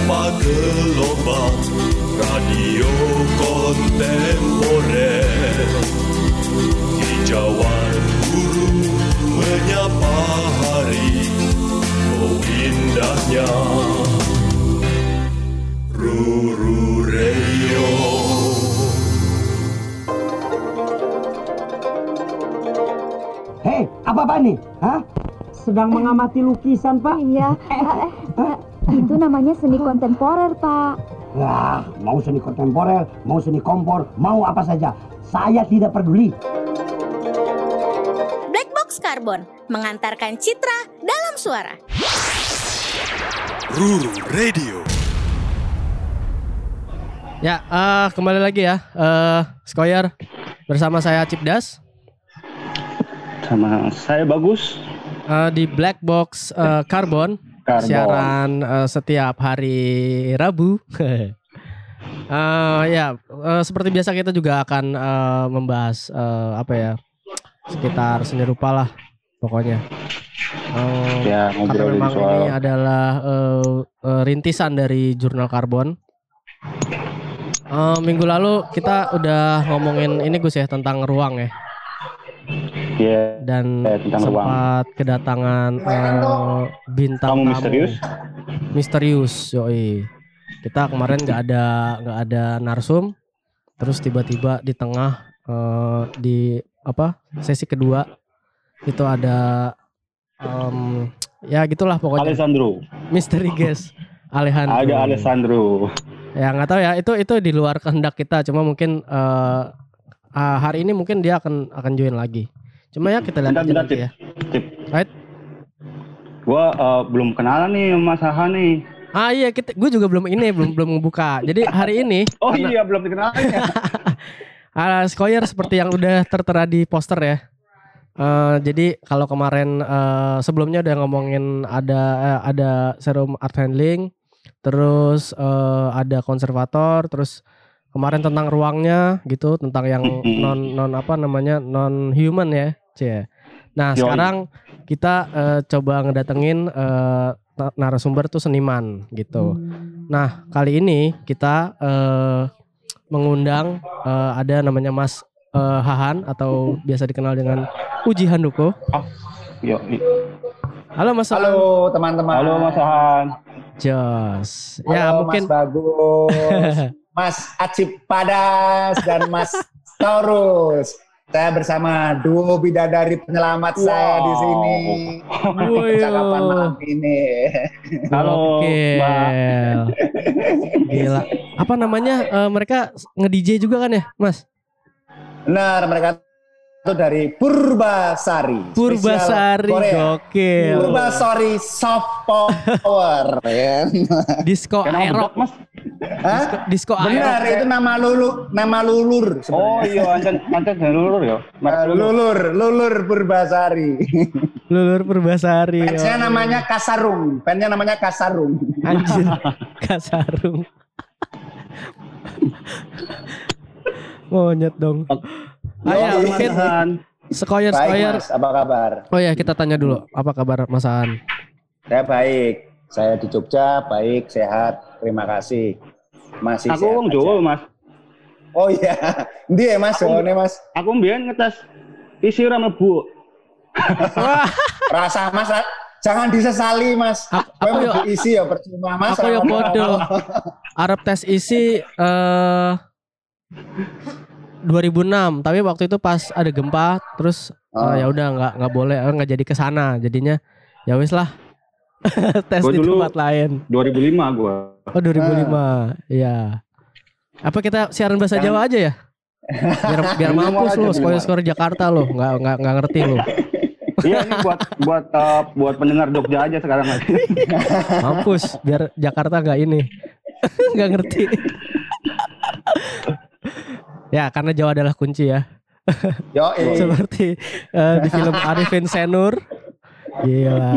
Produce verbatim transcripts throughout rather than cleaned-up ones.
tanpa gelombang, radio kontemporer. Hijauan guru menyapa hari, oh indahnya Ruru Radio. Hei, apa-apa nih? Hah? Sedang mengamati lukisan, Pak? Iya, eh, eh, itu namanya seni kontemporer, Pak. Wah, mau seni kontemporer, mau seni kompor, mau apa saja, saya tidak peduli. Black Box Carbon mengantarkan citra dalam suara. Ruru Radio. Ya, uh, kembali lagi ya, uh, Skoyer bersama saya Cipdas. Sama saya Bagus. Uh, di Black Box uh, Carbon, Carbon. Siaran uh, setiap hari Rabu. uh, ya, uh, seperti biasa kita juga akan uh, membahas uh, apa ya, sekitar seni rupa lah, pokoknya. Uh, ya, karena memang soal... ini adalah uh, uh, rintisan dari Jurnal Karbon. Uh, minggu lalu kita udah ngomongin ini Gus ya, tentang ruang ya. Yeah, dan yeah, sempat ruang. kedatangan uh, bintang tamu tamu misterius, misterius, yoi. Kita kemarin nggak ada nggak ada narsum, terus tiba-tiba di tengah uh, di apa sesi kedua itu ada um, ya gitulah pokoknya. Alessandro, misteri guest Alejandro. Ada Alessandro. Ya nggak tahu ya, itu itu di luar kehendak kita, cuma mungkin uh, uh, hari ini mungkin dia akan akan join lagi. Cuma ya kita lihat aja nanti ya. Tip. Right? Gua uh, belum kenalan nih sama Mas Aha nih. Ah iya, kita, gue juga belum ini belum belum membuka. Jadi hari ini. Oh karena, iya belum dikenalin ya. uh, Skoyer seperti yang udah tertera di poster ya. Uh, jadi kalau kemarin uh, sebelumnya udah ngomongin ada uh, ada serum art handling, terus uh, ada konservator, terus kemarin tentang ruangnya gitu, tentang yang non non apa namanya non human ya, cie. Nah Yoi. sekarang kita uh, coba ngedatengin uh, narasumber tuh seniman gitu. Nah kali ini kita uh, mengundang uh, ada namanya Mas uh, Hahan atau biasa dikenal dengan Uji Handoko. Oh, yoi. Halo Mas Hahan. Halo teman-teman. Halo Mas Hahan. Jos. Halo, Ya mungkin Mas Bagus, Mas Acip Padas dan Mas Taurus. Saya bersama duo bidadari penyelamat wow. saya di sini. Percakapan malam ini. Halo, Mbak. Gila. Apa namanya? Uh, mereka nge-D J juga kan ya, Mas? Benar, mereka itu dari Purbasari. Purbasari, gokil. Purbasari soft power. Ya. Disco aerok, Mas. Hah? Disco benar, aerok. itu nama lulu, nama lulur sebenarnya. Oh iya, ancan ancan dan lulur ya. Uh, lulur, lulur Purbasari. Lulur Purbasari. Fansnya oh. namanya Kasarung. Fansnya namanya Kasarung. Anjir, Kasarung. Monyet dong. Ayo, mungkin Skoyer, Skoyer. Apa kabar? Oh ya, kita tanya dulu. Apa kabar Mas Hahan? Saya baik. Saya di Jogja, baik, sehat. Terima kasih. Masih aku wong Jawa, Mas. Oh iya. Ndi ya, Mas? Oh, ne, Mas. Aku mbiyen ngetes isi ora mlebu. Rasa Mas, jangan disesali, Mas. Kowe mlebu isi ya percuma, Mas. Aku ya bodoh. Arep tes isi eh dua ribu enam, tapi waktu itu pas ada gempa, terus oh. uh, ya udah nggak nggak boleh, nggak jadi kesana, jadinya ya wis lah tes gua di tempat lain. dua ribu lima gua. Oh dua ribu lima, iya. Ah. Apa kita siaran bahasa Jawa aja ya? Biar biar mampus lo, skor-skor Jakarta lo, nggak nggak nggak ngerti lo. Iya ini buat buat uh, buat pendengar Jogja aja sekarang lagi. Mampus, biar Jakarta nggak ini, nggak ngerti. Ya karena Jawa adalah kunci ya. Yo, eh. Seperti uh, di film Arifin Senur. Gila.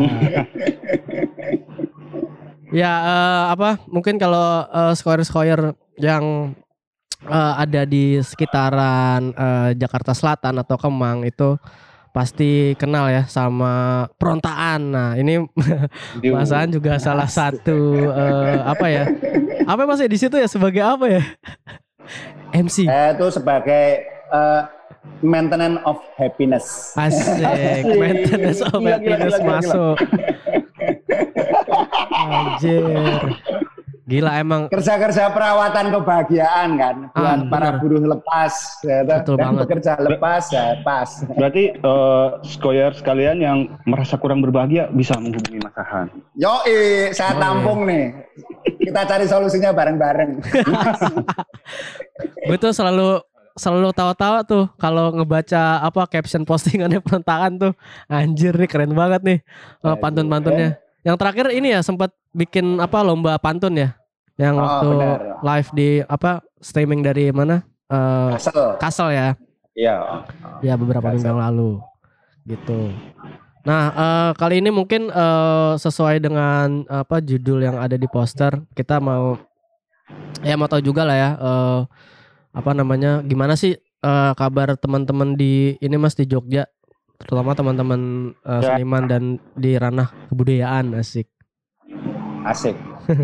Ya uh, apa mungkin kalau uh, skoyer-skoyer yang uh, ada di sekitaran uh, Jakarta Selatan atau Kemang itu pasti kenal ya sama perontaan. Nah ini Mas Aan juga salah satu uh, apa ya? Apa masih di situ ya sebagai apa ya? M C. Saya itu sebagai uh, maintenance of happiness. Asik, maintenance of Gila, gila, happiness gila, gila, masuk. Anjir. Gila emang Kerja-kerja perawatan kebahagiaan kan buat Ah, para benar. buruh lepas ya, toh. Betul Dan banget. bekerja lepas ya pas. Berarti eh, skoyer sekalian yang merasa kurang berbahagia bisa menghubungi Mas Aan. Yoi, saya Oh, tampung nih. Kita cari solusinya bareng-bareng. gue tuh selalu selalu tawa-tawa tuh kalau ngebaca apa caption postingannya perontaan tuh. Anjir nih keren banget nih uh, pantun-pantunnya. Yang terakhir ini ya sempat bikin apa lomba pantun ya. Yang Oh, waktu benar. live di apa streaming dari mana? Uh, Asal. Kasel ya. Iya. Ya beberapa minggu yang lalu gitu. Nah uh, kali ini mungkin uh, sesuai dengan apa judul yang ada di poster kita mau ya mau tahu juga lah ya uh, apa namanya gimana sih uh, kabar teman-teman di ini Mas di Jogja terutama teman-teman uh, Ya. seniman dan di ranah kebudayaan asik. Asik.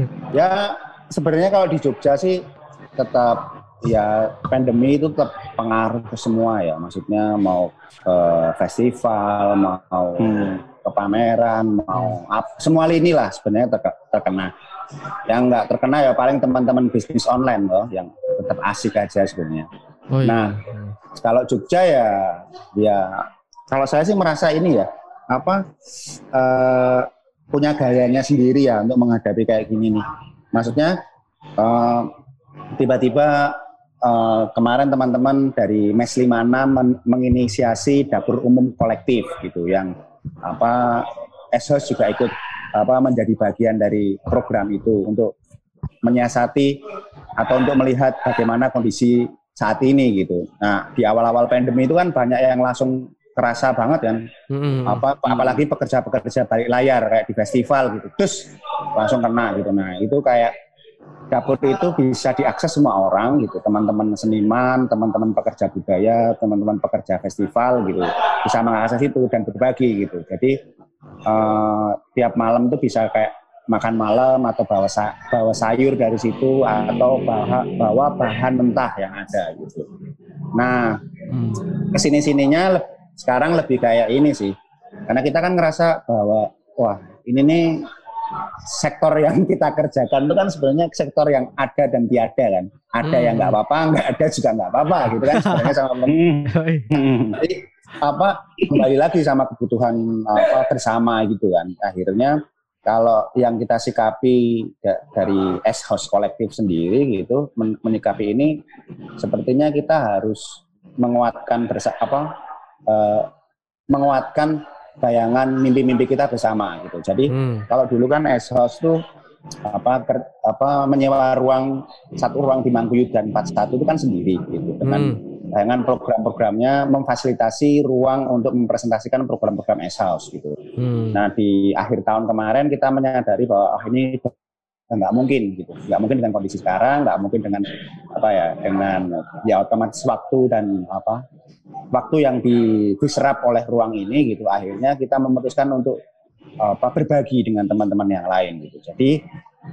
Ya sebenarnya kalau di Jogja sih tetap ya pandemi itu tetap pengaruh ke semua ya. Maksudnya mau ke festival, mau Hmm. ke pameran, mau apa, semua lini lah sebenarnya terke- terkena. Yang nggak terkena ya paling teman-teman bisnis online loh yang tetap asik aja sebenarnya. Oh, iya. Nah, kalau Jogja ya, ya kalau saya sih merasa ini ya, apa eh, punya gayanya sendiri ya untuk menghadapi kayak gini nih. Maksudnya eh, tiba-tiba eh, kemarin teman-teman dari Mes lima puluh enam men- menginisiasi dapur umum kolektif gitu, yang apa S-House juga ikut apa menjadi bagian dari program itu untuk menyiasati atau untuk melihat bagaimana kondisi saat ini gitu. Nah di awal-awal pandemi itu kan banyak yang langsung kerasa banget kan, Mm-mm. apa apalagi pekerja-pekerja balik layar kayak di festival gitu, terus langsung kena gitu. Nah itu kayak dapur itu bisa diakses semua orang gitu, teman-teman seniman, teman-teman pekerja budaya, teman-teman pekerja festival gitu, bisa mengakses itu dan berbagi gitu. Jadi eh, tiap malam tuh bisa kayak makan malam atau bawa sa- bawa sayur dari situ atau bawa bawa bahan mentah yang ada gitu. Nah Hmm. kesini-sininya le- sekarang lebih kayak ini sih, karena kita kan ngerasa bahwa wah ini nih sektor yang kita kerjakan itu kan sebenarnya sektor yang ada dan tiada kan, ada Hmm. yang nggak apa-apa, nggak ada juga nggak apa-apa gitu kan sebenarnya sama Hmm. Hmm. jadi apa kembali lagi sama kebutuhan apa bersama gitu kan. Akhirnya kalau yang kita sikapi da- dari S-House kolektif sendiri gitu men- menyikapi ini sepertinya kita harus menguatkan bersa apa eh, menguatkan bayangan mimpi-mimpi kita bersama gitu. Jadi Hmm. kalau dulu kan S-House tuh apa ker, apa menyewa ruang satu ruang di Mangkuyudan empat puluh satu itu kan sendiri gitu dengan Hmm. dengan program-programnya memfasilitasi ruang untuk mempresentasikan program-program S-House gitu. Hmm. Nah di akhir tahun kemarin kita menyadari bahwa oh, ini nggak mungkin gitu, nggak mungkin dengan kondisi sekarang, nggak mungkin dengan apa ya dengan ya otomatis waktu dan apa waktu yang di- diserap oleh ruang ini gitu. Akhirnya kita memutuskan untuk apa berbagi dengan teman-teman yang lain gitu. Jadi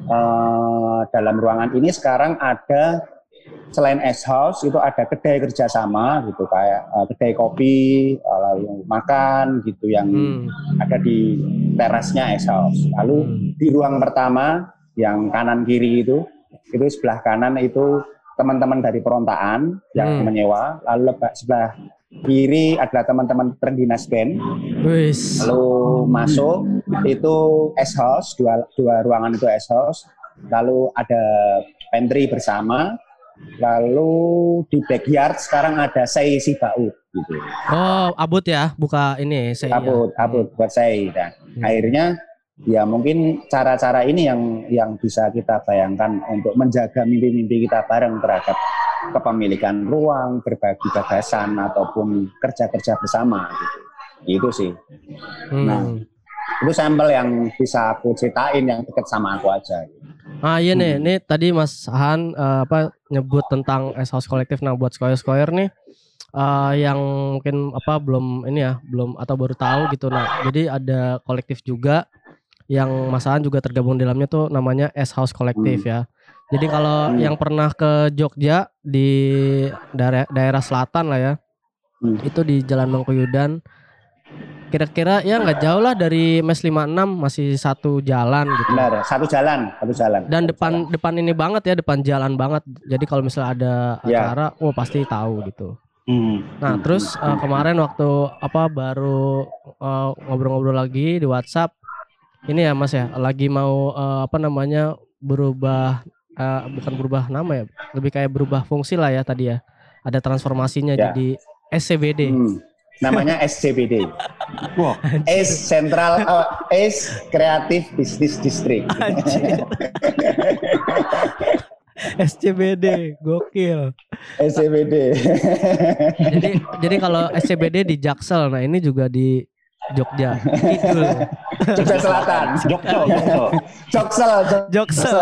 eh, dalam ruangan ini sekarang ada selain S-House itu ada kedai kerjasama gitu, kayak uh, kedai kopi, uh, lalu makan gitu yang Hmm. ada di terasnya S-House. Lalu di ruang pertama yang kanan kiri itu, itu sebelah kanan itu teman-teman dari perontaan yang Hmm. menyewa. Lalu lebak sebelah kiri adalah teman-teman Trendinas Band. Wis. Lalu masuk itu S-House, dua, dua ruangan itu S-House. Lalu ada pantry bersama. Lalu di backyard sekarang ada Sei Sibaut gitu. Oh, abut ya, buka ini saya. Abut, abut buat Sei. Nah, akhirnya ya mungkin cara-cara ini yang yang bisa kita bayangkan untuk menjaga mimpi-mimpi kita bareng terhadap kepemilikan ruang, berbagi gagasan ataupun kerja-kerja bersama gitu. Itu sih. Hmm. Nah, itu sampel yang bisa aku ceritain yang dekat sama aku aja. Ah iya nih, ini tadi Mas Han eh, apa nyebut tentang S-House kolektif. Nah buat skoyer-skoyer nih, uh, yang mungkin apa belum ini ya, belum atau baru tahu gitu. Nah, jadi ada kolektif juga yang Mas Aan juga tergabung di dalamnya tuh namanya S House Kolektif ya. Jadi kalau hmm. yang pernah ke Jogja di daerah, daerah selatan lah ya, hmm. itu di Jalan Mangkuyudan, kira-kira ya nggak jauh lah dari Mes lima puluh enam, masih satu jalan gitu. Benar, satu jalan, satu jalan. Dan satu depan jalan. depan ini banget ya, depan jalan banget. Jadi kalau misalnya ada acara, ya. oh pasti tahu gitu. Hmm. Nah terus uh, kemarin waktu apa baru uh, ngobrol-ngobrol lagi di WhatsApp, ini ya Mas ya, lagi mau uh, apa namanya berubah. Uh, bukan berubah nama ya, lebih kayak berubah fungsi lah ya tadi ya. Ada transformasinya ya. Jadi S C B D. Hmm. Namanya S C B D. Wow. S Central uh, S Creative Business District. S C B D, gokil. S C B D. jadi jadi kalau S C B D di Jaksel, nah ini juga di Jogja. Kidul. Jogja Selatan. Joksel, Joksel. Joksel, Joksel.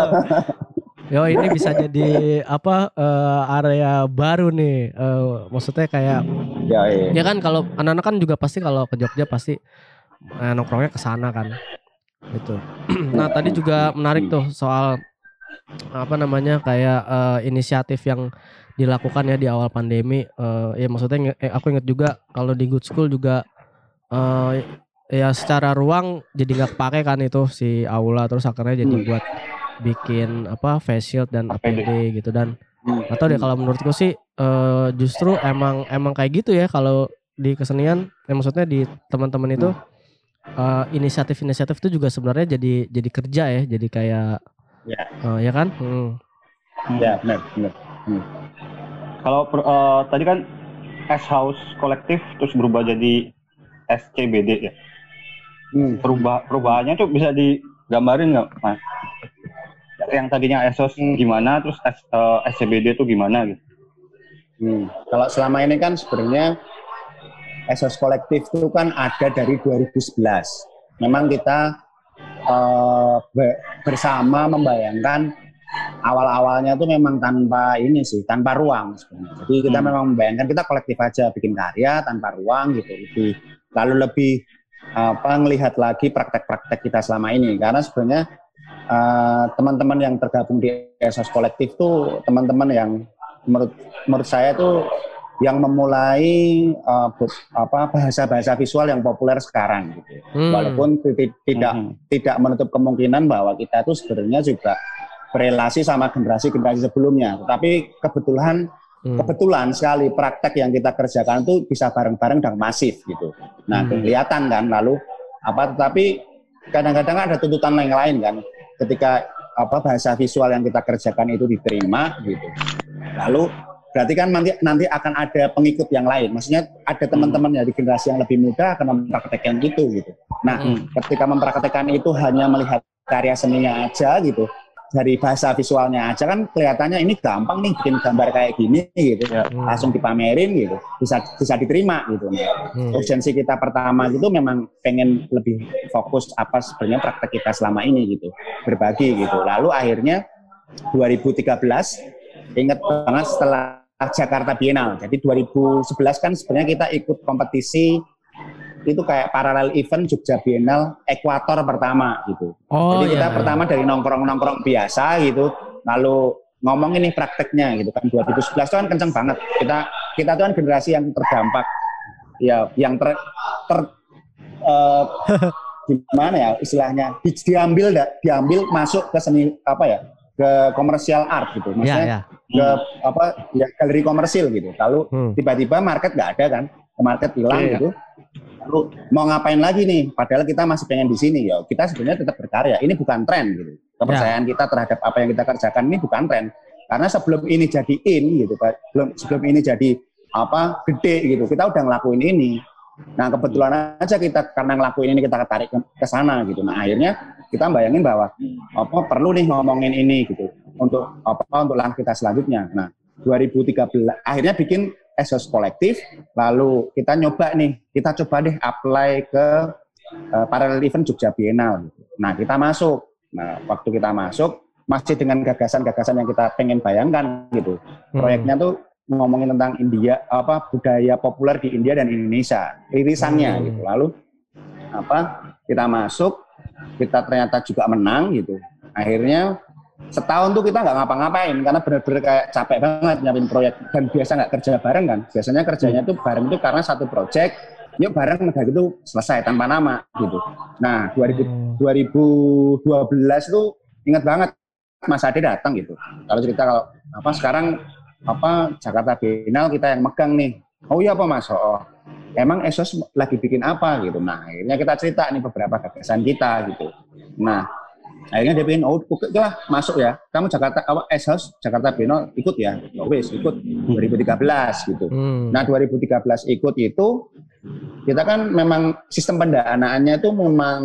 Yo ini bisa jadi apa uh, area baru nih, uh, maksudnya kayak ya, iya. ya kan kalau anak-anak kan juga pasti kalau ke Jogja pasti uh, nongkrongnya ke sana kan, gitu. Nah tadi juga menarik tuh soal apa namanya kayak uh, inisiatif yang dilakukan ya di awal pandemi. Uh, ya maksudnya eh, aku inget juga kalau di Good School juga uh, ya secara ruang jadi nggak kepake kan itu si aula, terus akhirnya jadi buat bikin apa face shield dan A P D gitu. Dan atau deh kalau menurutku sih uh, justru emang emang kayak gitu ya kalau di kesenian, ya maksudnya di teman-teman itu uh, inisiatif-inisiatif itu juga sebenarnya jadi jadi kerja ya, jadi kayak ya, uh, ya kan? Hmm. Ya benar benar. Hmm. Kalau uh, tadi kan S House Kolektif terus berubah jadi S C B D ya. Hmm. Perubah perubahannya tuh bisa digambarin nggak, Mas? Yang tadinya S House gimana, terus S, uh, S C B D itu gimana gitu? Hmm. Kalau selama ini kan sebenarnya S House Kolektif itu kan ada dari dua ribu sebelas. Memang kita uh, be- bersama membayangkan awal-awalnya itu memang tanpa ini sih, tanpa ruang sebenarnya. Jadi kita hmm. memang membayangkan kita kolektif aja bikin karya tanpa ruang gitu. Lebih, lalu lebih apa ngelihat lagi praktek-praktek kita selama ini, karena sebenarnya Uh, teman-teman yang tergabung di S House Kolektif tuh teman-teman yang menurut menurut saya tuh yang memulai uh, apa bahasa-bahasa visual yang populer sekarang gitu. Hmm. Walaupun t- tidak hmm. tidak menutup kemungkinan bahwa kita tuh sebenarnya juga berelasi sama generasi-generasi sebelumnya. Tapi kebetulan hmm. kebetulan sekali praktek yang kita kerjakan tuh bisa bareng-bareng dan masif gitu. Nah, hmm. kelihatan kan lalu apa tetapi kadang-kadang ada tuntutan yang lain kan. Ketika apa bahasa visual yang kita kerjakan itu diterima gitu, lalu berarti kan nanti nanti akan ada pengikut yang lain. Maksudnya ada teman-teman dari generasi yang lebih muda akan mempraktekkan itu gitu. Nah, hmm. ketika mempraktekkan itu hanya melihat karya seninya aja gitu, dari bahasa visualnya aja kan kelihatannya ini gampang nih bikin gambar kayak gini gitu, ya. Langsung dipamerin gitu, bisa bisa diterima gitu. Hmm. Urgensi kita pertama gitu memang pengen lebih fokus apa sebenarnya praktek kita selama ini gitu, berbagi gitu. Lalu akhirnya dua ribu tiga belas ingat banget setelah Jakarta Biennale. Jadi dua ribu sebelas kan sebenarnya kita ikut kompetisi itu kayak paralel event Jogja Biennale Ekuator pertama gitu. Oh, jadi kita iya. pertama dari nongkrong-nongkrong biasa gitu, lalu ngomong ini prakteknya gitu kan. dua ribu sebelas itu kan kenceng banget. Kita kita tuh kan generasi yang terdampak ya, yang ter, ter uh, gimana ya istilahnya di, diambil diambil masuk ke seni apa ya, ke komersial art gitu. Maksudnya yeah, yeah. ke hmm. apa ya galeri komersil gitu. Lalu hmm. tiba-tiba market nggak ada kan, market hilang yeah, gitu. Lalu mau ngapain lagi nih? Padahal kita masih pengen di sini ya. Kita sebenarnya tetap berkarya. Ini bukan tren gitu. Kepercayaan ya. Kita terhadap apa yang kita kerjakan ini bukan tren. Karena sebelum ini jadi in gitu, sebelum sebelum ini jadi apa gede gitu, kita udah ngelakuin ini. Nah kebetulan aja kita karena ngelakuin ini kita ketarik ke, ke sana gitu. Nah akhirnya kita bayangin bahwa apa perlu nih ngomongin ini gitu untuk apa untuk langkah kita selanjutnya. Nah dua ribu tiga belas akhirnya bikin S House Kolektif, lalu kita nyoba nih, kita coba deh apply ke uh, paralel event Jogja Biennale. Gitu. Nah kita masuk, nah waktu kita masuk masih dengan gagasan-gagasan yang kita pengen bayangkan gitu. Hmm. Proyeknya tuh ngomongin tentang India, apa budaya populer di India dan Indonesia, irisannya hmm. gitu. Lalu apa kita masuk, kita ternyata juga menang gitu. Akhirnya setahun tuh kita nggak ngapa-ngapain karena benar-benar kayak capek banget nyiapin proyek dan biasa nggak kerja bareng kan. Biasanya kerjanya tuh bareng itu karena satu proyek, yuk bareng udah gitu selesai tanpa nama gitu. Nah dua ribu dua belas tuh ingat banget Mas Ade datang gitu. Kalau cerita kalau apa sekarang apa Jakarta Biennale kita yang megang nih. Oh iya apa Mas? Oh, emang Esos lagi bikin apa gitu. Nah akhirnya kita cerita nih beberapa gagasan kita gitu. Nah akhirnya dia bikin, oh oke lah masuk ya. Kamu Jakarta apa Esos Jakarta Biennale ikut ya. Oh wis ikut dua ribu tiga belas gitu. Hmm. Nah dua ribu tiga belas ikut itu kita kan memang sistem pendanaannya itu memang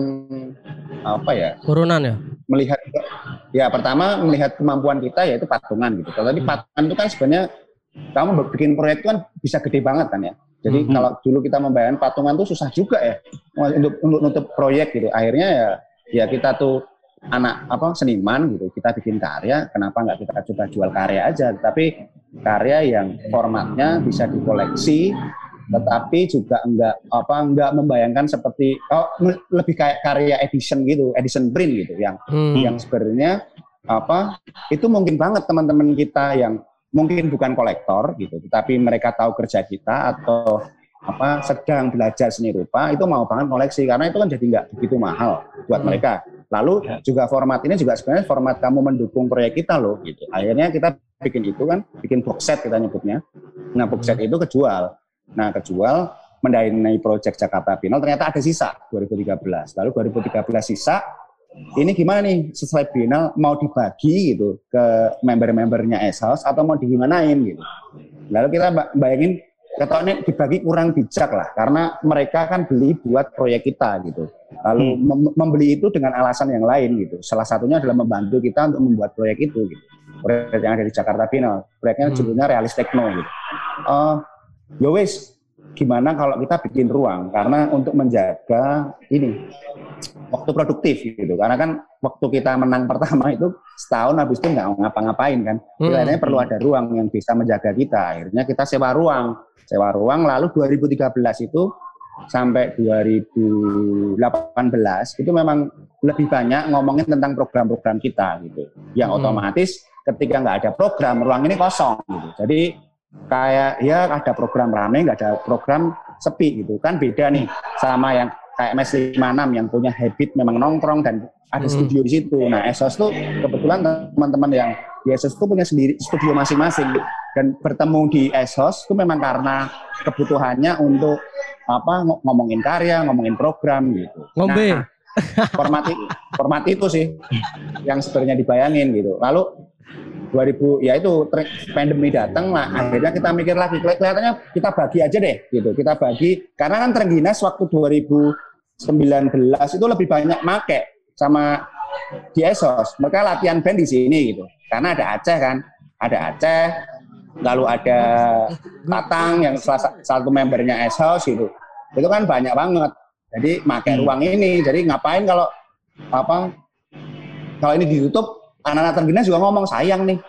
apa ya? Turunan ya? Melihat ya pertama melihat kemampuan kita yaitu patungan gitu. Tapi patungan itu kan sebenarnya kamu bikin proyek itu kan bisa gede banget kan ya. Jadi mm-hmm. kalau dulu kita membayar patungan tuh susah juga ya untuk untuk nutup proyek gitu. Akhirnya ya ya kita tuh anak apa seniman gitu. Kita bikin karya, kenapa nggak kita coba jual karya aja? Tapi karya yang formatnya bisa dikoleksi, tetapi juga enggak apa enggak membayangkan seperti oh lebih kayak karya edition gitu, edition print gitu yang hmm. yang sebenarnya apa itu mungkin banget teman-teman kita yang mungkin bukan kolektor gitu, tetapi mereka tahu kerja kita atau apa sedang belajar seni rupa itu mau banget koleksi karena itu kan jadi enggak begitu mahal buat hmm. mereka. Lalu juga format ini juga sebenarnya format kamu mendukung proyek kita loh gitu. Akhirnya kita bikin itu kan, bikin box set kita nyebutnya. Nah box set itu kejual. Nah, kejual mendanai proyek Jakarta Biennale ternyata ada sisa dua ribu tiga belas. Lalu dua ribu tiga belas sisa, ini gimana nih setelah Biennale mau dibagi gitu ke member-membernya S-House atau mau digimanain gitu. Lalu kita bayangin ketoknya dibagi kurang bijak lah karena mereka kan beli buat proyek kita gitu. Lalu hmm. mem- membeli itu dengan alasan yang lain gitu. Salah satunya adalah membantu kita untuk membuat proyek itu gitu. Proyek yang ada di Jakarta Biennale. Proyeknya hmm. judulnya Realis Techno gitu. Uh, Ya wes, gimana kalau kita bikin ruang karena untuk menjaga ini waktu produktif gitu. Karena kan waktu kita menang pertama itu setahun habis itu nggak ngapa-ngapain kan. Hmm. Akhirnya perlu ada ruang yang bisa menjaga kita. Akhirnya kita sewa ruang, sewa ruang. Lalu dua ribu tiga belas itu sampai dua ribu delapan belas itu memang lebih banyak ngomongin tentang program-program kita gitu. Yang hmm. otomatis ketika nggak ada program, ruang ini kosong gitu. Jadi kayak ya ada program rame, nggak ada program sepi gitu kan beda nih sama yang kayak Mes lima enam yang punya habit memang nongkrong dan ada hmm. studio di situ. Nah Esos tuh kebetulan teman-teman yang di Esos tuh punya sendiri studio masing-masing dan bertemu di Esos itu memang karena kebutuhannya untuk apa ngomongin karya, ngomongin program gitu. Ngombe. Nah, format format itu sih yang sebenarnya dibayangin gitu. Lalu dua ribu ya itu pandemi datang lah akhirnya kita mikir lagi kelihatannya kita bagi aja deh gitu kita bagi karena kan Trengginas waktu dua ribu sembilan belas itu lebih banyak make sama di Esos mereka latihan band di sini gitu karena ada Aceh kan ada Aceh lalu ada Tatang yang salah satu membernya Esos gitu itu kan banyak banget jadi make ruang ini jadi ngapain kalau apa kalau ini ditutup anak-anak Trengginas juga ngomong sayang nih.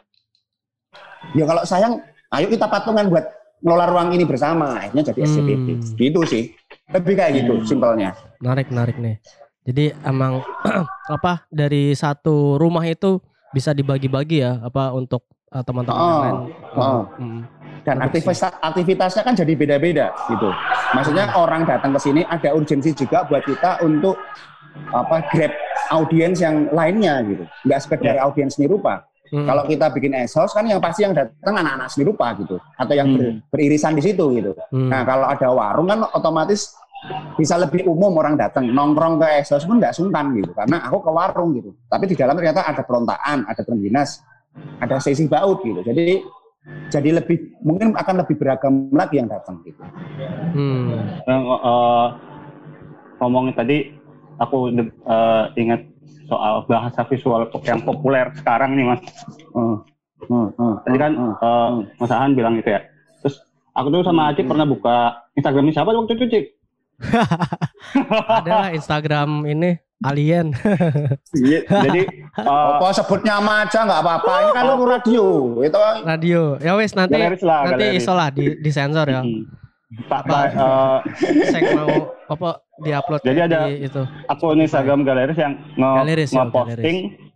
Ya kalau sayang, ayo kita patungan buat ngelola ruang ini bersama. Akhirnya jadi S C B D. Hmm. Gitu sih. Lebih kayak gitu, hmm. simpelnya. Menarik-menarik nih. Jadi emang apa dari satu rumah itu bisa dibagi-bagi ya apa untuk uh, teman-teman oh, yang lain. Oh. Hmm. Dan aktivitas aktivitasnya kan jadi beda-beda gitu. Maksudnya hmm. orang datang ke sini ada urgensi juga buat kita untuk apa grab audiens yang lainnya gitu, nggak sekedar yeah. audiens seni rupa. Hmm. Kalau kita bikin S-House kan yang pasti yang datang anak-anak seni rupa gitu, atau yang hmm. ber, beririsan di situ gitu. Hmm. Nah kalau ada warung kan otomatis bisa lebih umum orang datang nongkrong ke S-House pun nggak sungkan gitu, karena aku ke warung gitu. Tapi di dalam ternyata ada perontaan, ada Trengginas, ada sesi baut gitu. Jadi jadi lebih mungkin akan lebih beragam lagi yang datang gitu. Hmm. Uh, uh, ngomongin tadi. Aku uh, ingat soal bahasa visual yang populer sekarang nih Mas. Uh, uh, uh, Tadi kan uh, uh, Mas Ahan bilang gitu ya. Terus aku tuh sama Acik hmm. pernah buka Instagramnya siapa waktu itu Cik? Ada Instagram ini alien. Iya, jadi uh, Apa sebut nama aja nggak apa-apa. Ini kan lu radio. Itu radio. Ya wes nanti Galeris lah, nanti galeris. iso lah di disensor ya. tak tak, uh, Saya mau apa diupload Jadi di ada itu. akun Instagram Galeris yang nge Galeris, ya, nge-posting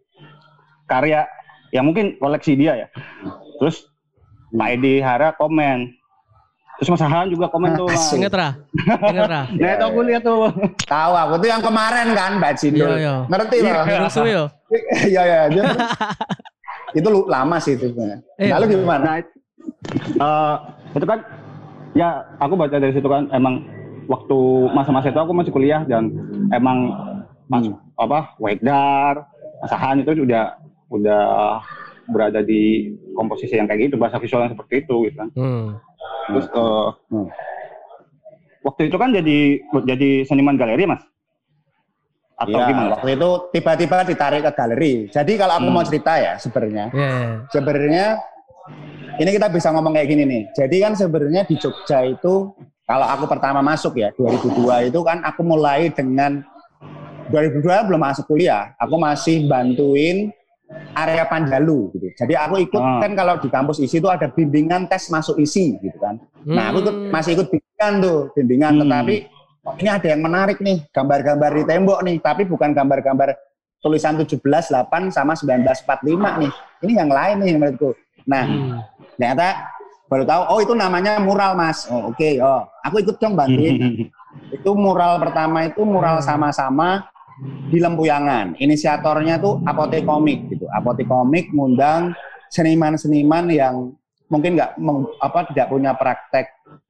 karya yang mungkin koleksi dia ya. Terus Pak Edi Hara komen. Terus Mas Ahan juga komen tuh. Mas. Ingat Ra? Ingat Ra? Nah, itu aku lihat tuh. tahu aku tuh yang kemarin kan Mbak Cindul. Iya, iya. Ngerti loh. Durung suwe yo. Iya iya. dia- Itu lu lama sih itu sebenarnya. Eh, Lalu gimana? Nah, uh, itu kan ya aku baca dari situ kan emang waktu masa-masa itu aku masih kuliah dan emang mas, apa Wegdar, Mas Ahan itu udah udah berada di komposisi yang kayak gitu, bahasa visual yang seperti itu gitu kan. Hmm. Terus uh, Hmm. waktu itu kan jadi jadi seniman galeri Mas? Atau Iya, gimana? waktu itu tiba-tiba ditarik ke galeri. Jadi kalau aku Hmm. mau cerita ya sebenarnya, Iya. iya. sebenarnya ini kita bisa ngomong kayak gini nih. Jadi kan sebenarnya di Jogja itu kalau aku pertama masuk ya dua ribu dua itu kan aku mulai dengan dua ribu dua belum masuk kuliah. Aku masih bantuin area Panjalu gitu. Jadi aku ikut Ah. kan kalau di kampus I S I itu ada bimbingan tes masuk I S I gitu kan. Nah, aku ikut, Hmm. masih ikut bimbingan tuh, bimbingan Hmm. tetapi oh, ini ada yang menarik nih, gambar-gambar di tembok nih, tapi bukan gambar-gambar tulisan tujuh belas delapan sama seribu sembilan ratus empat puluh lima nih. Ini yang lain nih menurutku. Nah, Hmm. ternyata baru tahu oh itu namanya mural Mas. Oh oke, okay. oh aku ikut dong bantuin. Itu mural pertama itu mural sama-sama di Lempuyangan. Inisiatornya tuh Apotek Komik gitu. Apotek Komik ngundang seniman-seniman yang mungkin nggak meng- apa tidak punya praktek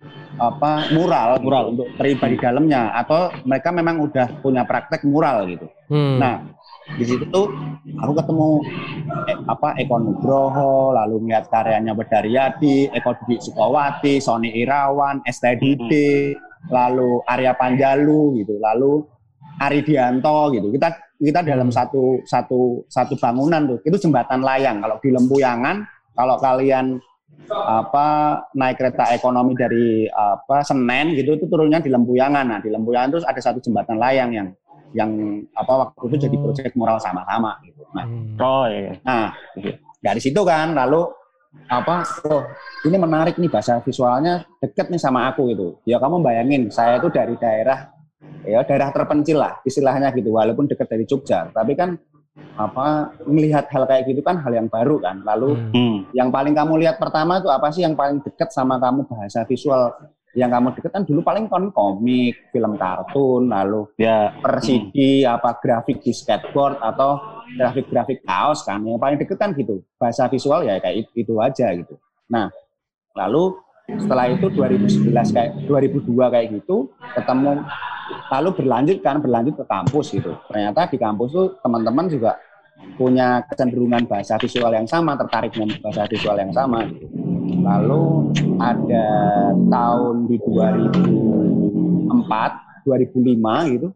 apa mural mural untuk terlibat di dalamnya atau mereka memang udah punya praktek mural gitu. Hmm. Nah, di situ tuh aku ketemu eh, apa Eko Nugroho, lalu ngeliat karyanya Bedaryadi, Eko Didi Sukawati, Sony Irawan, S T D D, lalu Arya Panjalu gitu, lalu Ari Dianto gitu. Kita kita dalam satu satu satu bangunan tuh. Itu jembatan layang. Kalau di Lempuyangan, kalau kalian apa naik kereta ekonomi dari apa Senen gitu itu turunnya di Lempuyangan. Nah, di Lempuyangan terus ada satu jembatan layang yang yang apa waktu itu jadi proyek mural sama-sama gitu. Nah, Hmm. Oh iya. nah dari situ kan lalu apa oh ini menarik nih bahasa visualnya deket nih sama aku gitu. Ya kamu bayangin saya itu dari daerah ya daerah terpencil lah istilahnya gitu walaupun dekat dari Jogja tapi kan apa melihat hal kayak gitu kan hal yang baru kan lalu Hmm. Hmm. yang paling kamu lihat pertama itu apa sih yang paling dekat sama kamu bahasa visual yang kamu deket kan dulu paling kon komik film kartun lalu Ya. per C D apa grafik di skateboard atau grafik-grafik kaos kan yang paling deket kan gitu bahasa visual ya kayak itu, itu aja gitu. Nah lalu setelah itu dua ribu sebelas kayak dua ribu dua kayak gitu ketemu lalu berlanjut kan berlanjut ke kampus gitu ternyata di kampus tuh teman-teman juga punya kecenderungan bahasa visual yang sama tertarik dengan bahasa visual yang sama gitu. Lalu ada tahun di dua ribu empat dua ribu lima gitu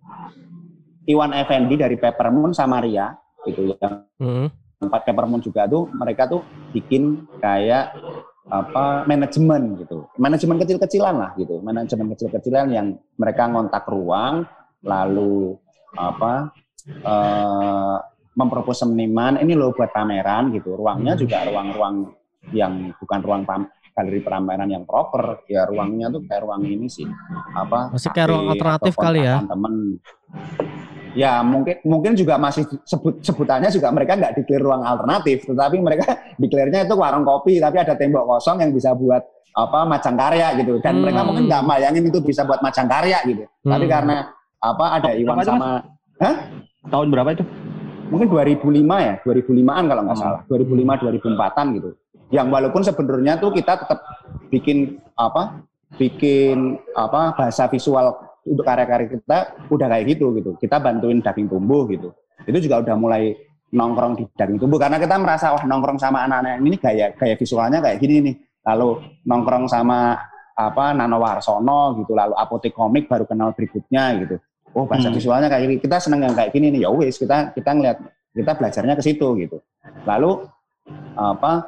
Iwan Effendi dari Peppermoon sama Ria gitu yang Hmm. empat Peppermoon juga tuh mereka tuh bikin kayak apa manajemen gitu manajemen kecil-kecilan lah gitu manajemen kecil-kecilan yang mereka ngontak ruang lalu apa eh, mempropos seniman ini loh buat pameran gitu ruangnya juga ruang-ruang yang bukan ruang pam, galeri pameran yang proper ya ruangnya tuh kayak ruang ini sih apa Masih kayak ruang kafe alternatif atau kali ya? kontrakan temen ya mungkin mungkin juga masih sebut sebutannya juga mereka nggak declare ruang alternatif tetapi mereka declare-nya itu warung kopi tapi ada tembok kosong yang bisa buat apa macang karya gitu dan Hmm. mereka mungkin nggak bayangin itu bisa buat macang karya gitu Hmm. tapi karena apa ada Iwan Berapa itu, sama Hah? Tahun berapa itu? mungkin dua ribu lima ya dua ribu limaan kalau nggak Hmm. salah dua ribu lima dua ribu empatan gitu yang walaupun sebenarnya tuh kita tetap bikin apa bikin apa bahasa visual untuk karya-karya kita udah kayak gitu gitu kita bantuin daging tumbuh gitu itu juga udah mulai nongkrong di daging tumbuh karena kita merasa wah nongkrong sama anak-anak ini gaya gaya visualnya kayak gini nih lalu nongkrong sama apa Nano Warsono gitu lalu Apotek Komik baru kenal berikutnya gitu oh bahasa Hmm. visualnya kayak gini kita seneng yang kayak gini nih ya wis kita kita ngeliat kita belajarnya ke situ gitu lalu apa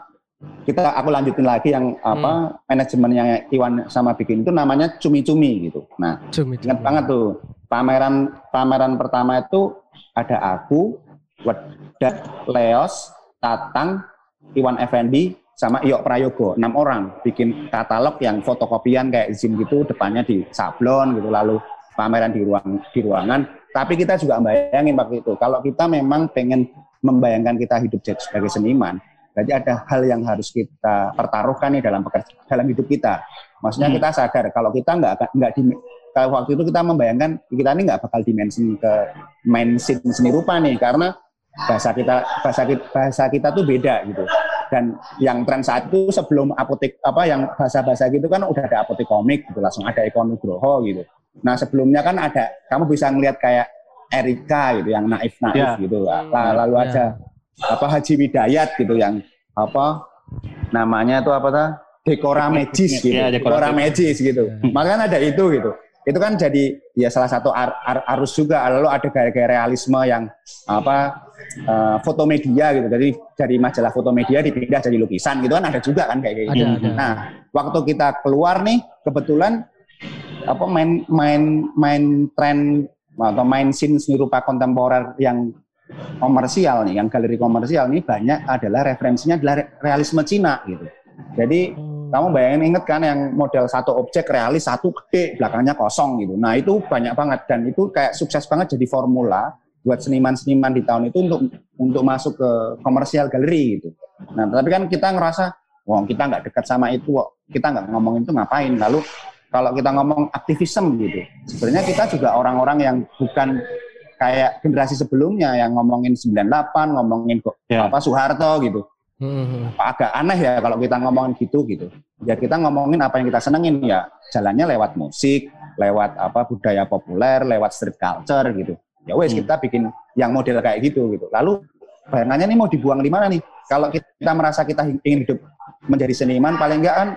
kita aku lanjutin lagi yang apa hmm. manajemen yang Iwan sama bikin itu namanya cumi-cumi gitu. Nah, cumi-cumi. Ingat banget tuh pameran pameran pertama itu ada aku, Wedat, Leos, Tatang, Iwan Effendi sama Iyok Prayogo, enam orang bikin katalog yang fotokopian kayak zin gitu, depannya di sablon gitu, lalu pameran di ruang di ruangan. Tapi kita juga bayangin waktu itu kalau kita memang pengen membayangkan kita hidup sebagai seniman. Berarti ada hal yang harus kita pertaruhkan nih dalam pekerjaan, dalam hidup kita. Maksudnya hmm. kita sadar kalau kita nggak nggak di kalau waktu itu kita membayangkan kita ini nggak bakal dimensi ke main scene seni rupa nih karena bahasa kita bahasa kita bahasa kita tuh beda gitu. Dan yang tren saat itu sebelum apotek apa yang bahasa-bahasa gitu kan udah ada apotek komik gitu, langsung ada Eko Nugroho gitu. Nah sebelumnya kan ada kamu bisa ngelihat kayak Erika gitu yang naif-naif yeah. gitu. Lalu yeah. ada apa Haji Widayat gitu yang apa namanya itu apa tuh Dekora Magis gitu, ya, Dekora Magis gitu. Makanya ada itu gitu. Itu kan jadi ya salah satu ar, ar, arus juga. Lalu ada gaya-gaya realisme yang apa uh, fotomedia gitu. Jadi dari majalah fotomedia dipindah jadi lukisan gitu kan ada juga kan kayak gitu. Ada, ada. Nah waktu kita keluar nih kebetulan apa main main main tren atau main scene seni rupa kontemporer yang komersial nih, yang galeri komersial nih banyak adalah referensinya adalah realisme Cina gitu. Jadi hmm. kamu bayangin inget kan yang model satu objek realis, satu gede, belakangnya kosong gitu. Nah itu banyak banget dan itu kayak sukses banget jadi formula buat seniman-seniman di tahun itu untuk untuk masuk ke komersial galeri gitu. Nah tapi kan kita ngerasa, wah kita nggak dekat sama itu, kita nggak ngomongin itu ngapain. Lalu kalau kita ngomong aktivisme gitu, sebenarnya kita juga orang-orang yang bukan kayak generasi sebelumnya yang ngomongin sembilan delapan, ngomongin ya. apa Soeharto gitu. Hmm. Agak aneh ya kalau kita ngomongin gitu gitu. Ya kita ngomongin apa yang kita senengin ya. Jalannya lewat musik, lewat apa budaya populer, lewat street culture gitu. Ya wes hmm. kita bikin yang model kayak gitu gitu. Lalu bayangannya nih mau dibuang di mana nih? Kalau kita merasa kita ingin hidup menjadi seniman paling enggak kan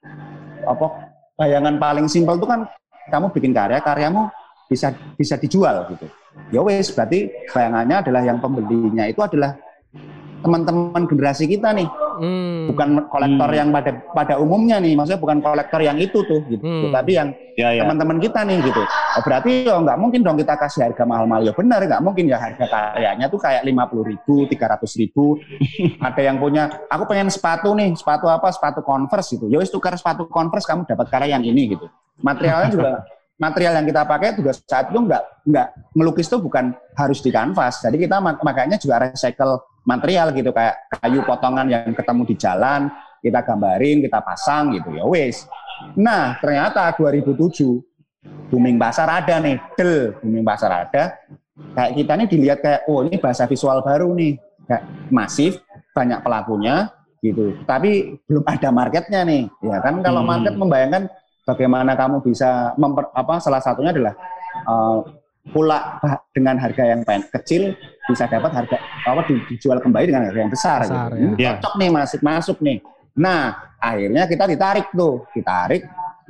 apa bayangan paling simpel itu kan kamu bikin karya, karyamu bisa bisa dijual gitu. Ya wes berarti bayangannya adalah yang pembelinya itu adalah teman-teman generasi kita nih, hmm. bukan kolektor hmm. yang pada pada umumnya nih, maksudnya bukan kolektor yang itu tuh gitu, hmm. tapi yang ya, ya. teman-teman kita nih gitu. Oh, berarti oh, nggak mungkin dong kita kasih harga mahal-mahal, ya benar nggak mungkin ya harga karyanya tuh kayak lima puluh ribu, tiga ratus ribu. Ada yang punya, aku pengen sepatu nih, sepatu apa, sepatu Converse gitu. Ya wes tukar sepatu Converse kamu dapat karya yang ini gitu. Materialnya juga material yang kita pakai juga saat itu nggak nggak melukis tuh bukan harus di kanvas. Jadi kita makanya juga recycle material gitu kayak kayu potongan yang ketemu di jalan, kita gambarin, kita pasang gitu ya wes. Nah ternyata dua ribu tujuh booming pasar ada nih, del booming pasar ada. Kayak kita nih dilihat kayak oh ini bahasa visual baru nih, kayak masif, banyak pelakunya gitu. Tapi belum ada marketnya nih, ya kan kalau market membayangkan bagaimana kamu bisa memper, apa salah satunya adalah uh, pula dengan harga yang kecil bisa dapat harga apa dijual kembali dengan harga yang besar, besar gitu. Ya. Cocok nih masuk masuk nih. Nah akhirnya kita ditarik tuh, ditarik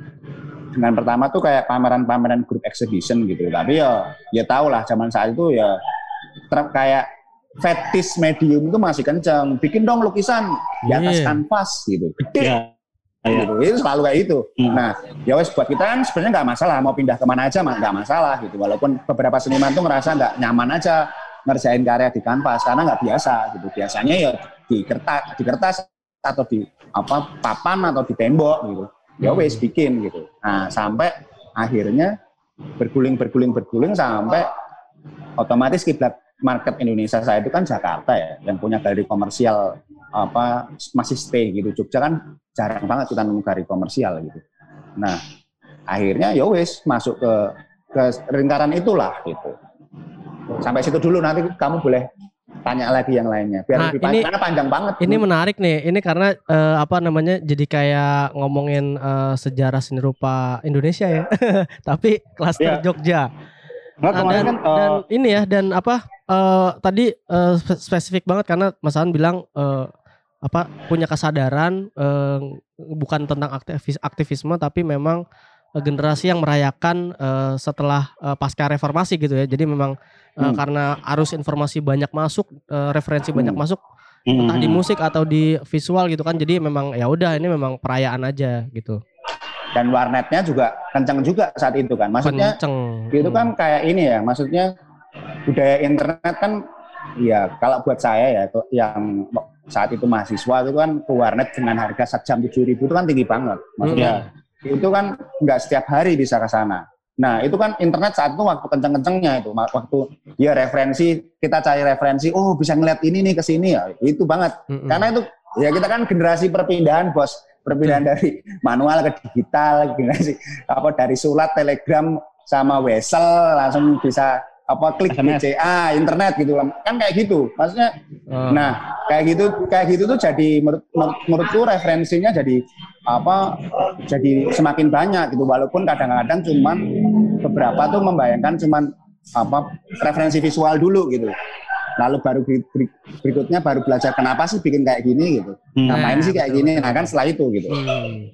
dengan pertama tuh kayak pameran-pameran group exhibition gitu. Tapi ya ya tahu lah zaman saat itu ya ter- kayak fetish medium itu masih kencang. Bikin dong lukisan di atas yeah. kanvas gitu, gede. Yeah. Gitu. Itu selalu kayak itu. Hmm. Nah, ya wes buat kita kan sebenarnya nggak masalah mau pindah kemana aja, nggak masalah gitu. Walaupun beberapa seniman tuh ngerasa nggak nyaman aja ngerjain karya di kanvas karena nggak biasa gitu. Biasanya ya di kertas, di kertas atau di apa papan atau di tembok gitu. Ya wes bikin gitu. Nah, sampai akhirnya berguling berguling berguling sampai otomatis kiblat market Indonesia saya itu kan Jakarta ya, yang punya galeri komersial apa masih stay gitu. Jogja kan jarang banget kita nemu galeri komersial gitu. Nah, akhirnya ya wes masuk ke ke lingkaran itulah gitu. Sampai situ dulu, nanti kamu boleh tanya lagi yang lainnya. Biar nah, lebih panjang, karena panjang banget. Ini tuh. Menarik nih. Ini karena uh, apa namanya? Jadi kayak ngomongin uh, sejarah seni rupa Indonesia ya. Tapi klaster yeah. Jogja. Nah, nah, dan, kan, uh, dan ini ya dan apa uh, tadi uh, spesifik banget karena Mas An bilang uh, apa punya kesadaran uh, bukan tentang aktivis aktivisme tapi memang uh, generasi yang merayakan uh, setelah uh, pasca reformasi gitu ya. Jadi memang uh, hmm. karena arus informasi banyak masuk, uh, referensi hmm. banyak masuk, entah di musik atau di visual gitu kan. Jadi memang ya udah ini memang perayaan aja gitu. Dan warnetnya juga kenceng juga saat itu kan. Maksudnya Kenceng. itu kan kayak ini ya, maksudnya budaya internet kan ya kalau buat saya ya yang saat itu mahasiswa itu kan ke warnet dengan harga sejam tujuh ribu itu kan tinggi banget. Maksudnya hmm. itu kan nggak setiap hari bisa ke sana. Nah itu kan internet saat itu waktu kenceng-kencengnya itu, waktu ya referensi, kita cari referensi, oh bisa ngeliat ini nih ke sini ya, itu banget. Mm-hmm. Karena itu ya kita kan generasi perpindahan bos, perpindahan mm. dari manual ke digital, generasi apa dari surat, telegram sama wesel langsung bisa apa klik B C A internet gitu kan kayak gitu. Maksudnya, mm. nah kayak gitu kayak gitu tuh jadi menurut menurutku referensinya jadi apa jadi semakin banyak gitu, walaupun kadang-kadang cuman beberapa tuh membayangkan cuman apa referensi visual dulu gitu, lalu baru berikutnya baru belajar kenapa sih bikin kayak gini gitu, hmm. ngapain sih kayak gini, nah kan setelah itu gitu. Hmm.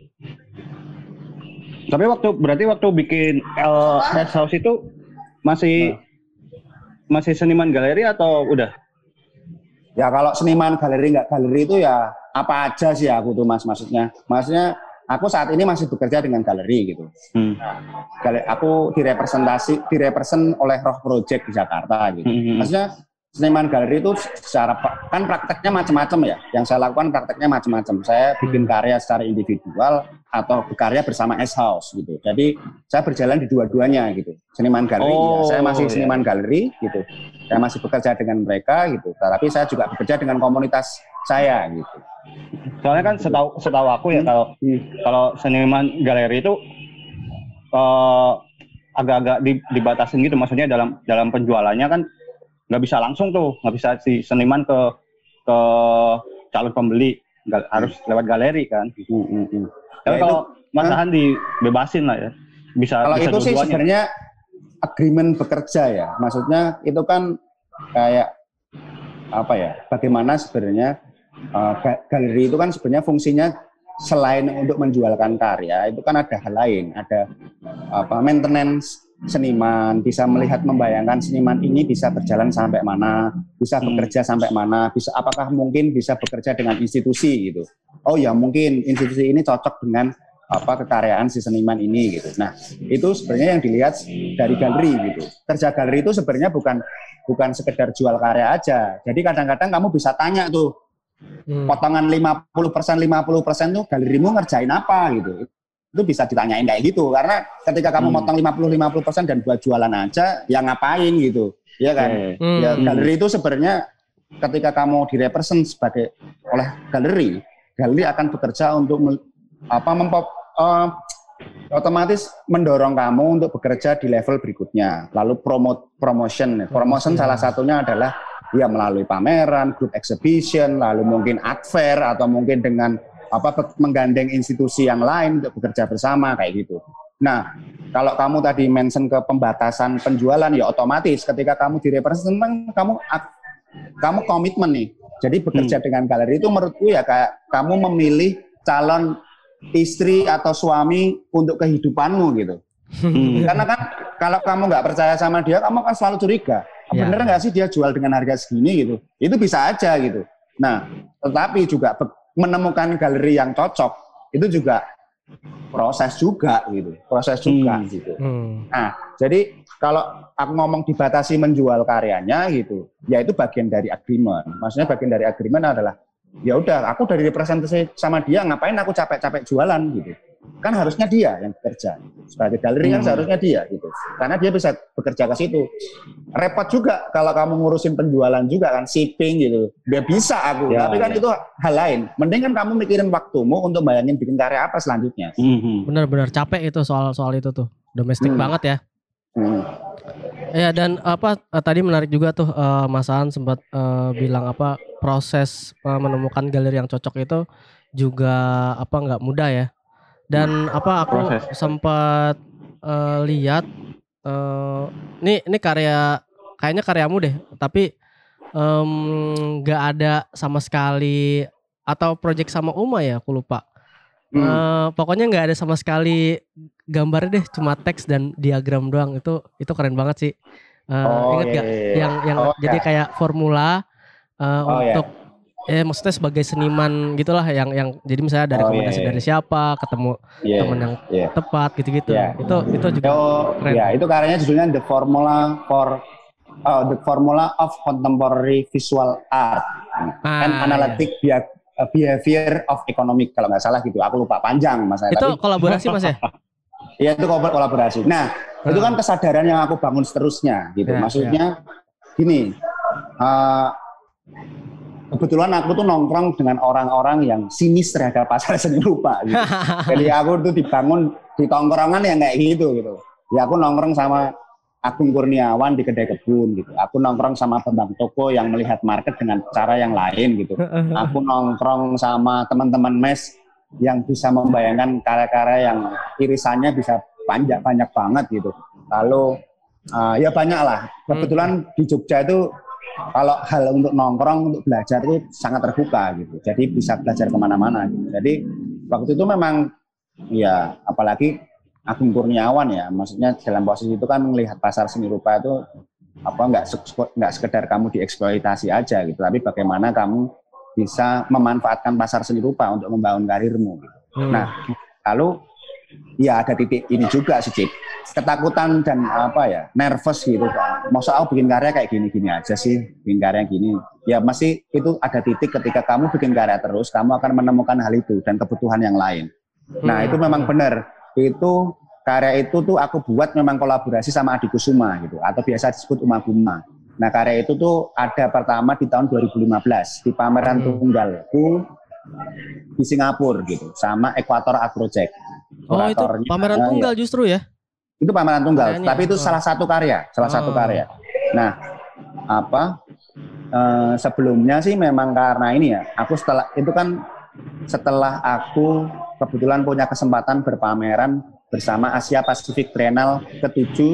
Tapi waktu berarti waktu bikin L S House itu masih nah. masih seniman galeri atau udah? Ya kalau seniman galeri nggak galeri itu ya apa aja sih aku tuh mas, maksudnya maksudnya aku saat ini masih bekerja dengan galeri gitu. Hmm. Galeri, aku direpresentasi direpresent oleh Roh Project di Jakarta gitu. Hmm. Maksudnya seniman galeri itu secara kan prakteknya macam-macam ya. Yang saya lakukan prakteknya macam-macam. Saya bikin karya secara individual atau berkarya bersama S House gitu. Jadi saya berjalan di dua-duanya gitu. Seniman galeri oh, ya. Saya masih seniman yeah. galeri gitu. Saya masih bekerja dengan mereka gitu. Tapi saya juga bekerja dengan komunitas saya gitu. Soalnya kan setahu setahu aku ya kalau hmm. kalau seniman galeri itu uh, agak-agak dibatasin gitu. Maksudnya dalam dalam penjualannya kan nggak bisa langsung tuh, nggak bisa si seniman ke ke calon pembeli, nggak harus lewat galeri kan. Hmm, hmm, hmm. Tapi ya kalau Mas Ahan dibebasin lah ya, bisa. Kalau bisa itu sih sebenarnya agreement bekerja ya, maksudnya itu kan kayak apa ya? Bagaimana sebenarnya uh, galeri itu kan sebenarnya fungsinya selain untuk menjualkan karya, itu kan ada hal lain, ada apa? Maintenance seniman, bisa melihat membayangkan seniman ini bisa berjalan sampai mana, bisa bekerja sampai mana, bisa apakah mungkin bisa bekerja dengan institusi gitu. Oh ya mungkin institusi ini cocok dengan apa kekaryaan si seniman ini gitu. Nah itu sebenarnya yang dilihat dari galeri gitu. Kerja galeri itu sebenarnya bukan bukan sekedar jual karya aja. Jadi kadang-kadang kamu bisa tanya tuh hmm. potongan lima puluh persen lima puluh persen tuh galerimu ngerjain apa gitu. Itu bisa ditanyain kayak gitu, karena ketika kamu hmm. motong lima puluh lima puluh persen dan buat jualan aja, ya ngapain gitu, ya kan? Hmm. Ya galeri itu sebenarnya ketika kamu direpresent sebagai oleh galeri, galeri akan bekerja untuk me, apa mempop, uh, otomatis mendorong kamu untuk bekerja di level berikutnya, lalu promote promotion, promotion hmm. salah satunya adalah ya melalui pameran, group exhibition, lalu mungkin art fair atau mungkin dengan apa menggandeng institusi yang lain untuk bekerja bersama kayak gitu. Nah, kalau kamu tadi mention ke pembatasan penjualan ya otomatis ketika kamu direpresentasi kamu kamu komitmen nih. Jadi bekerja hmm. dengan galeri itu menurutku ya kayak kamu memilih calon istri atau suami untuk kehidupanmu gitu. Hmm. Karena kan kalau kamu nggak percaya sama dia, kamu kan selalu curiga. Ya. Bener nggak sih dia jual dengan harga segini gitu? Itu bisa aja gitu. Nah, tetapi juga menemukan galeri yang cocok itu juga proses juga gitu, proses juga hmm. gitu. Hmm. Nah, jadi kalau aku ngomong dibatasi menjual karyanya gitu, ya itu bagian dari agreement. Maksudnya bagian dari agreement adalah ya udah aku dari representasi sama dia, ngapain aku capek-capek jualan gitu. Kan harusnya dia yang bekerja. Sebagai galeri kan hmm. seharusnya dia gitu. Karena dia bisa bekerja ke situ. Repot juga kalau kamu ngurusin penjualan juga kan, shipping gitu. Dia bisa aku, ya, tapi kan ya. Itu hal lain. Mending kan kamu mikirin waktumu untuk bayangin bikin karya apa selanjutnya. Hmm. Benar-benar capek itu soal soal itu tuh. Domestik hmm. banget ya. Hmm. Ya dan apa tadi menarik juga tuh uh, Mas Ahan sempat uh, bilang apa proses uh, menemukan galeri yang cocok itu juga apa nggak mudah ya. Dan apa aku proses. sempat uh, lihat uh, ini ini karya kayaknya karyamu deh, tapi nggak um, ada sama sekali atau project sama Uma ya, aku lupa. Hmm. Uh, pokoknya nggak ada sama sekali gambarnya deh, cuma teks dan diagram doang. Itu itu keren banget sih. Uh, oh, ingat nggak iya, iya. yang yang oh, jadi iya. kayak formula uh, oh, untuk iya. Eh maksudnya sebagai seniman gitulah yang yang jadi misalnya ada Oh, rekomendasi iya, iya. dari siapa, ketemu Iya, teman yang iya. tepat gitu-gitu. Iya. Itu itu juga Oh, keren. ya itu karyanya judulnya The Formula for oh, The Formula of Contemporary Visual Art Ah, and Analytic Bia- Behavior of Economic kalau nggak salah gitu. Aku lupa panjang mas. Itu Tapi kolaborasi Mas ya? iya itu kol- kolaborasi. Nah itu kan kesadaran yang aku bangun seterusnya gitu. Ya, Maksudnya gini. Uh, kebetulan aku tuh nongkrong dengan orang-orang yang sinis terhadap pasar seni rupa gitu. Jadi aku tuh dibangun di tongkrongan yang kayak gitu gitu. Ya aku nongkrong sama Agung Kurniawan di kedai kebun gitu. Aku nongkrong sama Bambang Toko yang melihat market dengan cara yang lain gitu. Aku nongkrong sama teman-teman mes yang bisa membayangkan karya-karya yang irisannya bisa banyak banyak banget gitu. Lalu uh, ya banyak lah. Kebetulan di Jogja itu kalau hal untuk nongkrong untuk belajar itu sangat terbuka gitu. Jadi bisa belajar kemana-mana gitu. Jadi waktu itu memang ya apalagi Agung Kurniawan ya, maksudnya dalam posisi itu kan melihat pasar seni rupa itu apa nggak nggak sekedar kamu dieksploitasi aja gitu, tapi bagaimana kamu bisa memanfaatkan pasar seni rupa untuk membangun karirmu. Gitu. Hmm. Nah, lalu ya ada titik ini juga sih, Cip. Ketakutan dan apa ya, nervous gitu kan. Masa aku bikin karya kayak gini-gini aja sih, bikin karya gini. Ya masih itu ada titik ketika kamu bikin karya terus, kamu akan menemukan hal itu dan kebutuhan yang lain. Nah, itu memang benar. Itu karya itu tuh aku buat memang kolaborasi sama Adi Kusuma gitu, atau biasa disebut Uma Buma. Nah, karya itu tuh ada pertama di tahun dua ribu lima belas di pameran hmm. tunggalku di Singapura gitu, sama Equator Art Project. Oh, itu pameran nah, tunggal ya. Justru ya? Itu pameran tunggal, Karyanya. Tapi itu oh. salah satu karya, salah oh. satu karya. Nah, apa? Eh, sebelumnya sih memang karena ini ya, aku setelah itu kan setelah aku kebetulan punya kesempatan berpameran bersama Asia Pacific Triennale ketujuh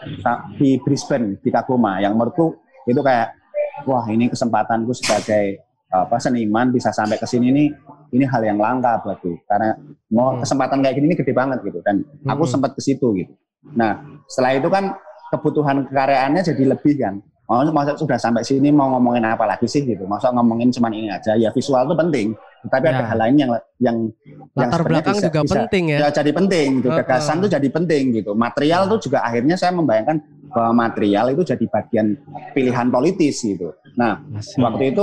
di Brisbane di Tacoma, yang menurutku itu kayak wah ini kesempatanku sebagai apa seniman bisa sampai ke sini nih, ini hal yang langka buatku karena mau hmm. kesempatan kayak gini ini gede banget gitu, dan aku hmm. sempat ke situ gitu. Nah setelah itu kan kebutuhan kekaryaannya jadi lebih kan. Oh, masa sudah sampai sini mau ngomongin apa lagi sih gitu? Masa ngomongin cuman ini aja? Ya visual itu penting, tapi ya. Ada hal lain yang yang latar yang belakang bisa, juga bisa, penting ya. Ya jadi penting gitu. Gagasan itu uh-uh. jadi penting gitu. Material itu juga akhirnya saya membayangkan bahwa material itu jadi bagian pilihan politis gitu. Nah, Masih. waktu itu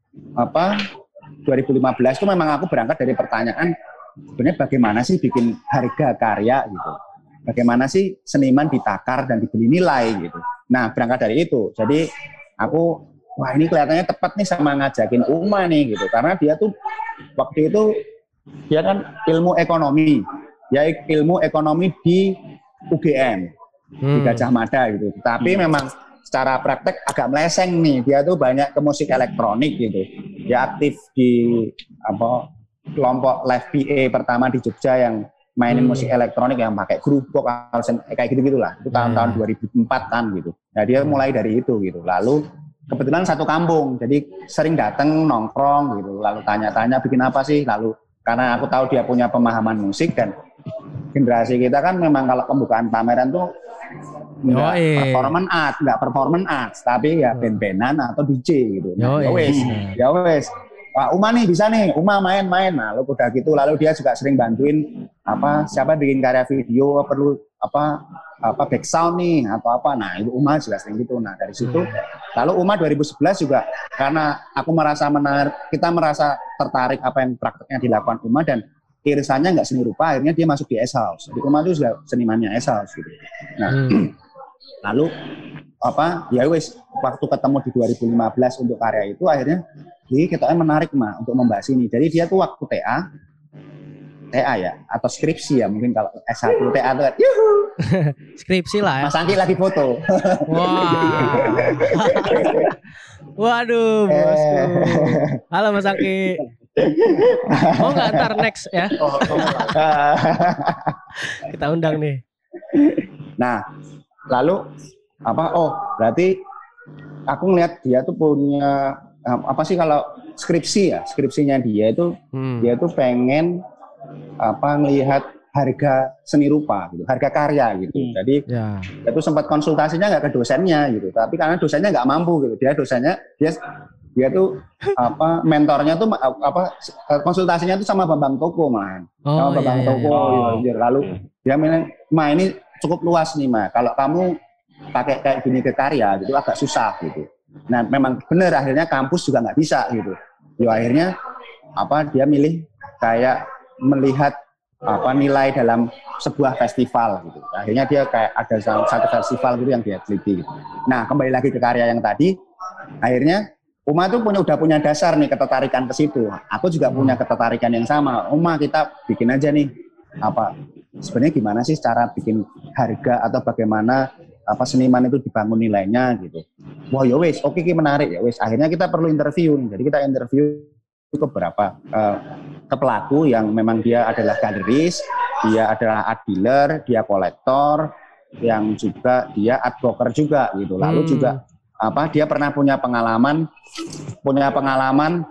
apa dua ribu lima belas itu memang aku berangkat dari pertanyaan sebenarnya bagaimana sih bikin harga karya gitu. Bagaimana sih seniman ditakar dan dibeli nilai gitu. Nah, berangkat dari itu. Jadi aku, wah ini kelihatannya tepat nih sama ngajakin Uma nih gitu. Karena dia tuh waktu itu dia kan ilmu ekonomi. Ya ilmu ekonomi di U G M, hmm. di Gajah Mada gitu. Tapi hmm. memang secara praktek agak meleset nih. Dia tuh banyak ke musik elektronik gitu. Dia aktif di apa kelompok live P A pertama di Jogja yang mainin hmm. musik elektronik yang pakai groovebox kayak gitu-gitulah. Itu tahun-tahun hmm. dua ribu empat kan gitu. Nah, dia mulai dari itu gitu. Lalu kebetulan satu kampung. Jadi sering datang nongkrong gitu. Lalu tanya-tanya bikin apa sih? Lalu karena aku tahu dia punya pemahaman musik dan generasi kita kan memang kalau pembukaan pameran tuh enggak performance art, enggak performance art, tapi ya band-bandan atau D J gitu. Nah, ya wes. Ya wes. Wah, Uma nih bisa nih, Uma main-main. Nah, lalu udah gitu, lalu dia juga sering bantuin apa siapa bikin karya video perlu apa apa back sound nih atau apa. Nah, itu Uma juga sering gitu. Nah, dari situ lalu Uma dua ribu sebelas juga karena aku merasa menarik, kita merasa tertarik apa yang prakteknya dilakukan Uma dan irisannya nggak seni rupa, akhirnya dia masuk di S House. Jadi Uma itu juga senimannya S House gitu. Nah, hmm. lalu apa ya wes waktu ketemu di dua ribu lima belas untuk karya itu akhirnya jadi kita menarik mah untuk membahas ini. Jadi dia tuh waktu T A, T A ya atau skripsi ya mungkin kalau S satu T A tuh kan, yuhu. Skripsi lah ya. Mas Angki lagi foto. Wah. Waduh, bosku. Halo Mas Angki. Oh nggak ntar next ya. Kita undang nih. Nah, lalu apa? Oh, berarti aku ngeliat dia tuh punya apa sih kalau skripsi ya, skripsinya dia itu hmm. dia tuh pengen apa ngelihat harga seni rupa gitu, harga karya gitu. Hmm. Jadi ya. Dia tuh sempat konsultasinya nggak ke dosennya gitu, tapi karena dosennya nggak mampu gitu, dia dosennya dia Dia tuh apa mentornya tuh apa konsultasinya tuh sama Bambang Toko mah. Oh, sama Bambang iya, Toko iya. gitu. Lalu dia bilang, "Ma, ini cukup luas nih, Ma. Kalau kamu pakai kayak gini ke karya gitu agak susah gitu." Nah, memang benar akhirnya kampus juga nggak bisa gitu. Yo akhirnya apa dia milih kayak melihat apa nilai dalam sebuah festival gitu. Akhirnya dia kayak ada satu festival gitu yang dia teliti gitu. Nah, kembali lagi ke karya yang tadi, akhirnya Uma tuh punya udah punya dasar nih ketertarikan ke situ. Aku juga hmm. punya ketertarikan yang sama. Uma, kita bikin aja nih apa sebenarnya gimana sih cara bikin harga atau bagaimana apa seniman itu dibangun nilainya gitu. Wah, ya wes, oke okay, menarik ya wes. Akhirnya kita perlu interview nih. Jadi kita interview ke beberapa uh, ke pelaku yang memang dia adalah galeris, dia adalah art dealer, dia kolektor, yang juga dia art broker juga gitu. Lalu hmm. juga apa dia pernah punya pengalaman punya pengalaman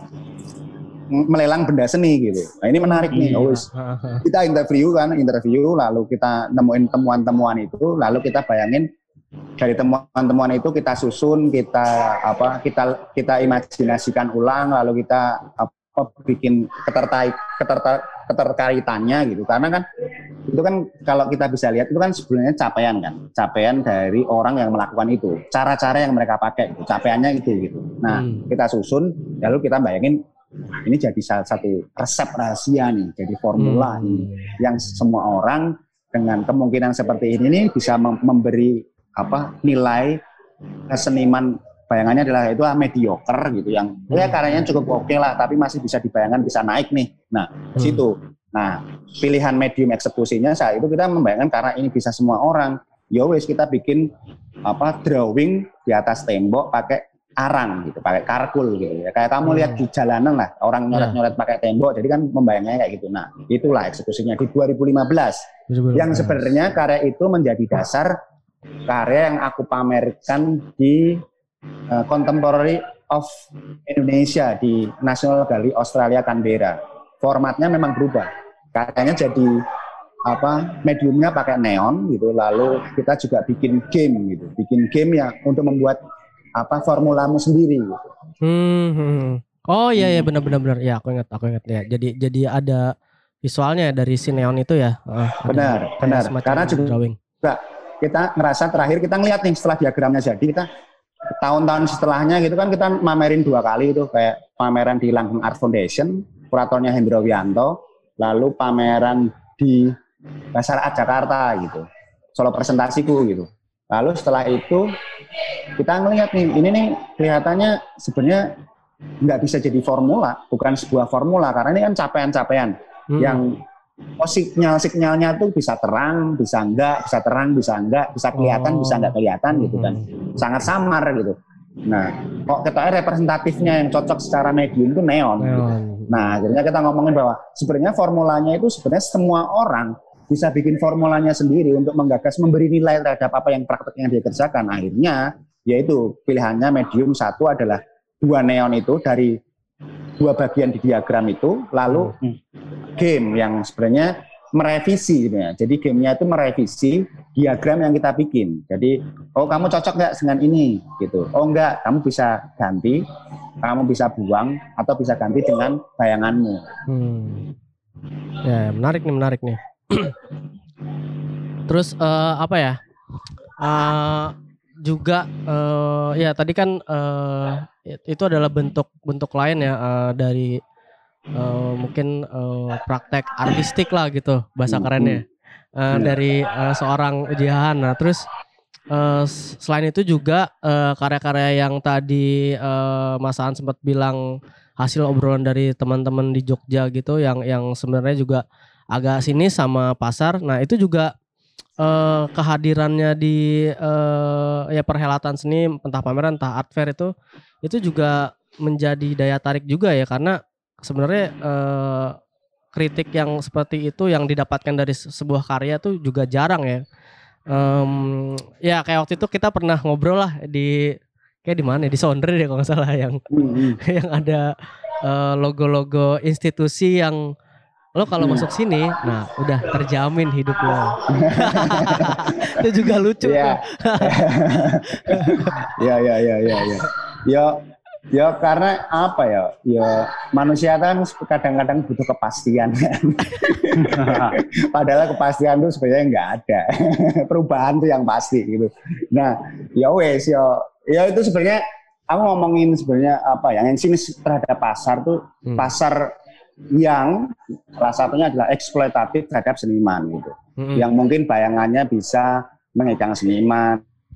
melelang benda seni gitu. Nah, ini menarik nih. Oh, kita interview kan, interview lalu kita nemuin temuan-temuan itu, lalu kita bayangin dari temuan-temuan itu kita susun, kita apa kita kita imajinasikan ulang, lalu kita apa bikin ketertarik ketertarik keterkaitannya gitu. Karena kan itu kan kalau kita bisa lihat itu kan sebenarnya capaian kan, capaian dari orang yang melakukan itu, cara-cara yang mereka pakai, gitu. Capaiannya itu gitu. Nah hmm. kita susun, lalu kita bayangin ini jadi salah satu resep rahasia nih, jadi formula hmm. ini yang semua orang dengan kemungkinan seperti ini nih bisa memberi apa nilai seniman. Bayangannya adalah itu mediocre gitu yang hmm. ya karyanya cukup oke okay lah, tapi masih bisa dibayangkan bisa naik nih. Nah hmm. situ. Nah pilihan medium eksekusinya saat itu kita membayangkan karena ini bisa semua orang. Ya wes kita bikin apa drawing di atas tembok pakai arang gitu, pakai karkul gitu ya. Kayak kamu hmm. lihat di jalanan lah orang nyoret-nyoret pakai tembok. Jadi kan membayangkannya kayak gitu. Nah itulah eksekusinya di dua ribu lima belas yang sebenarnya karya itu menjadi dasar karya yang aku pamerkan di Uh, Contemporary of Indonesia di National Gallery Australia Canberra. Formatnya memang berubah. Karyanya jadi apa? Mediumnya pakai neon gitu. Lalu kita juga bikin game gitu. Bikin game yang untuk membuat apa formulamu sendiri gitu. Hmm. Oh iya ya benar-benar benar. Ya aku ingat aku ingat ya. Jadi jadi ada visualnya dari si neon itu ya. Uh, benar, benar. Karena juga drawing. Kita ngerasa terakhir kita ngeliat nih setelah diagramnya jadi kita tahun-tahun setelahnya gitu kan kita mamerin dua kali itu kayak pameran di Langgeng Art Foundation, kuratornya Hendro Wianto, lalu pameran di Pasar Art Jakarta gitu, solo presentasiku gitu. Lalu setelah itu kita ngelihat nih, ini nih kelihatannya sebenarnya nggak bisa jadi formula, bukan sebuah formula karena ini kan capaian-capaian hmm. yang oh sinyal-sinyalnya tuh bisa terang, bisa enggak, bisa terang, bisa enggak, bisa kelihatan, oh. bisa enggak kelihatan gitu kan. Sangat samar gitu. Nah, kok kita representatifnya yang cocok secara medium itu neon. neon. Gitu. Nah, akhirnya kita ngomongin bahwa sebenarnya formulanya itu sebenarnya semua orang bisa bikin formulanya sendiri untuk menggagas, memberi nilai terhadap apa yang praktek yang dia kerjakan. Akhirnya, yaitu pilihannya medium satu adalah dua neon itu dari dua bagian di diagram itu, lalu game yang sebenarnya merevisi gitu ya. Jadi gamenya itu merevisi diagram yang kita bikin. Jadi, oh kamu cocok nggak dengan ini gitu. Oh enggak, kamu bisa ganti, kamu bisa buang atau bisa ganti dengan bayanganmu. Hmm. Ya menarik nih, menarik nih. Terus uh, apa ya? Uh, juga uh, ya tadi kan uh, itu adalah bentuk-bentuk lain ya uh, dari uh, mungkin uh, praktek artistik lah gitu bahasa kerennya uh, dari uh, seorang Jihan. Nah terus uh, selain itu juga uh, karya-karya yang tadi uh, Mas Aan sempat bilang hasil obrolan dari teman-teman di Jogja gitu yang yang sebenarnya juga agak sinis sama pasar. Nah itu juga Uh, kehadirannya di uh, ya perhelatan seni entah pameran entah art fair itu itu juga menjadi daya tarik juga ya karena sebenarnya uh, kritik yang seperti itu yang didapatkan dari sebuah karya tuh juga jarang ya. Um, ya kayak waktu itu kita pernah ngobrol lah di kayak di mana di Sondre deh kalau nggak salah yang mm-hmm. yang ada uh, logo-logo institusi yang lo kalau masuk sini, nah udah terjamin hidup lo. Itu juga lucu. Iya, iya, iya, iya, iya. Ya, Ya karena apa ya? Ya manusia kan kadang-kadang butuh kepastian. Padahal kepastian itu sebenarnya nggak ada. Perubahan tuh yang pasti gitu. Nah, ya wes ya, ya itu sebenarnya aku ngomongin sebenarnya apa ya? Yang sini terhadap pasar tuh hmm. pasar yang salah satunya adalah eksploitatif terhadap seniman gitu. Hmm. Yang mungkin bayangannya bisa mengekang seniman,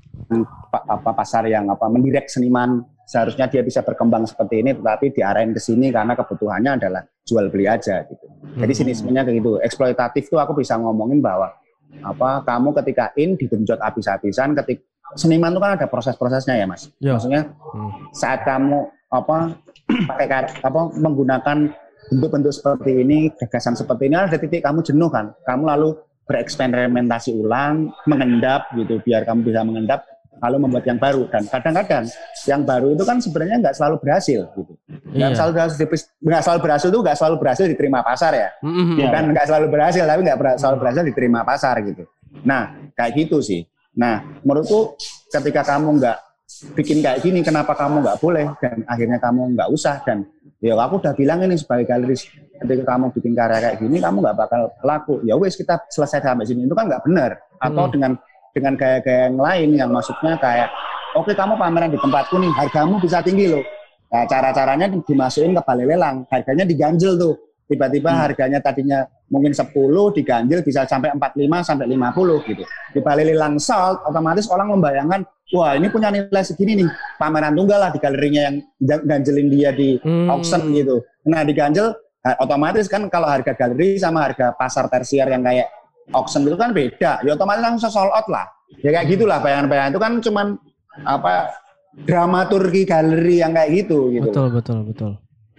apa pasar yang apa mendirect seniman. Seharusnya dia bisa berkembang seperti ini, tetapi diarahin ke sini karena kebutuhannya adalah jual beli aja gitu. Jadi hmm. sinismenya kayak gitu. Eksploitatif tuh aku bisa ngomongin bahwa apa kamu ketika in digenjot habis-habisan, ketika seniman itu kan ada proses-prosesnya ya mas. Ya. Maksudnya hmm. saat kamu apa pakai apa menggunakan bentuk-bentuk seperti ini, gagasan seperti ini, ada titik kamu jenuh kan. Kamu lalu bereksperimentasi ulang, mengendap gitu, biar kamu bisa mengendap. Lalu membuat yang baru, dan kadang-kadang yang baru itu kan sebenarnya nggak selalu berhasil gitu. Nggak iya. selalu berhasil, nggak selalu berhasil itu nggak selalu berhasil diterima pasar ya. Mm-hmm. Bukan nggak selalu berhasil, tapi nggak ber- selalu berhasil diterima pasar gitu. Nah kayak gitu sih. Nah menurutku ketika kamu nggak bikin kayak gini, kenapa kamu nggak boleh dan akhirnya kamu nggak usah, dan ya aku udah bilang ini sebagai galeris, ketika kamu bikin karya kayak gini kamu nggak bakal laku. Ya wes kita selesai sampai sini, itu kan nggak benar. Atau mm. dengan dengan gaya-gaya yang lain yang maksudnya kayak oke okay, kamu pameran di tempatku nih, hargamu bisa tinggi loh. Nah, cara-caranya dimasukin ke balai lelang, harganya diganjel tuh. Tiba-tiba hmm. harganya tadinya mungkin sepuluh, diganjel bisa sampai empat puluh lima sampai lima puluh gitu. Di balai lelang sold, otomatis orang membayangkan, wah ini punya nilai segini nih. Pameran tunggal lah di galerinya yang ganjelin dia di hmm. auction gitu. Nah, diganjel otomatis kan kalau harga galeri sama harga pasar tersier yang kayak auction itu kan beda, ya otomatis langsung sold out lah. Ya kayak gitulah bayangan-bayangan itu kan cuman apa dramaturgi galeri yang kayak gitu gitu. Betul betul betul.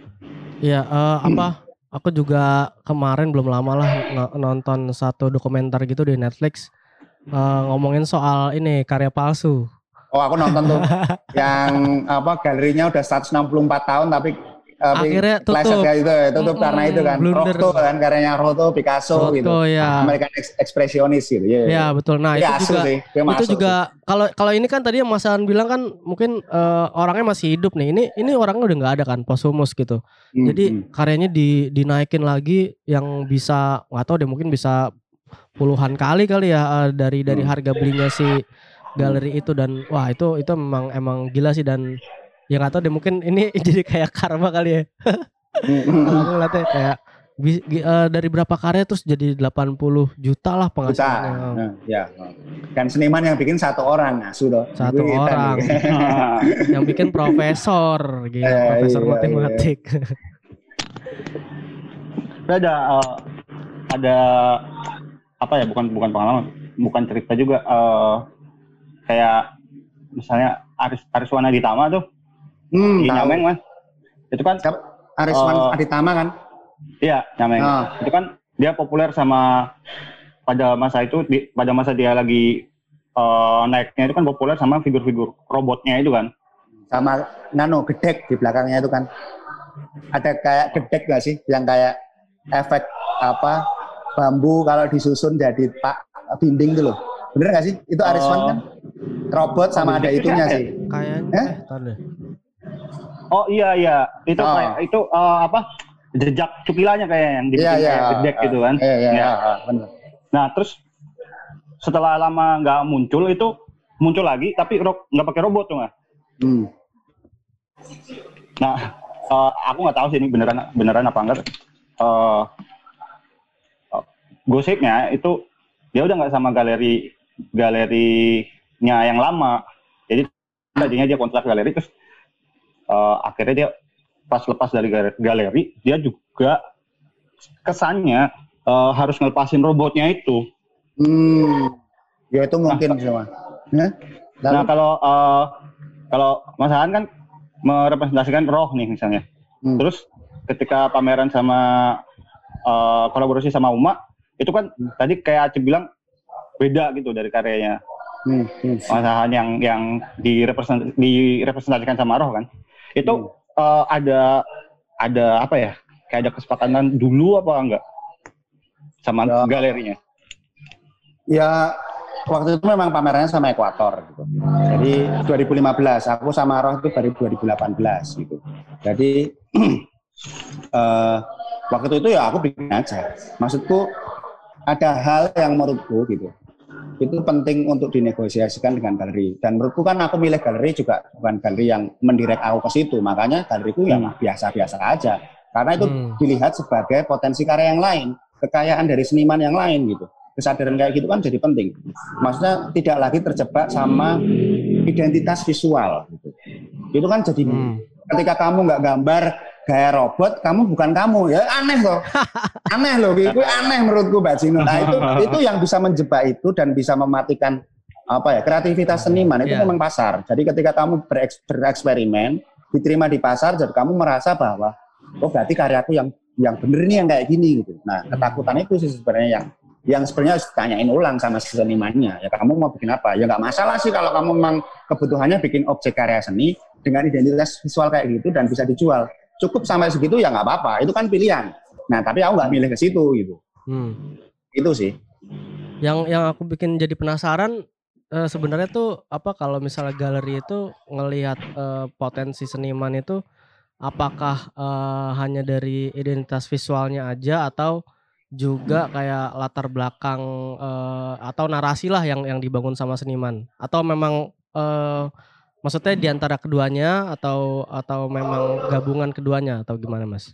Ya uh, apa? Aku juga kemarin belum lama lah ng- nonton satu dokumenter gitu di Netflix uh, ngomongin soal ini karya palsu. Oh aku nonton tuh yang apa galerinya udah seratus enam puluh empat tahun tapi akhirnya tutup kayak gitu, tutup mm-hmm. karena itu kan Rothko kan karyanya Rothko, Picasso Rothko, gitu ya. American ekspresionis gitu ya, ya betul. Nah ya, itu juga sih, itu juga kalau kalau ini kan tadi yang Mas Alan bilang kan mungkin uh, orangnya masih hidup nih, ini ini orangnya udah nggak ada kan, posthumous gitu. Mm-hmm. Jadi karyanya di dinaikin lagi yang bisa nggak tahu deh, mungkin bisa puluhan kali kali ya uh, dari dari mm-hmm. harga belinya si galeri itu, dan wah itu itu memang emang gila sih. Dan ya nggak tahu deh, mungkin ini jadi kayak karma kali ya. Aku ngeliatnya kayak uh, dari berapa karya terus jadi delapan puluh juta lah penghasilannya. Nah, ya. Dan seniman yang bikin satu orang, nah, sudah satu orang. Yang bikin profesor, gitu, eh, profesor iya, matematik. Iya. Ada uh, ada apa ya? Bukan bukan pengalaman, bukan cerita juga. Uh, kayak misalnya Aris Ariswana Aditama tuh. Hmm, di Nyameng mas, itu kan Ariswan uh, Aditama kan? Iya, Nyameng. Oh. Itu kan dia populer sama pada masa itu, di, pada masa dia lagi uh, naiknya itu kan populer sama figur-figur robotnya itu kan? Sama nano gedek di belakangnya itu kan? Ada kayak gedek nggak sih? Yang kayak efek apa bambu kalau disusun jadi pak dinding itu loh. Bener nggak sih? Itu Ariswan uh, kan? Robot sama ada itunya ya, sih. Kayaknya. Eh? Oh iya iya, itu oh. kayak itu uh, apa jejak cukilanya kayak yang dibikin yeah, yeah, kayak gedek uh, gitu kan. Iya iya iya, benar. Nah terus setelah lama nggak muncul itu muncul lagi tapi ro- nggak pakai robot tuh nggak. Hmm. Nah uh, aku nggak tahu sih ini beneran beneran apa enggak. Uh, uh, gosipnya itu dia udah nggak sama galeri galerinya yang lama. Jadi tadinya dia kontrak galeri terus Uh, akhirnya dia pas lepas dari galeri, dia juga kesannya uh, harus ngelepasin robotnya itu. Hmm, ya itu mungkin nah, semua. Nah, nah kalau uh, kalau Mas Ahan kan merepresentasikan roh nih misalnya. Hmm. Terus ketika pameran sama uh, kolaborasi sama Uma, itu kan hmm. tadi kayak Aceh bilang beda gitu dari karyanya. Hmm. Hmm. Mas Ahan yang yang direpresent, direpresentasikan sama roh kan. Itu hmm. uh, ada ada apa ya, kayak ada kesepakatan dulu apa enggak sama ya. galerinya? Ya waktu itu memang pamerannya sama Ekuator gitu. Jadi dua ribu lima belas, aku sama Roh itu dari dua ribu delapan belas gitu. Jadi uh, waktu itu ya aku bikin aja. Maksudku ada hal yang menurutku gitu. Itu penting untuk dinegosiasikan dengan galeri. Dan menurutku kan aku milih galeri juga bukan galeri yang mendirect aku ke situ. Makanya galeriku hmm. yang biasa-biasa aja. Karena itu hmm. dilihat sebagai potensi karya yang lain, kekayaan dari seniman yang lain gitu. Kesadaran kayak gitu kan jadi penting. Maksudnya tidak lagi terjebak sama identitas visual. Gitu. Itu kan jadi hmm. ketika kamu nggak gambar gaya robot, kamu bukan kamu ya aneh loh, aneh loh. Itu aneh menurutku Mbak Jino. Nah itu itu yang bisa menjebak itu dan bisa mematikan apa ya kreativitas seniman itu yeah. memang pasar. Jadi ketika kamu bereks, bereksperimen, diterima di pasar, jadi kamu merasa bahwa oh berarti karyaku yang yang bener nih yang kayak gini gitu. Nah ketakutan itu sih sebenarnya yang yang sebenarnya harus ditanyain ulang sama senimannya. Ya kamu mau bikin apa? Ya nggak masalah sih kalau kamu memang kebutuhannya bikin objek karya seni dengan identitas visual kayak gitu dan bisa dijual. Cukup sampai segitu ya nggak apa-apa. Itu kan pilihan. Nah tapi aku nggak milih ke situ gitu. Hmm. Itu sih. Yang yang aku bikin jadi penasaran eh, sebenarnya tuh apa kalau misalnya galeri itu ngelihat eh, potensi seniman itu apakah eh, hanya dari identitas visualnya aja atau juga kayak latar belakang uh, atau narasi lah yang yang dibangun sama seniman atau memang uh, maksudnya di antara keduanya atau atau memang gabungan keduanya atau gimana Mas?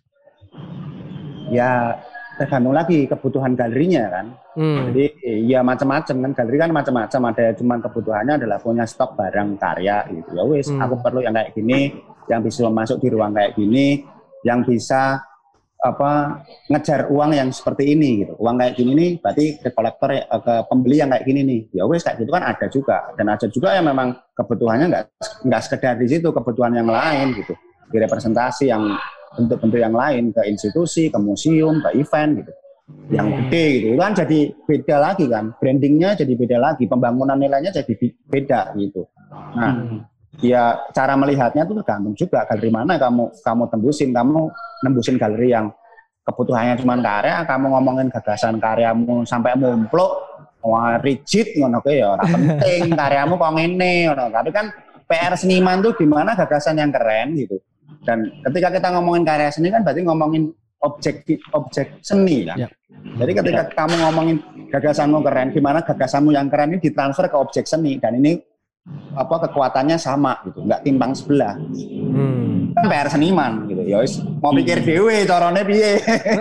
Ya tergantung lagi kebutuhan galerinya kan. Hmm. Jadi ya macam-macam kan galeri kan macam-macam ada cuma kebutuhannya adalah punya stok barang karya gitu. Ya wes hmm. aku perlu yang kayak gini, yang bisa masuk di ruang kayak gini, yang bisa apa ngejar uang yang seperti ini gitu. Uang kayak gini nih berarti ke kolektor ke pembeli yang kayak gini nih. Ya wes kayak gitu kan ada juga dan ada juga yang memang kebutuhannya nggak nggak sekedar di situ, kebutuhan yang lain gitu. Direpresentasi yang bentuk-bentuk yang lain ke institusi, ke museum, ke event gitu. Yang gede gitu. Itu kan jadi beda lagi kan. Brandingnya jadi beda lagi, pembangunan nilainya jadi beda gitu. Nah, hmm. ya cara melihatnya itu tergantung juga galeri mana kamu kamu tembusin, kamu nembusin galeri yang kebutuhannya cuma karya, kamu ngomongin gagasan karyamu sampai mumpluk, wah rigid ngono ya ora penting karyamu kok ngene ngono. Tapi kan P R seniman tuh gimana gagasan yang keren gitu. Dan ketika kita ngomongin karya seni kan berarti ngomongin objek objek seni kan. Ya. Jadi ketika ya. kamu ngomongin gagasanmu keren, gimana gagasanmu yang keren ini ditransfer ke objek seni dan ini apa kekuatannya sama gitu, nggak timbang sebelah. Hmm. Kan P R seniman gitu. Ya wis mau pikir dhewe carane piye.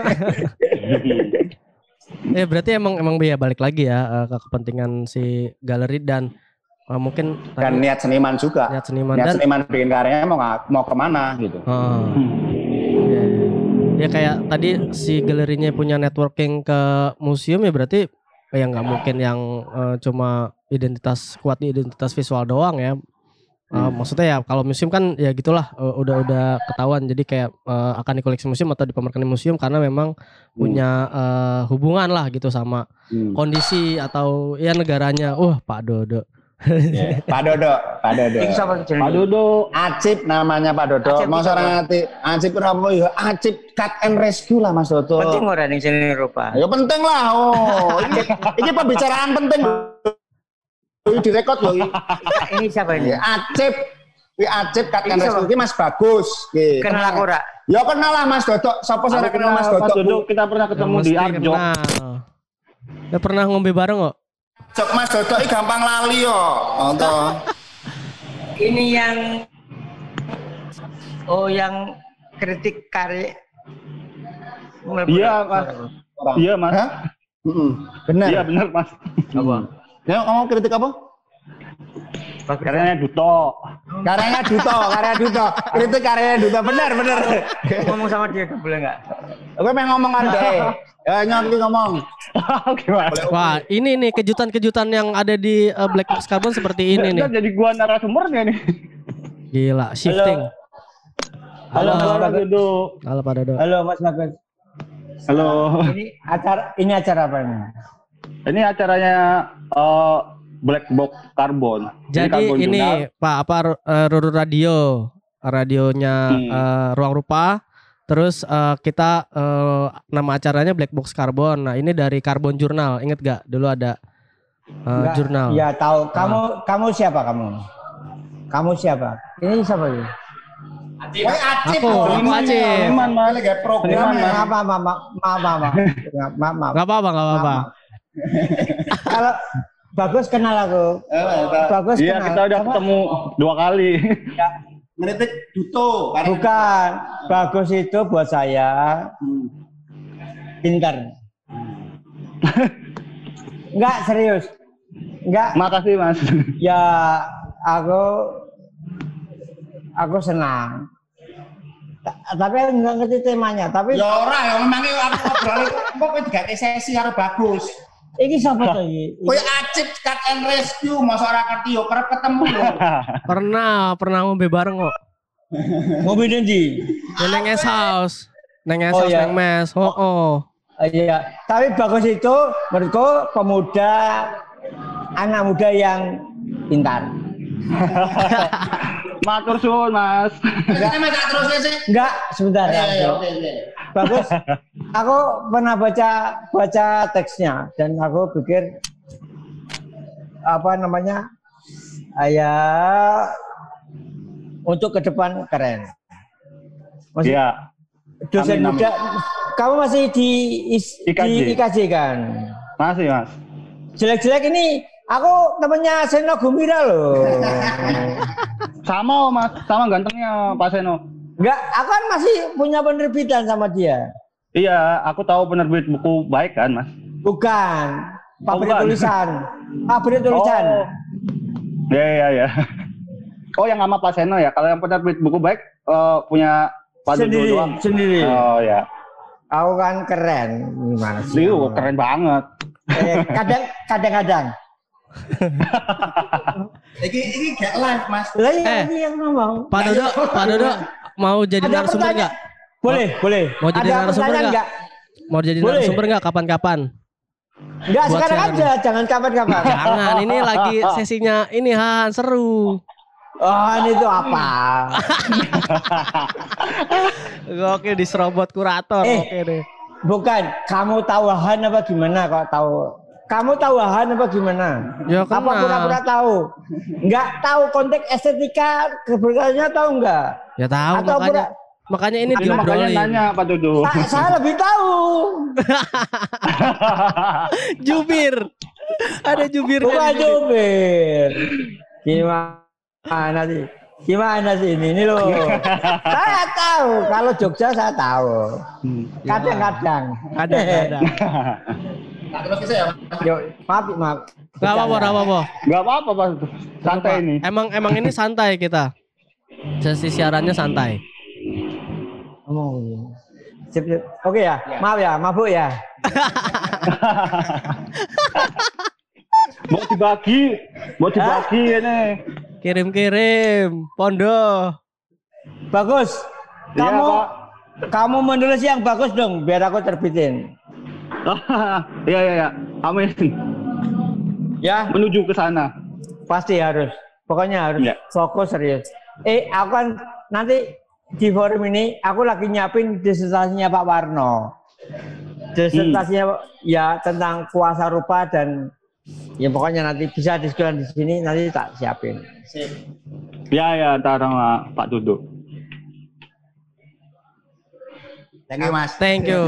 Ya berarti emang emang ya balik lagi ya ke kepentingan si galeri dan uh, mungkin dan tadi, niat seniman juga. Niat seniman niat dan seniman bikin karyanya mau mau kemana gitu. Oh. Ya, ya kayak tadi si galerinya punya networking ke museum ya berarti ya nggak mungkin yang uh, cuma identitas kuat di identitas visual doang ya. Uh, hmm. Maksudnya ya kalau museum kan ya gitulah uh, udah udah ketahuan jadi kayak uh, akan dikoleksi museum atau dipamerkan di museum karena memang hmm. punya uh, hubungan lah gitu sama hmm. kondisi atau ya negaranya. Uh Pak Dodo. Yeah. Pak Dodo, Pak Dodo. Pak Dodo, Acip namanya Pak Dodo. Mau seorang Acip, Acip kenapa ya? Acip cut and rescue lah Mas Dodo. Penting ora ning sini rupa. Ya penting lah. Oh, ini, ini pembicaraan penting. Ini direkod loh. Ini siapa ini? Acip. Ini Acip cut and rescue. Ini Mas Bagus. Gitu. Kenal aku ora? Ya kenal lah Mas Dodo. Siapa sih kenal Mas Dodo? Mas Dodo kita pernah ketemu di Arjo. Udah pernah ngombe bareng kok? Cok Mas Dodo ini gampang lali yo. Oh, ini yang oh yang kritik karya. Iya Mas. Iya Mas. Mm-hmm. Benar. Iya benar Mas. Apa? Ya ngomong kritik apa? Karyanya Duto. Karyanya Duto, karya Duto. Kritik karyanya Duto. Benar, benar. Ngomong sama dia boleh enggak? Gue pengen ngomong ande. Ya nyonti ngomong. Wah, ini nih kejutan-kejutan yang ada di uh, Black Box Carbon seperti ini nih. Jadi gua narasumbernya nih. Gila, shifting. Halo, Halo Mas Dodo. Halo Pak Dodo. Halo Mas Bagus. Halo. Ini acara ini acara apa ini? Ini acaranya uh, Black Box Carbon. Jadi Carbon ini Jurnal. Pak apa uh, Ruru Radio, radionya hmm. uh, Ruang Rupa. Terus uh, kita uh, nama acaranya Black Box Carbon. Nah ini dari Carbon Journal. Ingat gak? Dulu ada uh, jurnal. Iya tahu. Kamu uh. kamu siapa kamu? Kamu siapa? Ini siapa ini? Acip. Acip. Aku, aku Acip. Seniman malah gak program. Maaf, maaf, maaf, maaf, maaf, maaf, maaf. Gak apa-apa, gak apa-apa. Kalau Bagus kenal aku. Bagus iya, kenal. kita udah ketemu dua kali. Ya. Ngeritik Duto. Bukan. Bagus itu buat saya hmm. pintar. Enggak serius. Enggak. Makasih Mas. Ya aku aku senang. Tapi aku nggak ngerti temanya. Tapi ya ora ya memang aku ngobrol kok kowe gak sesi karo Bagus. Iki sapa to iki? Kowe Acip Cat and Rescue masa ora ngerti yo kerep ketemu lho. Pernah, pernah ngombe bareng kok. Ngombe ndi? Neng es house. Neng es house neng mes. Oh, oh. Iya, tapi Bagus itu menurutku pemuda anak muda yang pintar. Matur suwun, Mas. Enggak Mas terus sih. Enggak, sebentar ya. Oke, oke. Bagus. Aku pernah baca baca teksnya dan aku pikir apa namanya? Ya untuk ke depan keren. Masih ya. Dosen amin, muda. amin. Kamu masih di I K J. di I K J kan? Masih, Mas. Jelek-jelek ini aku temennya Seno Gumira loh. Sama Mas, sama gantengnya Pak Seno. Enggak, aku kan masih punya penerbitan sama dia. Iya, aku tahu penerbit buku baik kan, Mas? Bukan, pabrik oh, tulisan. Pabrik tulisan. Oh. Ya, ya, ya. Oh, yang sama Pak Seno ya. Kalau yang penerbit buku baik uh, punya Pak sendiri, Dodo doang. Sendiri. Oh, ya. Aku kan keren. Gimana sih? Liu, keren banget. Eh, kadang, kadang-kadang. Iki iki gak live, Mas. Lah eh, ini yang ngomong. Pak Dodo, Pak Dodo mau jadi ada narasumber enggak? Boleh, mau, boleh. Mau jadi ada narasumber enggak? Mau jadi boleh. narasumber enggak kapan-kapan? Enggak, buat sekarang siaran. aja, jangan kapan-kapan. Jangan, ini lagi sesinya ini Han seru. Oh, ini tuh apa? Oke, diserobot kurator. Eh, Oke deh. Bukan, kamu tahu Han apa gimana kok tahu? Kamu tahu Han apa gimana? Ya, apa pura-pura tahu? Enggak tahu konteks estetika keberkahannya tahu enggak? Ya tahu atau makanya. pura... Makanya ini Anda makanya diobrolin. nanya Pak Dodo. Sa saya lebih tahu. Jubir. Ada jubirnya. Bukan jubir. Gimana sih? Gimana sih ini? Ini loh. Saya tahu. Kalau Jogja saya tahu. Kadang-kadang. Kadang-kadang. Nah, terus bisa ya. Yo, maaf, maaf. Gak apa-apa, gak apa-apa. Gak apa-apa, Pak. Santai ini. Emang emang ini santai kita. Sesi siarannya santai. Oh, sip, sip. Oke ya, maaf ya, mabuk ya. Mau dibagi, mau dibagi ini. Kirim-kirim, Pondo. Bagus. Iya, Kamu Pak. kamu menulis yang bagus dong, biar aku terbitin. Iya, iya, iya. Amin. Ya, Menuju ke sana. pasti harus. Pokoknya harus Ya. fokus serius. Eh, aku kan nanti di forum ini aku lagi nyiapin disertasinya Pak Warno. Disertasinya hmm. ya tentang kuasa rupa dan ya pokoknya nanti bisa diskusikan di sini, nanti tak siapin. Sip. Ya, ya, antara sama Pak Dodo. Thank you, Mas. Thank you.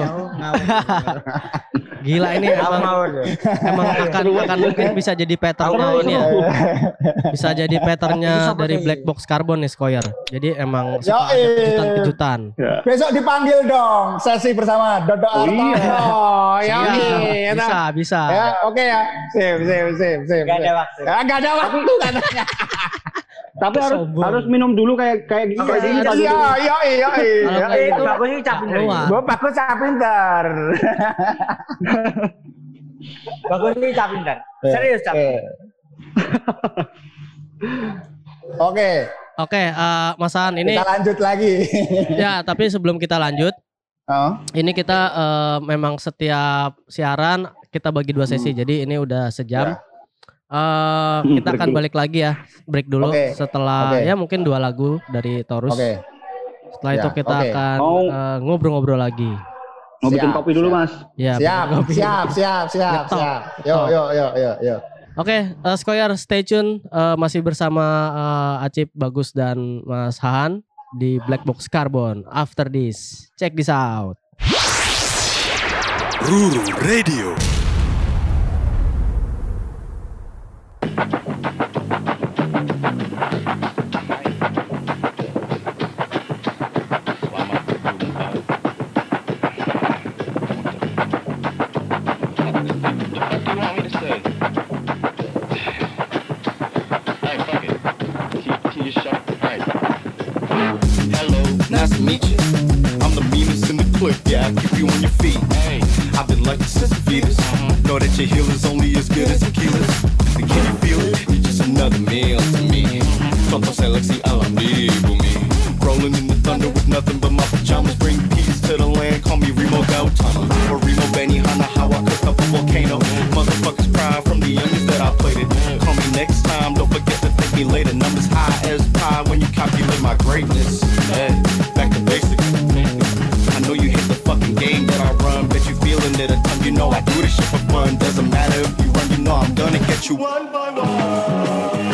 Gila ini emang emang akan akan mungkin bisa jadi patternnya ini ya. Bisa jadi patternnya dari black box carbon nih Skoyer. Jadi emang suka ada kejutan-kejutan. Ya. Besok dipanggil dong sesi bersama Dodo Oh, Arto. iya. Oh, ya Iya, oke. bisa, bisa. Ya, oke ya. Sip, sip, sip, sip. Gak ada waktu. Ya, gak ada waktu katanya. Tapi harus Sombong. harus minum dulu kayak kayak gini. kayak gini, Pak Iya, Dodo. iya, iya, iya. Kalau iya. kayak gitu, Bagus ini cap pinter. keluar. Gue bagus saya pinter. Bagus ini cap pinter. Serius cap. Oke. Oke, Oke, eh, Mas Han ini kita lanjut lagi. ya, tapi sebelum kita lanjut, Oh, ini kita eh, memang setiap siaran kita bagi dua sesi. Jadi ini udah sejam. Ya. Eh, Hmm, kita break akan dulu. balik lagi ya, break dulu Oke. setelah Oke. ya mungkin dua lagu dari Taurus. oke. Setelah Ya, itu kita oke. akan Mau- eh, ngobrol-ngobrol lagi. Mau bikin Siap, kopi dulu, siap. Mas. Ya, Siap, bikin kopi. siap, siap, siap, Ngetop. siap. Yo, yo, yo, yo, yo. Oke, uh, Skoyer stay tune uh, masih bersama uh, Acip, Bagus dan Mas Han di Black Box Carbon. After this, check this out. Ruru Radio. Yeah, I keep you on your feet. Hey, I've been like this since the fetus. Know that your heel is only as good as the killers. And can you feel it? You're just another meal to me. Tonto seleksi alam di bumi. Rolling in the thunder with nothing but my pajamas. Bring peace to the land, call me Remo Gautama. Or Remo Benihana, how I cook up a volcano. Motherfuckers cry from the youngest that I played it. Call me next time, don't forget to thank me later. Numbers high as pie when you calculate my greatness. Hey, back to basics. I know you hate the fucking game that I run. Bet you feeling it a ton. You know I do this shit for fun. Doesn't matter if you run, you know I'm gonna get you one by one.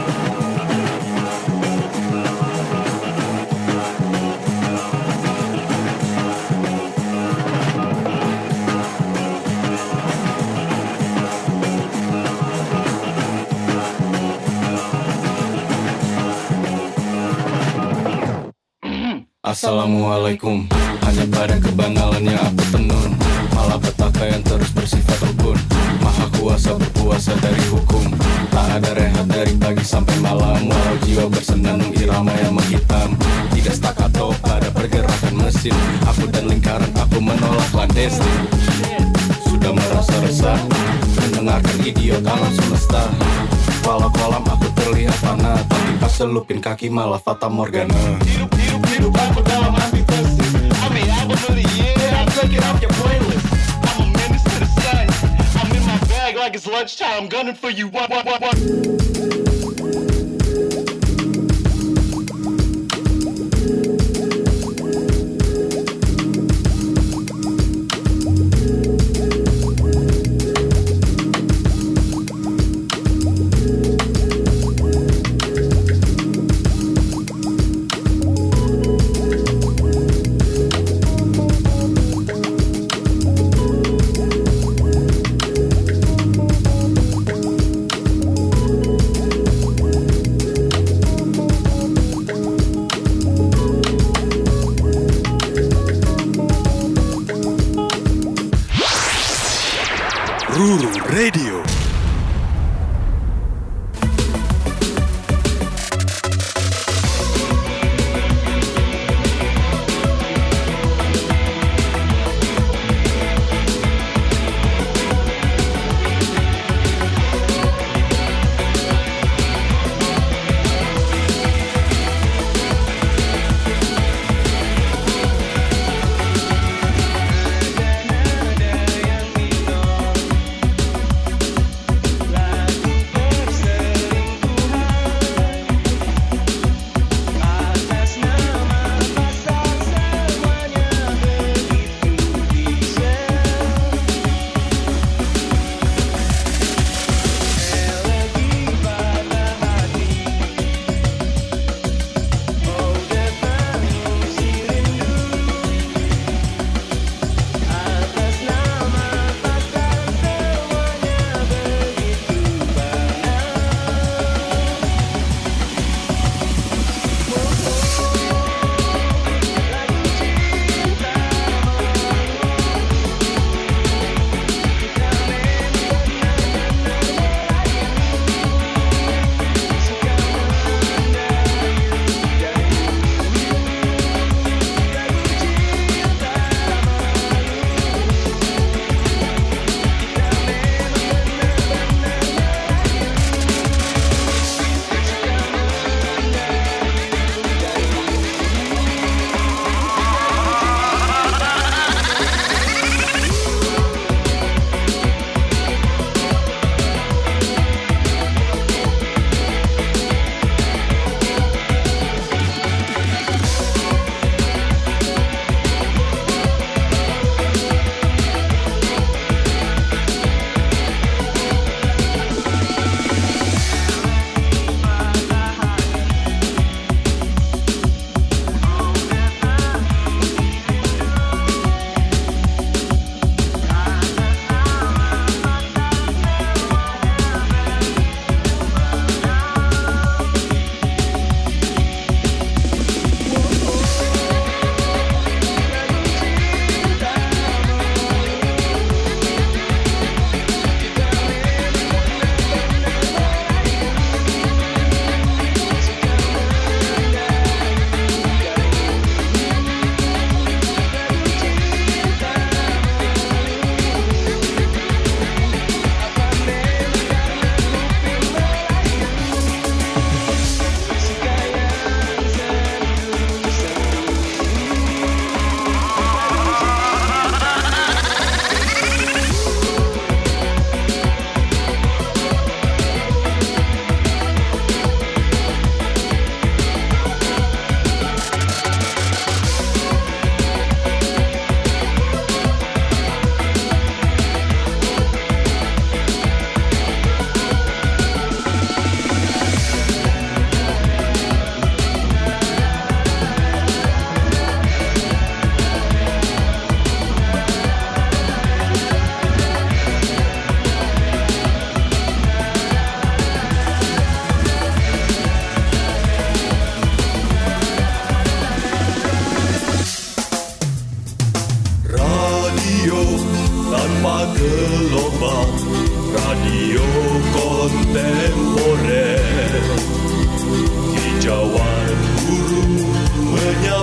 Assalamualaikum. Hanya pada kebangalan yang aku tenun. Malah petaka yang terus bersifat rukun. Maha kuasa berpuasa dari hukum. Tak ada rehat dari pagi sampai malam. Walau jiwa bersenandung irama yang menghitam. Tidak staccato pada pergerakan mesin. Aku dan lingkaran aku menolak clandestin. Sudah merasa resah mendengarkan idiot alam semesta. Walau kolam aku terlihat panah, tapi pas selupin kaki malah fata morgana. Hidup, hidup, hidup aku dalam antitesis. I mean album of the year, I took it off your playlist. I'm a menace to the sun. I'm in my bag like it's lunchtime. I'm gunning for you. What, what, what, what?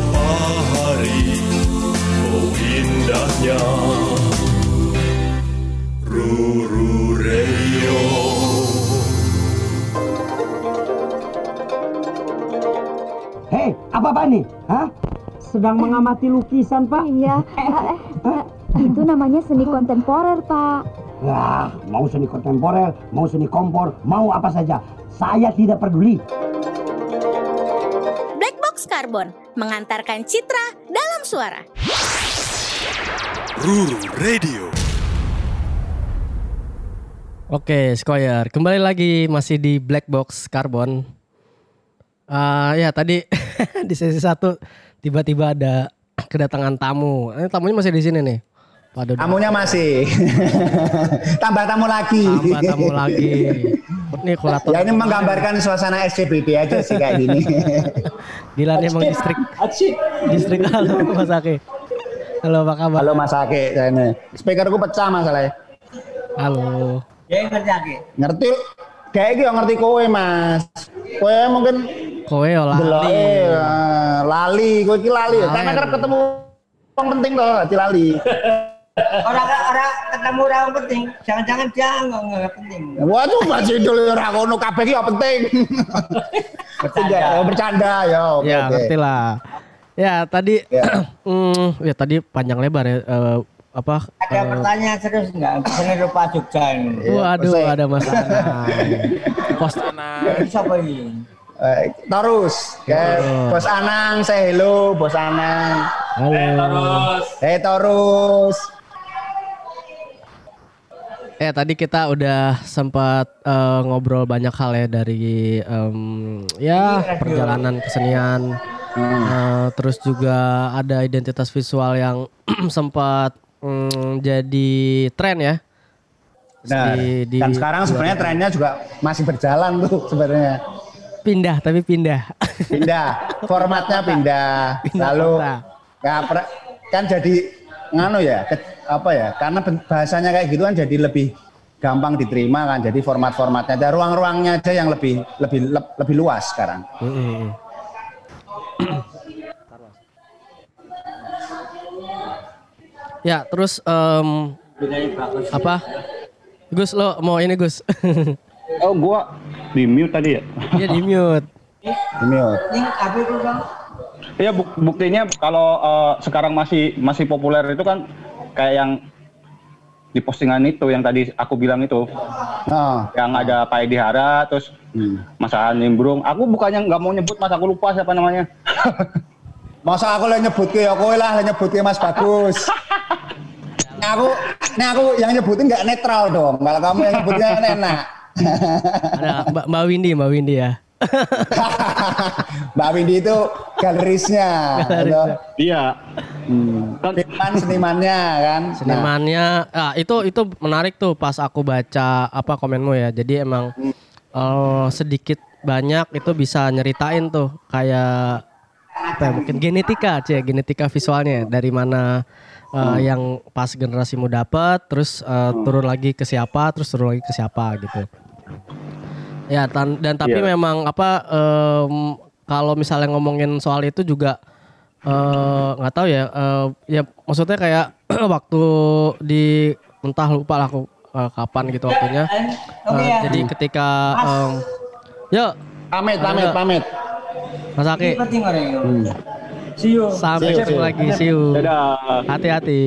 menyapa hari. Oh indahnya Ruru Radio. Hei, apa-apa nih? Hah? Sedang mengamati lukisan, Pak. Iya. Eh, eh, eh, itu namanya seni kontemporer, Pak. Wah, mau seni kontemporer, mau seni kompor, mau apa saja. Saya tidak peduli. Black Box Carbon mengantarkan citra dalam suara. Ruru Radio. Oke, Skoyer, kembali lagi masih di Black Box Carbon. Uh, ya tadi di sesi satu tiba-tiba ada kedatangan tamu. Ini tamunya masih di sini nih. Pada tamunya masih. Tambah tamu lagi. Tambah tamu lagi. Nih kurator. Ya ini menggambarkan suasana S C B D aja sih kayak gini. Gila nih emang distrik. Distrik halo Mas Ake. Halo apa kabar? Halo Mas Ake. Speakerku pecah masalahnya. Halo. Ya ngerti Ake. Ngerti. Kayak gitu ngerti kowe Mas. Kowe mungkin kowe lali. Deloke, uh, lali, kowe iki lali. Karena kerep ketemu orang penting toh, hati lali. Orang orang ketemu orang penting, jangan-jangan dia enggak penting. Waduh, Mas Idul ora ngono kabeh iki penting. Bercanda. Oh, bercanda ya. Okay, ya, okay. Ngerti lah. Ya, tadi ya. mm, ya tadi panjang lebar ya uh, apa ada uh, pertanyaan serius enggak? Seni rupa Jogja ini. Waduh, ya, ada Mas Anang. Pos Anang. Siapa ini? Eh, Torus. Ya, Bos Anang, say hello, Bos Anang. Halo. Hey, Torus. Hey, Torus. Eh tadi kita udah sempat uh, ngobrol banyak hal ya dari um, ya perjalanan kesenian, hmm. uh, terus juga ada identitas visual yang sempat um, jadi tren ya. Nah, di, di, dan sekarang sebenarnya trennya juga masih berjalan tuh sebenarnya. Pindah tapi pindah. Pindah, formatnya pindah. pindah Lalu ya, kan jadi nganu ya, ke, apa ya? Karena bahasanya kayak gitu kan jadi lebih gampang diterima kan. Jadi format-formatnya, ada ruang-ruangnya aja yang lebih lebih le, lebih luas sekarang. Mm-hmm. Ya, terus um, apa? Gus, lo mau ini Gus? Oh, gua di mute tadi ya? Iya di mute. Di mute. Iya buk- buktinya kalau uh, sekarang masih masih populer itu kan kayak yang di postingan itu yang tadi aku bilang itu, oh. yang ada Pak Edi Hara, terus hmm. Mas Aan nimbrung. Aku bukannya nggak mau nyebut Mas, aku lupa siapa namanya. Masa aku lah nyebut ke, aku lah nyebut ke Mas Bagus. Nah aku, nah aku yang nyebutin nggak netral dong. Kalau kamu yang nyebutnya kan enak. Ada Mbak, Mbak Windy, Mbak Windy ya. Mbak Windy itu galerisnya. Iya. Hmm. Seniman senimannya kan. Senimannya, nah. ah, itu itu menarik tuh pas aku baca apa komenmu ya. Jadi emang hmm. uh, sedikit banyak itu bisa nyeritain tuh kayak apa ya, mungkin genetika aja, genetika visualnya dari mana. Uh, hmm. Yang pas generasimu dapat, terus uh, hmm. turun lagi ke siapa, terus turun lagi ke siapa gitu. Ya tan- dan tapi yeah. memang apa um, kalau misalnya ngomongin soal itu juga nggak uh, tahu ya, uh, ya maksudnya kayak waktu di entah lupa lah aku uh, kapan gitu waktunya. Uh, okay, ya. Jadi ketika, um, yuk pamit pamit pamit. Mas Aki. Hmm. See you. Sampai ketemu lagi, see you. Dadah. Hati-hati.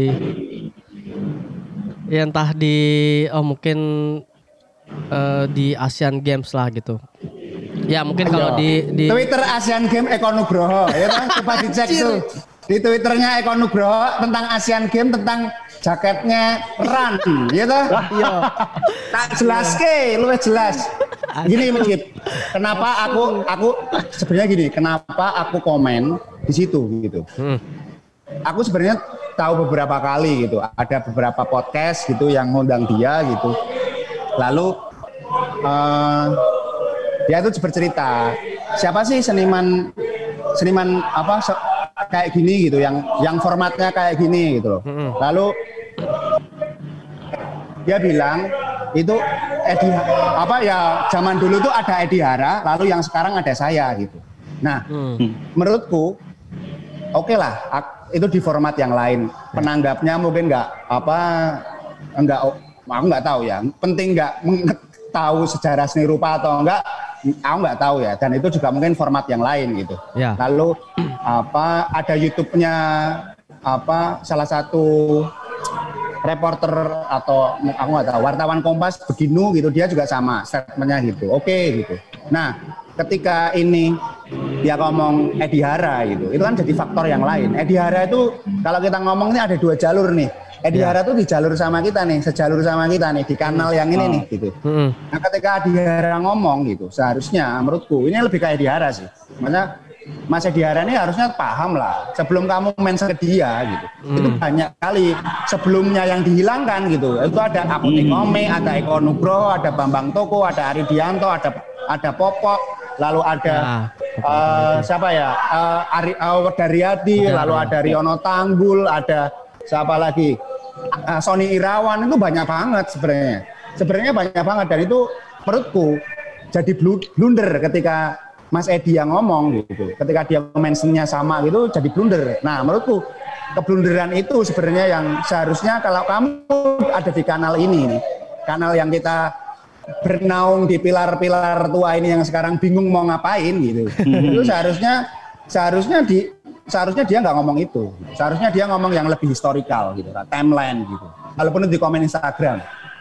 Ya entah di oh mungkin uh, di Asian Games lah gitu. Ya mungkin kalau di, di Twitter Asian Games Eko Nugroho ya kan, coba dicek tuh. Di Twitternya Eko Nugroho tentang Asian Games, tentang jaketnya Run, ya toh? Iya. Tak jelas ke, lu jelas. Gini Mujib, kenapa aku aku sebenarnya gini, kenapa aku komen di situ gitu. Hmm. Aku sebenarnya tahu beberapa kali gitu, ada beberapa podcast gitu yang ngundang dia gitu. Lalu uh, dia itu bercerita, siapa sih seniman seniman apa so, kayak gini gitu, yang yang formatnya kayak gini gitu loh. Hmm. Lalu dia bilang itu Edi apa ya, zaman dulu tuh ada Edi Hara, lalu yang sekarang ada saya gitu. Nah, hmm. menurutku oke okay lah, itu di format yang lain. Penanggapnya mungkin nggak apa, nggak, aku nggak tahu ya. Penting nggak tahu sejarah seni rupa atau enggak, aku nggak tahu ya. Dan itu juga mungkin format yang lain gitu. Ya. Lalu apa ada YouTube-nya apa salah satu reporter atau aku nggak tahu wartawan Kompas Beginu gitu, dia juga sama statementnya gitu. Oke okay, gitu. Nah, ketika ini dia ngomong Edi Hara gitu, itu kan jadi faktor yang lain. Edi Hara itu kalau kita ngomong ini ada dua jalur nih. Edi ya. Hara tuh di jalur sama kita nih, sejalur sama kita nih di kanal yang ini oh. nih gitu. Hmm. Nah, ketika Edi Hara ngomong gitu, seharusnya menurutku ini lebih kayak Edi Hara sih. Maksudnya Mas Edi Hara ini harusnya paham lah sebelum kamu mention ke dia gitu. Hmm. Itu banyak kali sebelumnya yang dihilangkan gitu. Itu ada Akun Ikome, ada Eko Nugroho, ada Bambang Toko, ada Aridianto, ada ada Popok, lalu ada ya, uh, siapa ya? Uh, Ari uh, Daryadi, ya, lalu ya. Ada Riono Tanggul, ada siapa lagi? Uh, Sony Irawan, itu banyak banget sebenarnya. Sebenarnya banyak banget dan itu menurutku jadi blunder ketika Mas Edi yang ngomong gitu. Ketika dia mentionnya sama gitu jadi blunder. Nah, menurutku keblunderan itu sebenarnya yang seharusnya kalau kamu ada di kanal ini nih, kanal yang kita bernaung di pilar-pilar tua ini yang sekarang bingung mau ngapain gitu. Itu seharusnya seharusnya di seharusnya dia nggak ngomong itu. Seharusnya dia ngomong yang lebih historikal gitu, timeline gitu. Walaupun di komen Instagram.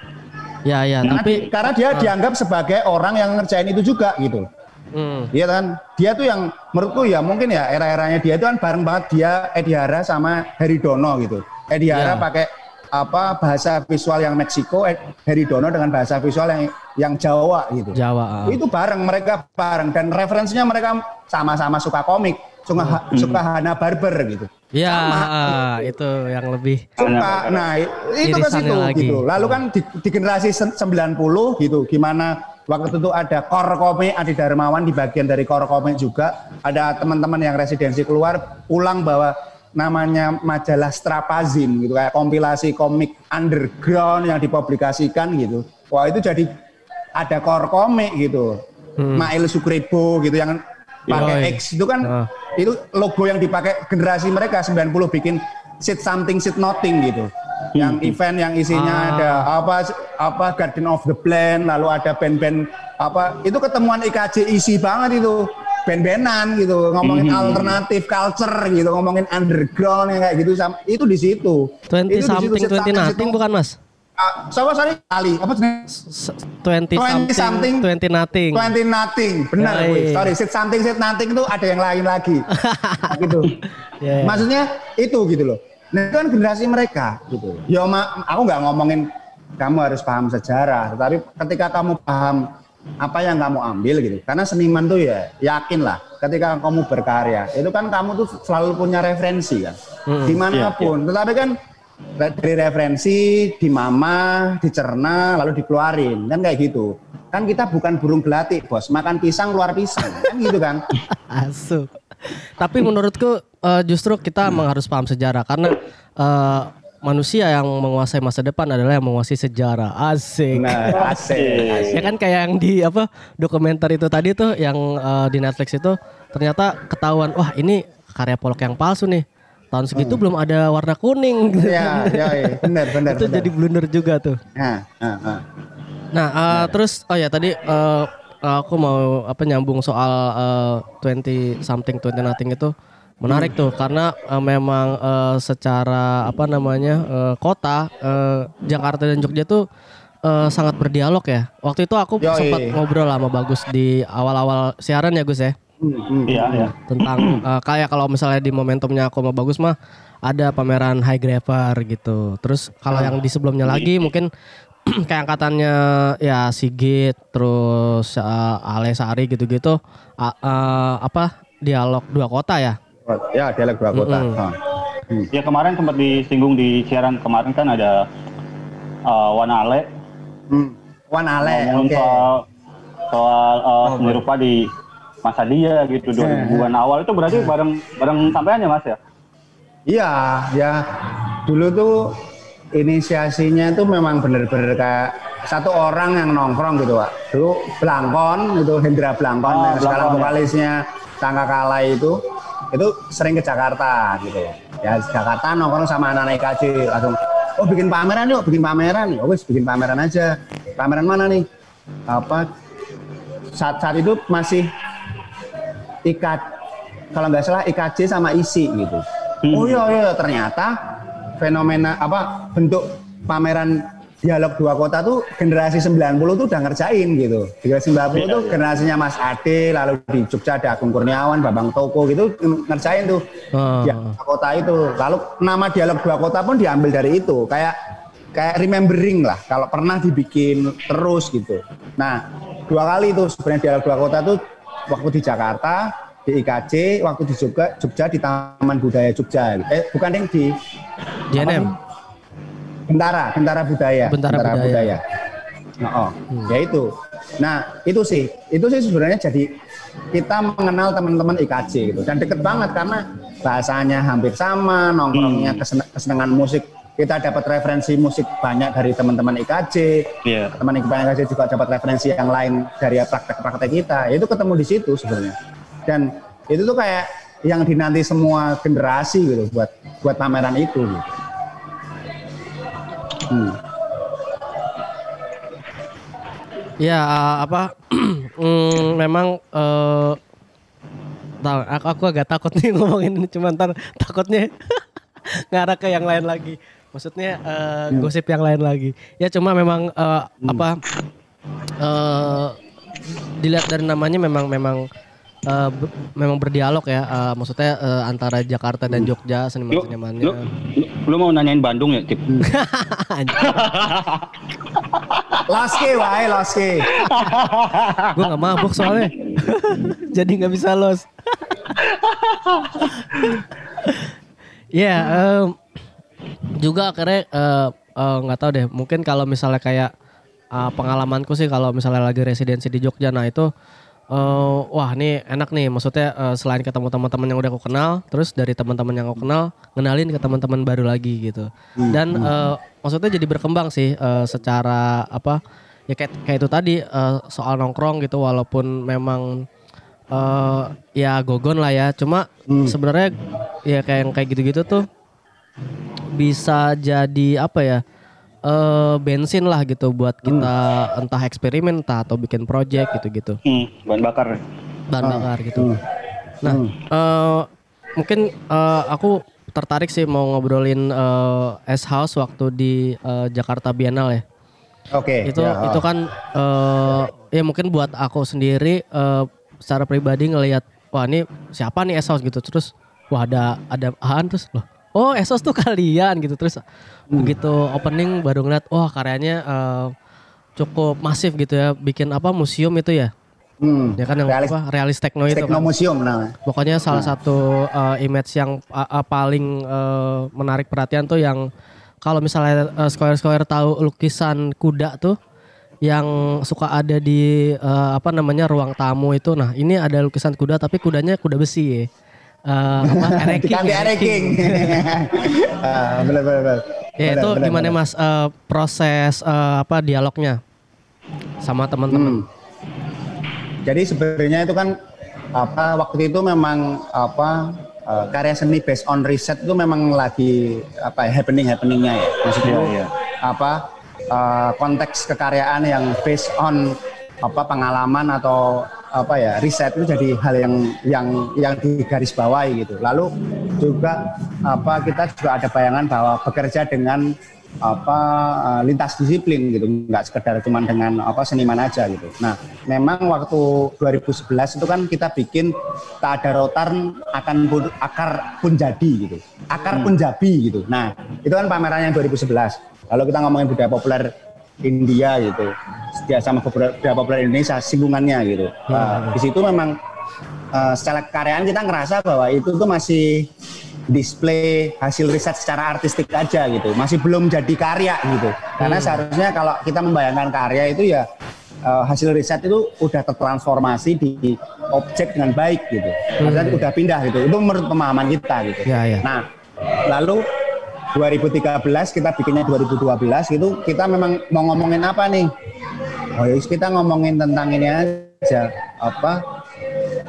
Ya ya, karena, tapi karena dia uh, dianggap sebagai orang yang ngerjain itu juga gitu. Hmm. Iya kan, dia tuh yang menurutku ya mungkin ya era-eranya dia itu kan bareng banget dia Edi Hara sama Heri Dono gitu. Edi Hara yeah. pakai apa bahasa visual yang Meksiko, Heri Dono dengan bahasa visual yang yang Jawa gitu. Jawa. Uh. Itu bareng mereka bareng dan referensinya mereka sama-sama suka komik, suka hmm. suka Hanna-Barbera gitu. Ya, uh, itu yang lebih suka. Nah, itu ke situ gitu. Lalu kan di, di generasi sembilan puluh gitu, gimana waktu itu ada Core Komik, Adi Darmawan di bagian dari Core Komik juga. Ada teman-teman yang residensi keluar pulang bahwa namanya majalah Strapazin gitu, kayak kompilasi komik underground yang dipublikasikan gitu. Wah, itu jadi ada Core Komik gitu. Hmm. Mail Sukribo gitu yang pakai X itu kan uh. itu logo yang dipakai generasi mereka sembilan puluh bikin Sit Something Sit Nothing gitu. Yang hmm. event yang isinya ah. ada apa apa Garden of the Plan, lalu ada band-band apa itu ketemuan I K J isi banget itu band-bandan gitu ngomongin hmm. alternatif culture gitu, ngomongin underground yang kayak gitu itu di situ. twenty something twenty nothing bukan Mas? Uh, so, sorry kali apa twenty something twenty nothing twenty nothing benar oh, iya. Sorry sit something sit nothing itu ada yang lain lagi gitu. Yeah. Maksudnya itu gitu loh. Nah, itu kan generasi mereka gitu. Ya ma, aku nggak ngomongin kamu harus paham sejarah, tetapi ketika kamu paham apa yang kamu ambil gitu. Karena seniman tuh ya yakin lah ketika kamu berkarya, itu kan kamu tuh selalu punya referensi kan. Hmm, dimanapun. Iya, iya. Tetapi kan dari referensi dimamah, dicerna, lalu dikeluarin kan kayak gitu. Kan kita bukan burung gelatik bos, makan pisang keluar pisang kan gitu kan. Asuk. Tapi menurutku uh, justru kita hmm. harus paham sejarah karena uh, manusia yang menguasai masa depan adalah yang menguasai sejarah. Asik. Nah, asik. asik. Ya kan kayak yang di apa dokumenter itu tadi tuh yang uh, di Netflix itu ternyata ketahuan wah ini karya Pollock yang palsu nih. Tahun segitu hmm. belum ada warna kuning. Iya, iya, ya, benar, benar. Itu benar. jadi blunder juga tuh. Nah, nah, nah. nah uh, terus oh ya tadi uh, aku mau apa nyambung soal uh, twenty something twenty nothing itu menarik hmm. tuh karena uh, memang uh, secara apa namanya uh, kota uh, Jakarta dan Jogja tuh uh, sangat berdialog ya. Waktu itu aku Yoi. sempat ngobrol sama Bagus di awal-awal siaran ya Gus ya. Iya, iya. Tentang uh, kayak kalau misalnya di momentumnya aku sama Bagus mah ada pameran High Graver gitu. Terus kalau yang di sebelumnya lagi mungkin kayak angkatannya ya Sigit terus uh, Ale Sari gitu-gitu uh, uh, apa dialog dua kota ya? Ya dialog dua kota. Mm-hmm. Oh. Hmm. Ya kemarin sempat disinggung di siaran kemarin kan ada uh, Wan Ale. Hmm. Wan Ale. Ngomongin okay. soal soal uh, oh, seni rupa di masa dia gitu dua ribuan awal itu berarti bareng bareng sampeannya Mas ya? Iya, ya dulu tuh inisiasinya itu memang benar-benar kayak satu orang yang nongkrong gitu Pak. Dulu Blangkon itu Hendra Blangkon oh, yang sekarang vokalisnya Sangka Kala itu itu sering ke Jakarta gitu. Ya Jakarta nongkrong sama anak-anak I K J langsung, oh bikin pameran yuk, bikin pameran. Oh wis bikin pameran aja. Pameran mana nih? Apa saat saat itu masih I K kalau nggak salah I K J sama I S I gitu. Hmm. Oh iya iya ternyata fenomena apa bentuk pameran dialog dua kota tuh generasi sembilan puluh tuh udah ngerjain gitu. Generasi sembilan puluh tuh generasinya Mas Ade, lalu di Jogja ada Agung Kurniawan, Bambang Toko gitu ngerjain tuh oh. Dialog dua kota itu. Lalu nama dialog dua kota pun diambil dari itu. Kayak kayak remembering lah kalau pernah dibikin terus gitu. Nah, dua kali itu sebenarnya dialog dua kota tuh waktu di Jakarta, di I K J, waktu di Jogja, Jogja di Taman Budaya Jogja. Eh bukan yang di J N M. Bentara, Bentara Budaya. Bentara, Bentara Budaya. Budaya. Oh, hmm. Ya itu. Nah, itu sih, itu sih sebenarnya jadi kita mengenal teman-teman I K J gitu. Dan deket banget karena bahasanya hampir sama, nongkrongnya hmm. kesenangan musik. Kita dapat referensi musik banyak dari teman-teman I K J. Yeah. Teman-teman I K J juga dapat referensi yang lain dari praktek-praktek kita. Itu ketemu di situ sebenarnya. Dan itu tuh kayak yang dinanti semua generasi gitu buat buat pameran itu gitu. Hmm. Ya apa mm, memang uh, tahu aku, aku agak takut nih ngomongin ini cuma ntar takutnya ngarah ke yang lain lagi. Maksudnya uh, hmm. gosip yang lain lagi. Ya cuma memang uh, hmm. apa uh, dilihat dari namanya memang memang Uh, be- memang berdialog ya, uh, maksudnya uh, antara Jakarta dan Jogja seniman-senimannya. Lu, lu, lu mau nanyain Bandung ya, Cip? Loski, wae loski. Gue nggak mabuk soalnya, jadi nggak bisa los. Ya, yeah, um, juga akhirnya nggak uh, uh, tahu deh. Mungkin kalau misalnya kayak uh, pengalamanku sih, kalau misalnya lagi residensi di Jogja, nah itu. Uh, wah ini enak nih, maksudnya uh, selain ketemu teman-teman yang udah aku kenal, terus dari teman-teman yang aku kenal ngenalin ke teman-teman baru lagi gitu. Dan uh, maksudnya jadi berkembang sih uh, secara apa ya kayak kayak itu tadi uh, soal nongkrong gitu, walaupun memang uh, ya gogon lah ya, cuma hmm. sebenarnya ya kayak kayak gitu-gitu tuh bisa jadi apa ya? Uh, bensin lah gitu buat kita hmm. entah eksperimen entah atau bikin project gitu-gitu. Hmm, bahan bakar. Bahan bakar gitu. Hmm. Nah, uh, mungkin uh, aku tertarik sih mau ngobrolin uh, S House waktu di uh, Jakarta Biennale ya. Oke. Okay, itu ya, oh. itu kan uh, ya mungkin buat aku sendiri uh, secara pribadi ngelihat wah ini siapa nih S House gitu, terus wah ada ada Ahan terus loh. Oh, S House tuh kalian gitu. Terus hmm. begitu opening baru ngeliat wah karyanya uh, cukup masif gitu ya. Bikin apa museum itu ya. Hmm. Ya kan yang realis, apa realis techno itu techno kan. Museum nah. Pokoknya salah nah. satu uh, image yang uh, uh, paling uh, menarik perhatian tuh yang kalau misalnya uh, Square-Square tahu lukisan kuda tuh yang suka ada di uh, apa namanya ruang tamu itu. Nah, ini ada lukisan kuda tapi kudanya kuda besi ya. Uh, apa ereking diganti ereking uh, bener bener bener ya itu bener, gimana bener. Mas uh, proses uh, apa dialognya sama teman-teman hmm. Jadi sebenarnya itu kan apa waktu itu memang apa uh, karya seni based on riset itu memang lagi apa happening happeningnya ya maksudnya oh, ya. apa uh, konteks kekaryaan yang based on apa pengalaman atau apa ya riset itu jadi hal yang yang yang digarisbawahi gitu. Lalu juga apa kita juga ada bayangan bahwa bekerja dengan apa uh, lintas disiplin gitu, nggak sekedar cuma dengan apa seniman aja gitu. Nah, memang waktu dua ribu sebelas itu kan kita bikin tak ada rotan akan pun, akar pun jadi gitu, akar pun jabi gitu. Nah, itu kan pamerannya dua ribu sebelas. Lalu kita ngomongin budaya populer India gitu, setia sama budaya populer Indonesia singgungannya gitu. Uh, di situ memang uh, secara karyaan kita ngerasa bahwa itu tuh masih display hasil riset secara artistik aja gitu, masih belum jadi karya gitu. Karena hmm. seharusnya kalau kita membayangkan karya itu ya uh, hasil riset itu udah tertransformasi di objek dengan baik gitu. Maksudnya hmm. udah pindah gitu. Itu menurut pemahaman kita gitu. Ya, ya. Nah, lalu dua ribu tiga belas kita bikinnya dua ribu dua belas gitu, kita memang mau ngomongin apa nih? Oh ya kita ngomongin tentang ini aja, apa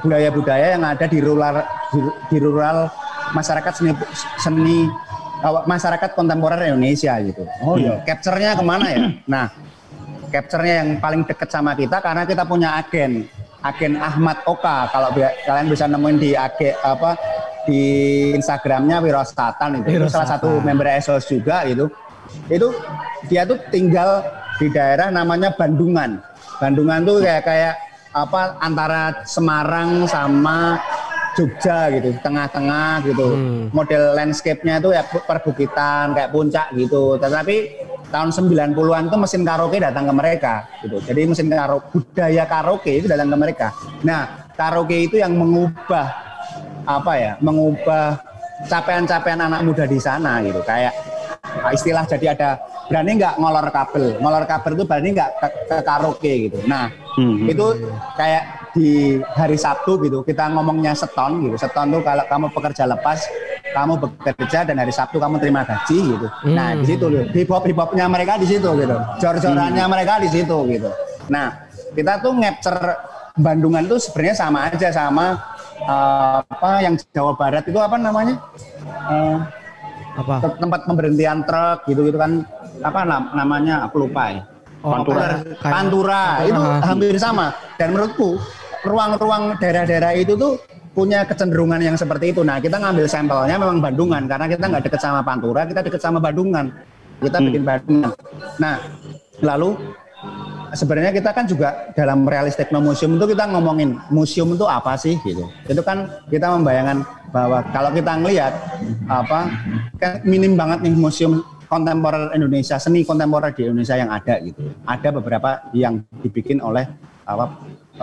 budaya-budaya yang ada di rural di, di rural masyarakat seni seni masyarakat kontemporer Indonesia gitu. Oh iya, capture-nya kemana ya? Nah, capture-nya yang paling dekat sama kita karena kita punya agen, agen Ahmad Oka. Kalau kalian bisa nemuin di agen apa di Instagramnya Wirosatan itu, itu salah satu member E S O S juga itu. Itu dia tuh tinggal di daerah namanya Bandungan. Bandungan tuh kayak kayak apa antara Semarang sama Jogja gitu, tengah-tengah gitu. Hmm. Model landscape-nya itu ya perbukitan, kayak puncak gitu. Tetapi tahun sembilan puluhan itu mesin karaoke datang ke mereka gitu. Jadi mesin karaoke, budaya karaoke itu datang ke mereka. Nah, karaoke itu yang mengubah apa ya? Mengubah capaian-capaian anak muda di sana gitu. Kayak istilah jadi ada berani nggak ngolor kabel. Ngolor kabel itu berani nggak ke, ke karaoke gitu. Nah, hmm. itu kayak di hari Sabtu gitu, kita ngomongnya seton gitu. Seton tuh kalau kamu pekerja lepas, kamu bekerja dan hari Sabtu kamu terima gaji gitu. Hmm. Nah, di situ loh, hip-hop-hip-hopnya mereka di situ gitu. Jor-jorannya hmm. mereka di situ gitu. Nah, kita tuh capture Bandungan tuh sebenarnya sama aja sama uh, apa yang Jawa Barat itu apa namanya? Uh, apa? Tempat pemberhentian truk gitu-gitu kan. Apa namanya? Aku lupa ya. Oh, Pantura. Pantura. Pantura itu hampir sama. Dan menurutku ruang-ruang daerah-daerah itu tuh punya kecenderungan yang seperti itu. Nah, kita ngambil sampelnya memang Bandungan karena kita nggak deket sama Pantura, kita deket sama Bandungan. Kita hmm. bikin Bandungan. Nah, lalu sebenarnya kita kan juga dalam Realistic No Museum itu kita ngomongin museum itu apa sih gitu. Itu kan kita membayangkan bahwa kalau kita ngelihat apa kan minim banget nih museum kontemporer Indonesia, seni kontemporer di Indonesia yang ada gitu. Ada beberapa yang dibikin oleh apa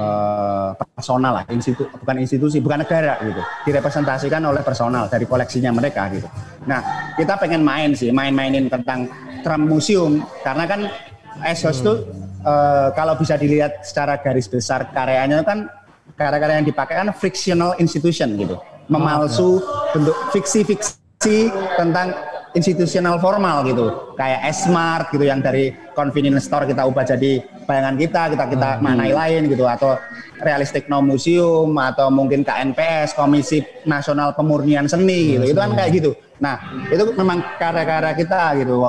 eh, personal lah, institusi, bukan institusi, bukan negara gitu. Direpresentasikan oleh personal dari koleksinya mereka gitu. Nah, kita pengen main sih, main-mainin tentang term museum karena kan E S O S itu hmm. eh, kalau bisa dilihat secara garis besar karyanya kan karya-karya yang dipakai kan frictional institution gitu. Memalsu bentuk fiksi-fiksi tentang institusional formal gitu, kayak S-Mart gitu yang dari convenience store kita ubah jadi bayangan kita, kita kita hmm. manai lain gitu, atau Realistic No Museum atau mungkin K N P S, Komisi Nasional Pemurnian Seni gitu, itu kan kayak gitu. Nah, itu memang karya-karya kita gitu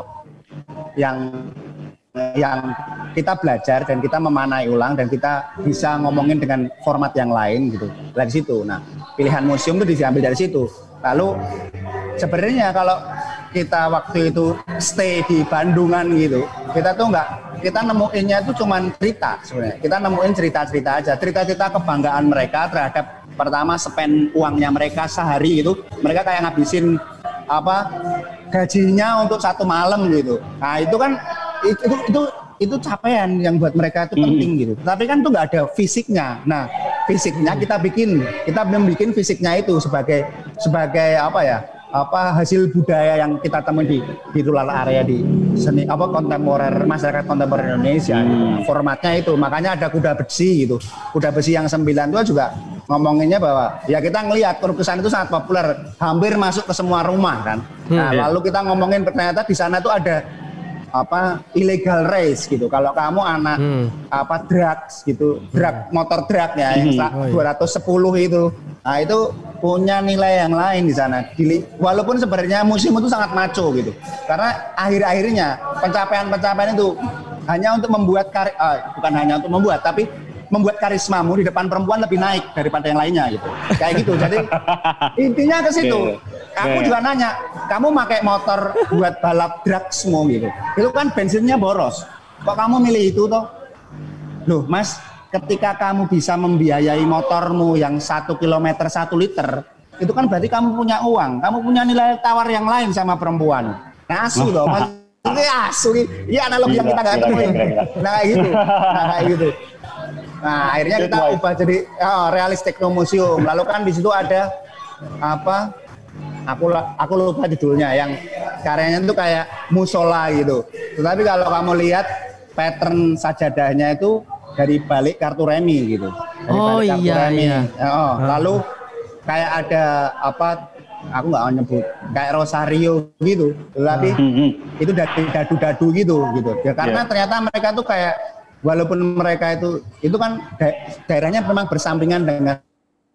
yang yang kita belajar dan kita memanai ulang dan kita bisa ngomongin dengan format yang lain gitu dari situ. Nah, pilihan museum itu diambil dari situ. Lalu sebenarnya kalau kita waktu itu stay di Bandungan gitu, kita tuh nggak, kita nemuinnya itu cuman cerita sebenarnya. Kita nemuin cerita-cerita aja, cerita-cerita kebanggaan mereka terhadap pertama spend uangnya mereka sehari gitu. Mereka kayak ngabisin apa gajinya untuk satu malam gitu. Nah itu kan itu itu itu, itu capaian yang buat mereka itu penting hmm. gitu. Tapi kan tuh nggak ada fisiknya. Nah fisiknya kita bikin, kita bikin fisiknya itu sebagai sebagai apa ya? apa hasil budaya yang kita temui di di rural area di seni apa kontemporer masyarakat kontemporer Indonesia hmm. gitu. Formatnya itu makanya ada kuda besi gitu, kuda besi yang sembilan itu juga ngomonginnya bahwa ya kita ngelihat perlukisan itu sangat populer, hampir masuk ke semua rumah kan. Hmm, nah iya. Lalu kita ngomongin ternyata di sana tuh ada apa illegal race gitu. Kalau kamu anak hmm. apa drugs gitu, drug motor drug ya yang hmm. dua ratus sepuluh itu. Nah itu punya nilai yang lain di sana. Walaupun sebenarnya museum itu sangat maco gitu. Karena akhir-akhirnya pencapaian-pencapaian itu hanya untuk membuat kar uh, bukan hanya untuk membuat, tapi membuat karismamu di depan perempuan lebih naik daripada yang lainnya gitu. Kayak gitu. Jadi intinya ke situ. Aku juga nanya, kamu pakai motor buat balap drugsmu gitu. Itu kan bensinnya boros. Kok kamu milih itu toh? Loh, Mas, ketika kamu bisa membiayai motormu yang satu kilometer satu liter, itu kan berarti kamu punya uang, kamu punya nilai tawar yang lain sama perempuan. Nah, asu loh, mas. Ini asu, iya analogi yang kita nggak temuin. Nah kayak gitu, nah kayak gitu. Nah akhirnya kita ubah jadi oh, Realistic No Museum. Lalu kan di situ ada apa? Aku aku lupa judulnya, yang karyanya itu kayak musola gitu. Tetapi kalau kamu lihat pattern sajadahnya itu dari balik kartu remi gitu. Dari oh balik kartu iya remi. iya. Oh, lalu kayak ada apa? Aku nggak mau nyebut kayak rosario gitu. Tapi uh. itu dari dadu-dadu gitu gitu. Ya karena yeah. ternyata mereka tuh kayak walaupun mereka itu itu kan da daerahnya memang bersampingan dengan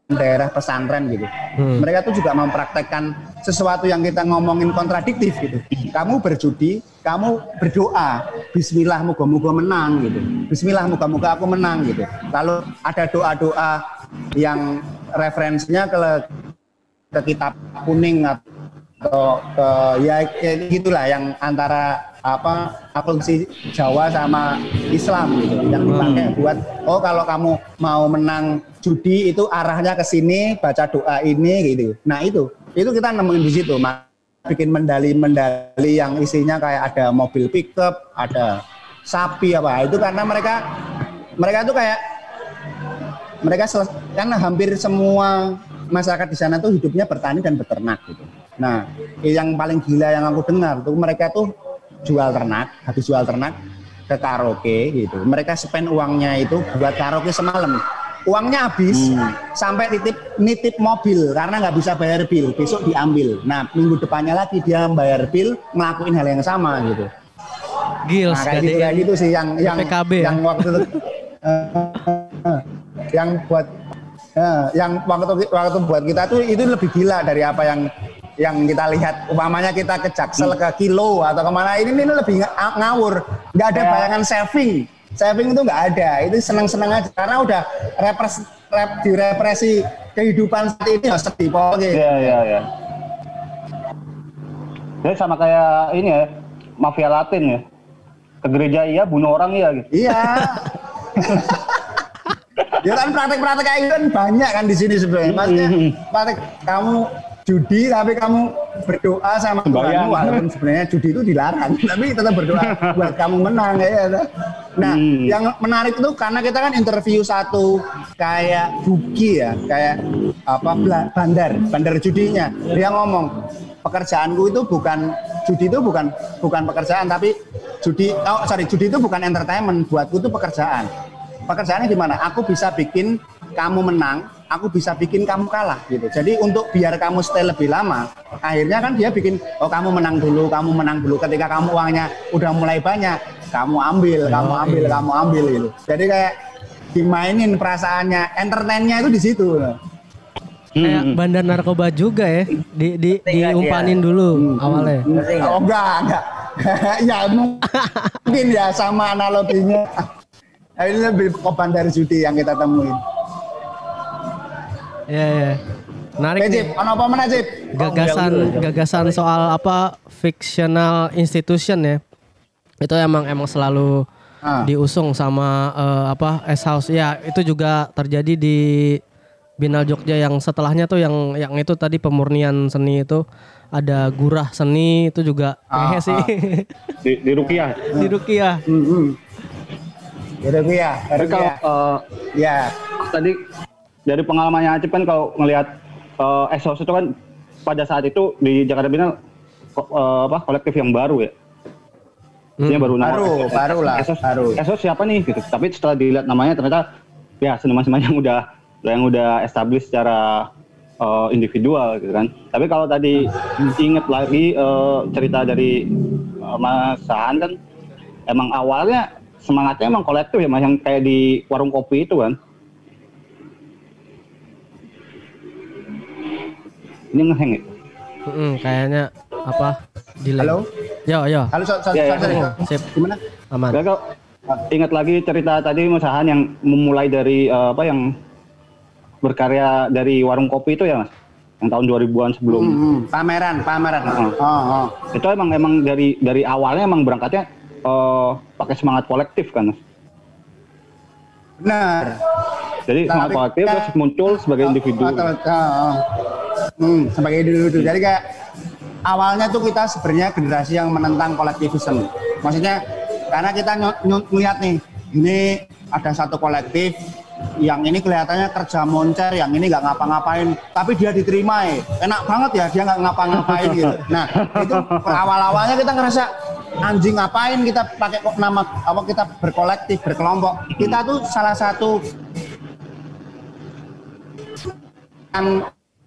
daerah pesantren gitu. Hmm. Mereka tuh juga mempraktekkan sesuatu yang kita ngomongin kontradiktif gitu. Kamu berjudi, kamu berdoa, bismillah moga-moga menang gitu. Bismillah moga-moga aku menang gitu. Lalu ada doa-doa yang referensinya ke ke kitab kuning atau ke ya, ya gitulah yang antara apa asumsi Jawa sama Islam gitu yang dipakai buat oh kalau kamu mau menang judi itu arahnya ke sini baca doa ini gitu. Nah itu itu kita nemuin di situ bikin mendali-mendali yang isinya kayak ada mobil pickup, ada sapi apa itu karena mereka mereka tuh kayak mereka kan hampir semua masyarakat di sana tuh hidupnya bertani dan beternak gitu. Nah yang paling gila yang aku dengar tuh mereka tuh jual ternak, habis jual ternak ke karaoke gitu. Mereka spend uangnya itu buat karaoke semalam. Uangnya habis hmm. sampai nitip nitip mobil karena nggak bisa bayar bil, besok diambil. Nah minggu depannya lagi dia bayar bil, ngelakuin hal yang sama gitu. Gils, nah, kayak gitu, kayak gitu sih yang yang P K B, yang waktu itu uh, uh, yang buat uh, yang waktu waktu buat kita tuh itu lebih gila dari apa yang yang kita lihat umpamanya kita ke Jaksel ke Kilo atau kemana ini ini lebih ngawur, nggak ada bayangan saving saving itu nggak ada, itu senang-senang aja karena udah repres, rep, direpresi kehidupan saat ini ya sedih pokoknya. Iya iya iya. Jadi sama kayak ini ya mafia Latin ya, ke gereja iya bunuh orang iya gitu. Iya. Ya kan praktek-praktek kayak itu kan banyak kan di sini sebenarnya. Maksudnya praktek kamu judi tapi kamu berdoa sama Tuhanmu walaupun sebenarnya judi itu dilarang tapi tetap berdoa buat kamu menang ya. Nah hmm. yang menarik itu karena kita kan interview satu kayak buki ya kayak apa bandar bandar judinya, dia ngomong pekerjaanku itu bukan judi itu bukan bukan pekerjaan tapi judi oh sorry judi itu bukan entertainment, buatku itu pekerjaan. Pekerjaannya gimana? Aku bisa bikin kamu menang, aku bisa bikin kamu kalah gitu. Jadi untuk biar kamu stay lebih lama, akhirnya kan dia bikin, oh kamu menang dulu, kamu menang dulu. Ketika kamu uangnya udah mulai banyak, kamu ambil, oh, kamu ambil, iya. kamu ambil gitu. Jadi kayak dimainin perasaannya, entertainnya itu di situ. Kayak hmm. bandar narkoba juga ya, di di diumpanin dulu hmm. awalnya. Oh enggak, enggak. Ya mungkin ya sama analoginya. Ini lebih ke bandar judi yang kita temuin. Ya ya. Menarik Najib, nih. ono apa mana Najib? Gagasan oh, gagasan soal apa fictional institution ya. Itu emang emang selalu ah. diusung sama uh, apa S House. Ya, itu juga terjadi di Binal Jogja yang setelahnya tuh yang yang itu tadi pemurnian seni itu ada gurah seni itu juga ah, kayaknya ah. sih. Di di Rukiah. Di Rukiah. Mm-hmm. Di Rukiah. Tapi kalau uh, ya tadi dari pengalamannya Acip kan kalau ngelihat uh, S House itu kan pada saat itu di Jakarta Binal uh, apa kolektif yang baru ya. Hmm. Baru baru, nama, baru lah. S House, baru. S House siapa nih gitu. Tapi setelah dilihat namanya ternyata ya seniman-seniman yang udah yang udah established secara uh, individual gitu kan. Tapi kalau tadi inget lagi uh, cerita dari uh, Mas Saan kan emang awalnya semangatnya emang kolektif ya Mas, yang kayak di warung kopi itu kan. Ini ngeheng ya? Hmm, kayaknya apa? Delay. Halo? Yo yo. Halo, so, so, ya, so, ya, so, sip. Gimana? Aman. Gak kok. Ingat lagi cerita tadi Mas Saan yang memulai dari uh, apa yang berkarya dari warung kopi itu ya Mas? Yang tahun dua ribuan sebelum hmm, hmm. pameran, pameran. Uh, oh, oh. Itu emang emang dari dari awalnya emang berangkatnya uh, pakai semangat kolektif kan Mas? Benar. Jadi nah, semangat kolektif kita, terus muncul sebagai oh, individu. Oh, oh, oh. Hmm, sebagai individu. Jadi kayak awalnya tuh kita sebenarnya generasi yang menentang kolektivisme. Maksudnya karena kita ngeliat nih, ini ada satu kolektif yang ini kelihatannya kerja moncer, yang ini nggak ngapa-ngapain, tapi dia diterima ya, enak banget ya dia nggak ngapa-ngapain gitu. Nah itu awal-awalnya kita ngerasa anjing ngapain kita pakai kok nama apa kita berkolektif berkelompok. Kita tuh salah satu yang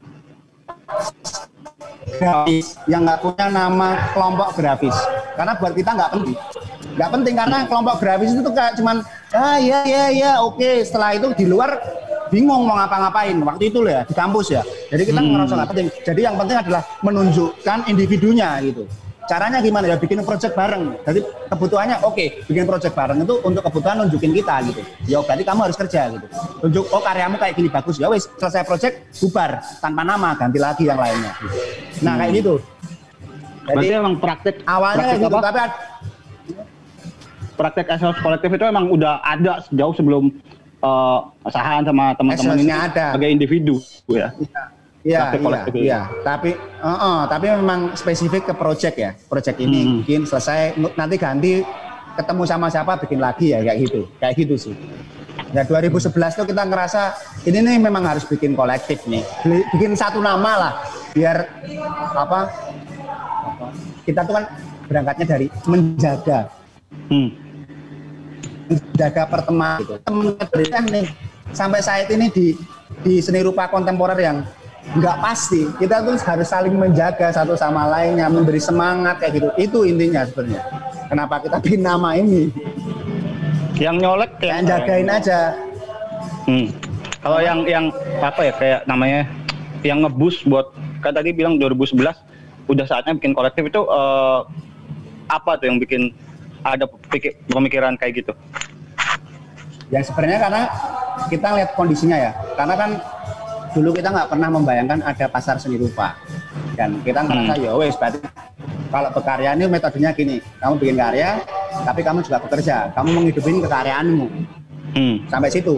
grafis yang nggak punya nama kelompok grafis, karena buat kita nggak penting. Nggak penting karena kelompok grafis itu tuh kayak cuman ah ya ya ya oke, setelah itu di luar bingung mau ngapa-ngapain waktu itu loh ya di kampus ya. Jadi kita hmm. ngerasa nggak penting. Jadi yang penting adalah menunjukkan individunya gitu. Caranya gimana ya, bikin project bareng. Jadi kebutuhannya oke, okay, bikin project bareng itu untuk kebutuhan nunjukin kita gitu. Ya berarti kamu harus kerja gitu. Tunjuk oh karyamu kayak gini bagus ya wes, selesai project bubar tanpa nama, ganti lagi yang lainnya. Gitu. Nah kayak gitu. Jadi berarti emang praktek awalnya praktek gitu, apa? tapi praktek S-House kolektif itu emang udah ada jauh sebelum uh, Sahan sama teman-teman ini ada sebagai individu ya. Iya, iya, iya. Tapi, uh, uh, tapi memang spesifik ke project ya. Project ini hmm. bikin selesai, nanti ganti, ketemu sama siapa bikin lagi ya kayak gitu, kayak gitu sih. Ya dua ribu sebelas tuh kita ngerasa ini nih memang harus bikin kolektif nih, bikin satu nama lah, biar apa? Kita tuh kan berangkatnya dari menjaga, hmm. menjaga pertemanan. Gitu. Teman-teman nih sampai saat ini di di seni rupa kontemporer yang nggak pasti, kita tuh harus saling menjaga satu sama lainnya, memberi semangat kayak gitu. Itu intinya sebenarnya. Kenapa kita bikin nama ini? Yang nyolek yang jagain yang... aja. Hmm. Kalau yang yang apa ya kayak namanya yang ngebus buat kan tadi bilang dua ribu sebelas udah saatnya bikin kolektif itu uh, apa tuh yang bikin ada pikir, pemikiran kayak gitu? Ya sebenarnya karena kita lihat kondisinya ya. Karena kan dulu kita nggak pernah membayangkan ada pasar seni rupa dan kita ngerasa hmm. ya wes berarti kalau berkarya ini metodenya gini, kamu bikin karya tapi kamu juga bekerja, kamu menghidupin kekaryaanmu hmm. sampai situ.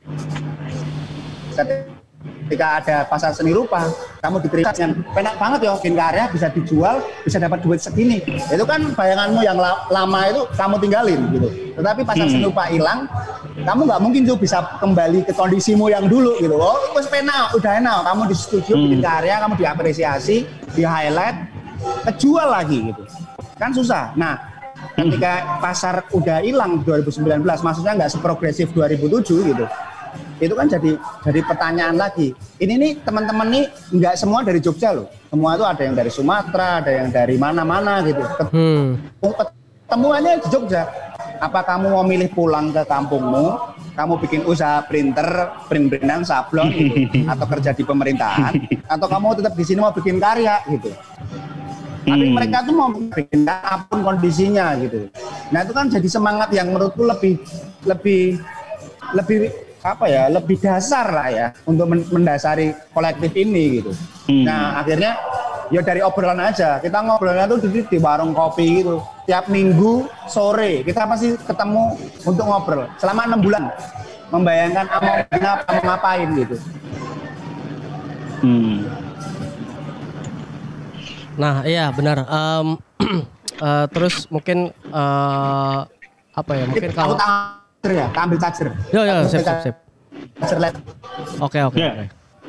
Ketika ada pasar seni rupa, kamu diberi yang penak banget ya bikin karya bisa dijual, bisa dapat duit segini, itu kan bayanganmu yang lama itu kamu tinggalin gitu. Tetapi pasar hmm. seni rupa hilang, kamu nggak mungkin tuh bisa kembali ke kondisimu yang dulu gitu. Oh, wes penak, udah enak. Kamu di studio hmm. bikin karya, kamu diapresiasi, di highlight, kejual lagi gitu. Kan susah. Nah, ketika pasar udah hilang dua ribu sembilan belas, maksudnya nggak seprogresif dua ribu tujuh gitu. Itu kan jadi jadi pertanyaan lagi. Ini nih teman-teman nih nggak semua dari Jogja loh. Semua itu ada yang dari Sumatera, ada yang dari mana-mana gitu. Hmm. Ketemuannya di Jogja. Apa kamu mau milih pulang ke kampungmu, kamu bikin usaha printer, print-printan, sablon gitu, atau kerja di pemerintahan, atau kamu tetap di sini mau bikin karya gitu. Tapi hmm. mereka tuh mau bikin apapun kondisinya gitu. Nah itu kan jadi semangat yang menurutku lebih lebih lebih apa ya, lebih dasar lah ya untuk mendasari kolektif ini gitu. Hmm. Nah akhirnya ya dari obrolan aja, kita ngobrolnya tuh di, di warung kopi gitu. Tiap minggu sore kita pasti ketemu untuk ngobrol selama enam bulan, membayangkan mau apa mau ngapain gitu. Hmm. Nah iya benar. Um, uh, terus mungkin uh, apa ya? Mungkin kalau ya, ambil toucher. Yo yo, sip sip sip. Oke oke oke.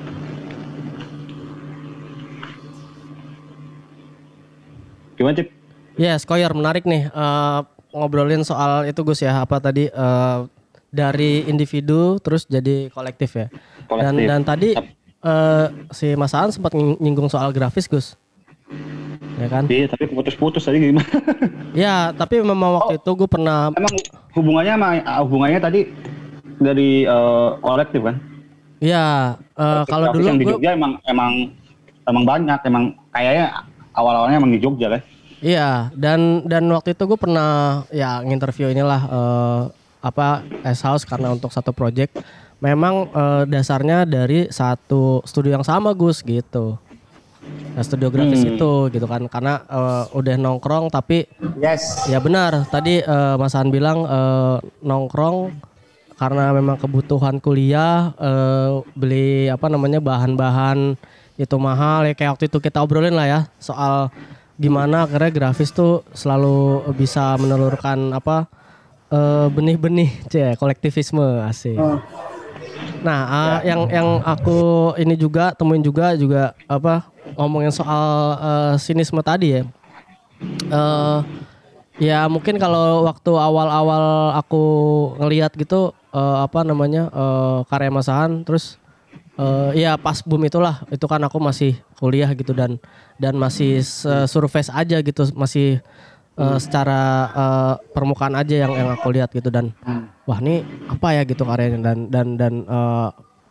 Gimana Cip? Yes, Koyer menarik nih uh, ngobrolin soal itu Gus ya, apa tadi uh, dari individu terus jadi kolektif ya. Kolektif. Dan dan tadi uh, si Mas Aan sempat nyinggung soal grafis Gus. Ya kan? Iya, tapi putus-putus tadi gimana? Ya, tapi memang waktu oh, itu gue pernah. Emang hubungannya sama hubungannya tadi dari uh, kolektif kan? Iya, uh, kalau dulu yang di gua... Jogja emang emang emang banyak, emang kayaknya awal-awalnya emang di Jogja kan? Iya, dan dan waktu itu gue pernah ya nginterview inilah uh, apa S-House karena untuk satu project. Memang uh, dasarnya dari satu studio yang sama Gus gitu. Nah, studio grafis hmm. itu gitu kan, karena uh, udah nongkrong tapi yes ya benar tadi uh, Mas Han bilang uh, nongkrong karena memang kebutuhan kuliah, uh, beli apa namanya bahan-bahan itu mahal ya, kayak waktu itu kita obrolin lah ya soal gimana akhirnya grafis tuh selalu bisa menelurkan apa uh, benih-benih cie kolektivisme asik. Oh. Nah, uh, ya. yang yang aku ini juga temuin juga juga apa ngomongin soal uh, sinisme tadi ya. Uh, ya mungkin kalau waktu awal-awal aku ngelihat gitu uh, apa namanya uh, karya Mas Han, terus uh, ya pas boom itulah, itu kan aku masih kuliah gitu dan dan masih surface aja gitu, masih uh, secara uh, permukaan aja yang yang aku lihat gitu dan wah ini apa ya gitu karyanya dan dan dan uh,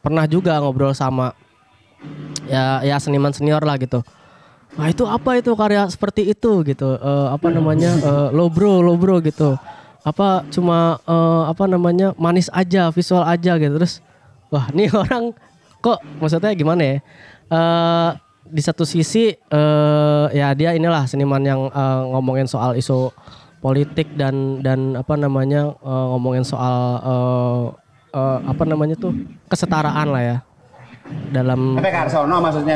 pernah juga ngobrol sama ya ya seniman senior lah gitu. Nah itu apa itu karya seperti itu gitu, uh, apa namanya uh, lo bro lo bro gitu, apa cuma uh, apa namanya manis aja visual aja gitu. Terus wah nih orang kok maksudnya gimana ya, uh, di satu sisi uh, ya dia inilah seniman yang uh, ngomongin soal isu politik dan dan apa namanya uh, ngomongin soal uh, uh, apa namanya tuh kesetaraan lah ya dalam P P Karsono maksudnya.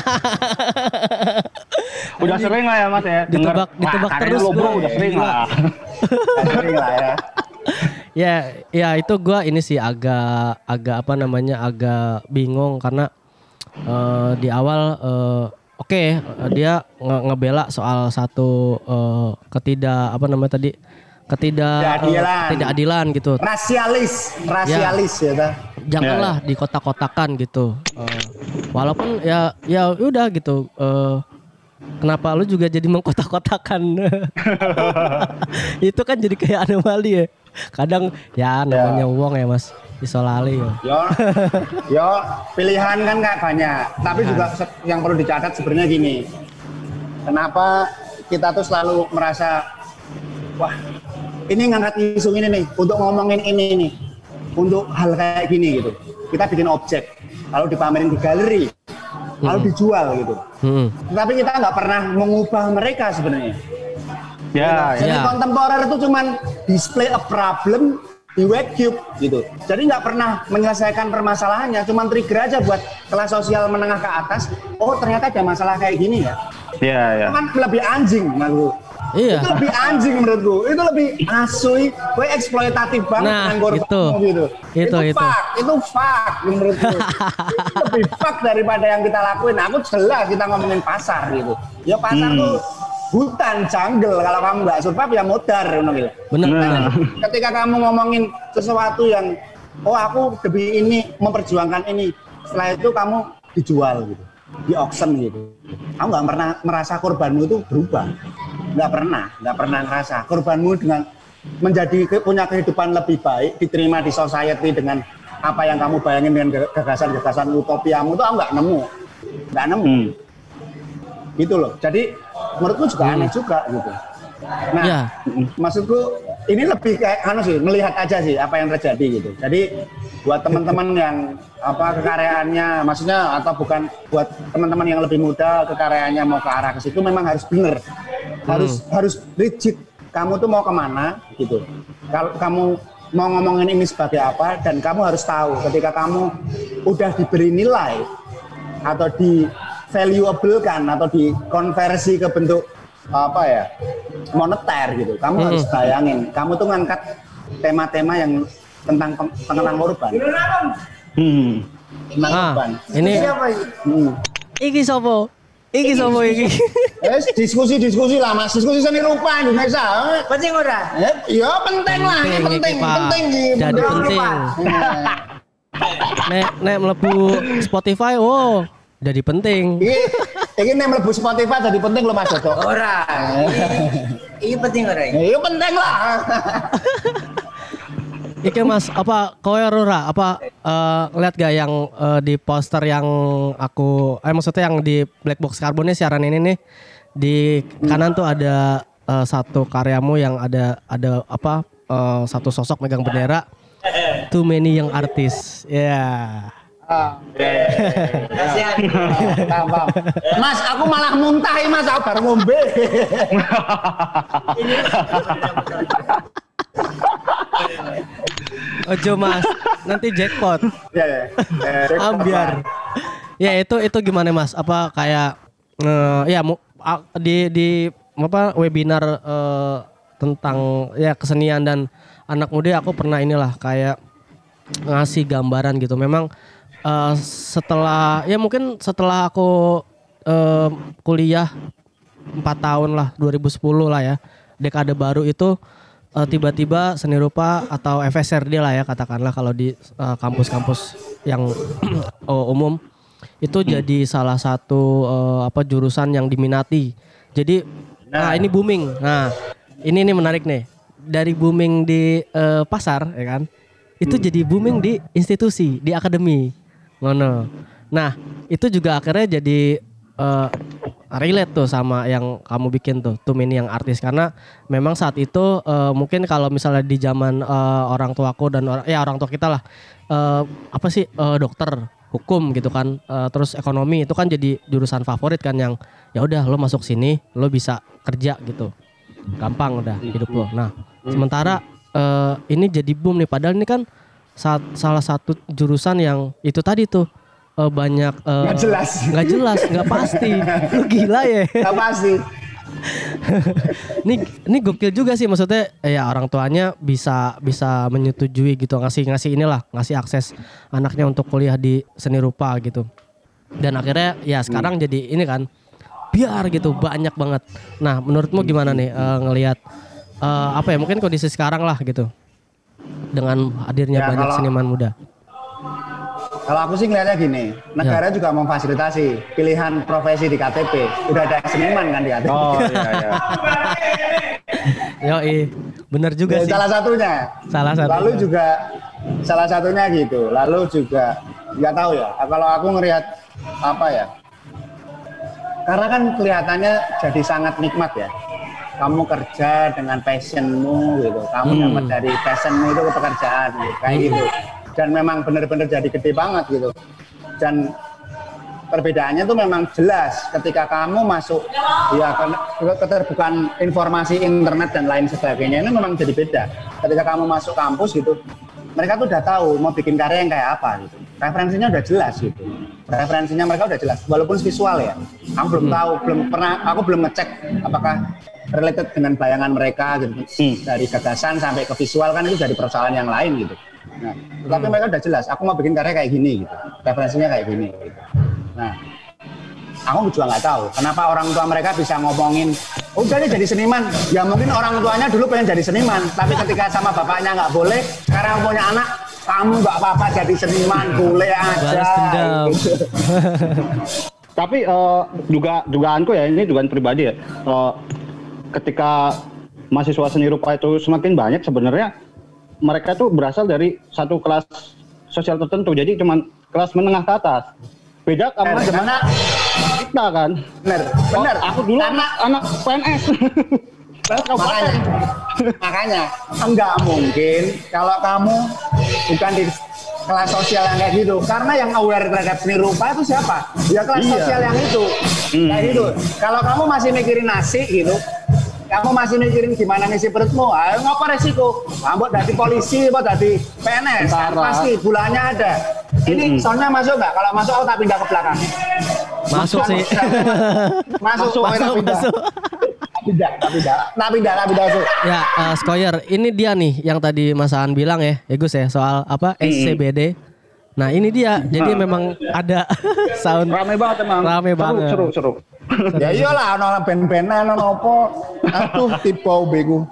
Udah sering lah ya Mas ya. Ditebak ditebak terus lo bro gue. udah sering lah. Sering lah ya. Ya, ya itu gue ini sih agak agak apa namanya agak bingung karena uh, di awal uh, oke okay, dia nge- ngebela soal satu uh, ketidak apa namanya tadi ketidak Ketidakadilan. uh, ketidakadilan gitu. Rasialis, rasialis ya, ya janganlah ya. Dikotak-kotakan gitu. Uh, walaupun ya ya udah gitu. Uh, kenapa lu juga jadi mengkotak-kotakan? Itu kan jadi kayak anomali ya. Kadang ya namanya ya. Uang ya Mas. Isolali ya. Yo, yo pilihan kan nggak banyak. Tapi juga yang perlu dicatat sebenarnya gini. Kenapa kita tuh selalu merasa wah ini ngangkat isu ini nih untuk ngomongin ini nih. Untuk hal kayak gini gitu. Kita bikin objek, lalu dipamerin di galeri, hmm. lalu dijual gitu. Hmm. Tapi kita nggak pernah mengubah mereka sebenarnya. Ya, Jadi ya. kontemporer itu cuman display a problem di web cube gitu. Jadi nggak pernah menyelesaikan permasalahannya, cuman trigger aja buat kelas sosial menengah ke atas. Oh ternyata ada masalah kayak gini ya. Iya, iya. Itu kan lebih anjing menurutku. Iya. Itu lebih anjing menurutku. Itu lebih asui, gue eksploitatif banget nah, dengan korbanmu itu. gitu. Itu Itu, itu. fuck, itu fuck menurutku. Itu lebih fuck daripada yang kita lakuin. Aku jelas kita ngomongin pasar gitu. Ya pasar hmm. tuh hutan, jungle. Kalau kamu nggak survive ya modar gitu. Benar. Nah, ketika kamu ngomongin sesuatu yang oh aku demi ini memperjuangkan ini, setelah itu kamu dijual gitu, di auction gitu. Aku nggak pernah merasa korbanmu itu berubah. Nggak pernah, nggak pernah ngerasa korbanmu dengan menjadi punya kehidupan lebih baik, diterima di society dengan apa yang kamu bayangin dengan gagasan-gagasan utopiamu itu aku nggak nemu, nggak nemu, hmm. gitu loh. Jadi menurutku juga hmm. aneh juga gitu. Nah, ya. maksudku ini lebih kayak anu sih, melihat aja sih apa yang terjadi gitu. Jadi buat teman-teman yang apa kekaryaannya, maksudnya atau bukan buat teman-teman yang lebih muda kekaryaannya mau ke arah ke situ memang harus bener, harus hmm. harus rigid. Kamu tuh mau kemana gitu. Kalau kamu mau ngomongin ini sebagai apa dan kamu harus tahu ketika kamu udah diberi nilai atau di valuable kan atau dikonversi ke bentuk apa ya moneter gitu. Kamu hmm. harus bayangin, kamu tuh ngangkat tema-tema yang tentang tentang korban. Hmm. Tentang ah, korban. Ini siapa ini? Hmm. Iki sopo? Iki sopo iki? Eh diskusi-diskusi lah Mas, diskusi seni rupa Indonesia. Penting ora? Eh, ya penting lah, ini penting, penting iki. Jadi penting. Nek nek mlebu Spotify, oh, jadi penting. Iki nek mlebu Spotify jadi penting loh Mas Dodo. Ora. Iki penting ora iki? Iya penting lah. Iki Mas, apa kowe ora apa uh, ngeliat gak yang uh, di poster yang aku eh maksudnya yang di Black Box Carbon siaran ini nih di kanan tuh ada uh, satu karyamu yang ada ada apa uh, satu sosok megang bendera Too Many Young Artists. Ya. Yeah. Ah, kasihan. Mas, aku malah muntah Mas, aku baru ngombe. Ojo Mas, nanti jackpot. Ya, ya. Eh, Ambiar. Ya itu itu gimana Mas? Apa kayak uh, ya di di apa webinar uh, tentang ya kesenian dan anak muda aku pernah inilah kayak ngasih gambaran gitu. Memang uh, setelah ya mungkin setelah aku uh, kuliah empat tahun lah dua ribu sepuluh lah ya. Dekade baru itu uh, tiba-tiba seni rupa atau F S R D lah ya katakanlah kalau di uh, kampus-kampus yang uh, umum itu hmm. jadi salah satu uh, apa jurusan yang diminati. Jadi nah. nah ini booming. Nah, ini nih menarik nih. Dari booming di uh, pasar ya kan. Itu hmm. jadi booming di institusi, di akademi. Ngono. Nah, itu juga akhirnya jadi uh, relate tuh sama yang kamu bikin tuh, Too Many Young Artists, karena memang saat itu uh, mungkin kalau misalnya di zaman uh, orang tuaku dan orang ya orang tua kita lah uh, apa sih uh, dokter, hukum gitu kan, uh, terus ekonomi itu kan jadi jurusan favorit kan yang ya udah lo masuk sini lo bisa kerja gitu. Gampang udah hidup lo. Nah, sementara uh, ini jadi boom nih, padahal ini kan saat, salah satu jurusan yang itu tadi tuh uh, banyak uh, nggak jelas, nggak jelas, nggak pasti. Lu gila ya? Nggak pasti. Ini ini gokil juga sih, maksudnya eh, ya orang tuanya bisa bisa menyetujui gitu, ngasih ngasih inilah, ngasih akses anaknya untuk kuliah di seni rupa gitu. Dan akhirnya ya sekarang hmm. jadi ini kan biar gitu banyak banget. Nah, menurutmu gimana nih uh, ngelihat uh, apa ya mungkin kondisi sekarang lah gitu dengan hadirnya ya, banyak kalau, seniman muda? Kalau aku sih ngeliatnya gini, negara ya. juga memfasilitasi pilihan profesi di K T P. Udah ada seniman kan di K T P. Oh iya iya. Yoi, bener juga ya, sih. Salah satunya. Salah satunya. Lalu juga salah satunya gitu. Lalu juga nggak tahu ya. Kalau aku ngelihat apa ya? Karena kan kelihatannya jadi sangat nikmat ya. Kamu kerja dengan passionmu gitu, kamu hmm. dapat dari passionmu itu ke pekerjaan gitu, kayak hmm. gitu. Dan memang benar-benar jadi gede banget gitu. Dan perbedaannya tuh memang jelas ketika kamu masuk ya keterbukaan informasi internet dan lain sebagainya ini memang jadi beda. Ketika kamu masuk kampus gitu, mereka tuh udah tahu mau bikin karya yang kayak apa gitu. Referensinya udah jelas gitu. Referensinya mereka udah jelas, walaupun visual ya. Aku belum hmm. tahu, belum pernah, aku belum ngecek apakah related dengan bayangan mereka gitu. Hmm. Dari gagasan sampai ke visual kan itu dari persoalan yang lain gitu. Nah, tapi hmm. mereka udah jelas, aku mau bikin karya kayak gini gitu. Referensinya kayak gini gitu. Nah, aku juga nggak tahu kenapa orang tua mereka bisa ngomongin, oh udah nih jadi seniman. Ya mungkin orang tuanya dulu pengen jadi seniman, tapi ketika sama bapaknya nggak boleh, karena punya anak, kamu nggak apa-apa jadi seniman, boleh aja. Gitu. Tapi uh, juga dugaanku ya, ini dugaan pribadi ya, uh, ketika mahasiswa seni rupa itu semakin banyak sebenarnya mereka tuh berasal dari satu kelas sosial tertentu, jadi cuma kelas menengah ke atas. Beda sama zaman kita kan. Bener, bener. Oh, aku dulu anak anak P N S. makanya, makanya enggak mungkin kalau kamu bukan di kelas sosial yang kayak gitu, karena yang aware terhadap seni rupa itu siapa? Ya kelas iya. sosial yang itu, hmm. kayak gitu. Kalau kamu masih mikirin nasi gitu, kamu masih mikirin gimana ngisi perutmu, ayo ngapa resiko? Kamu dari polisi, apa dari P N S, kan pasti bulannya ada. Ini mm-hmm. soalnya masuk nggak? Kalau masuk aku tak pindah ke belakang. Masuk sih. Masuk, masuk, masuk, masuk. Tidak, tak pindah, tak pindah, tak pindah masuk. Ya, uh, Skoyer, ini dia nih yang tadi Mas Aan bilang ya, ya Gus ya, soal apa S C B D. Nah ini dia, jadi nah. memang ada sound. Rame banget emang. Rame seru, banget. Seru, seru. Ya iyalah, orang ben-benan, orang apa. Aduh, tipe bego.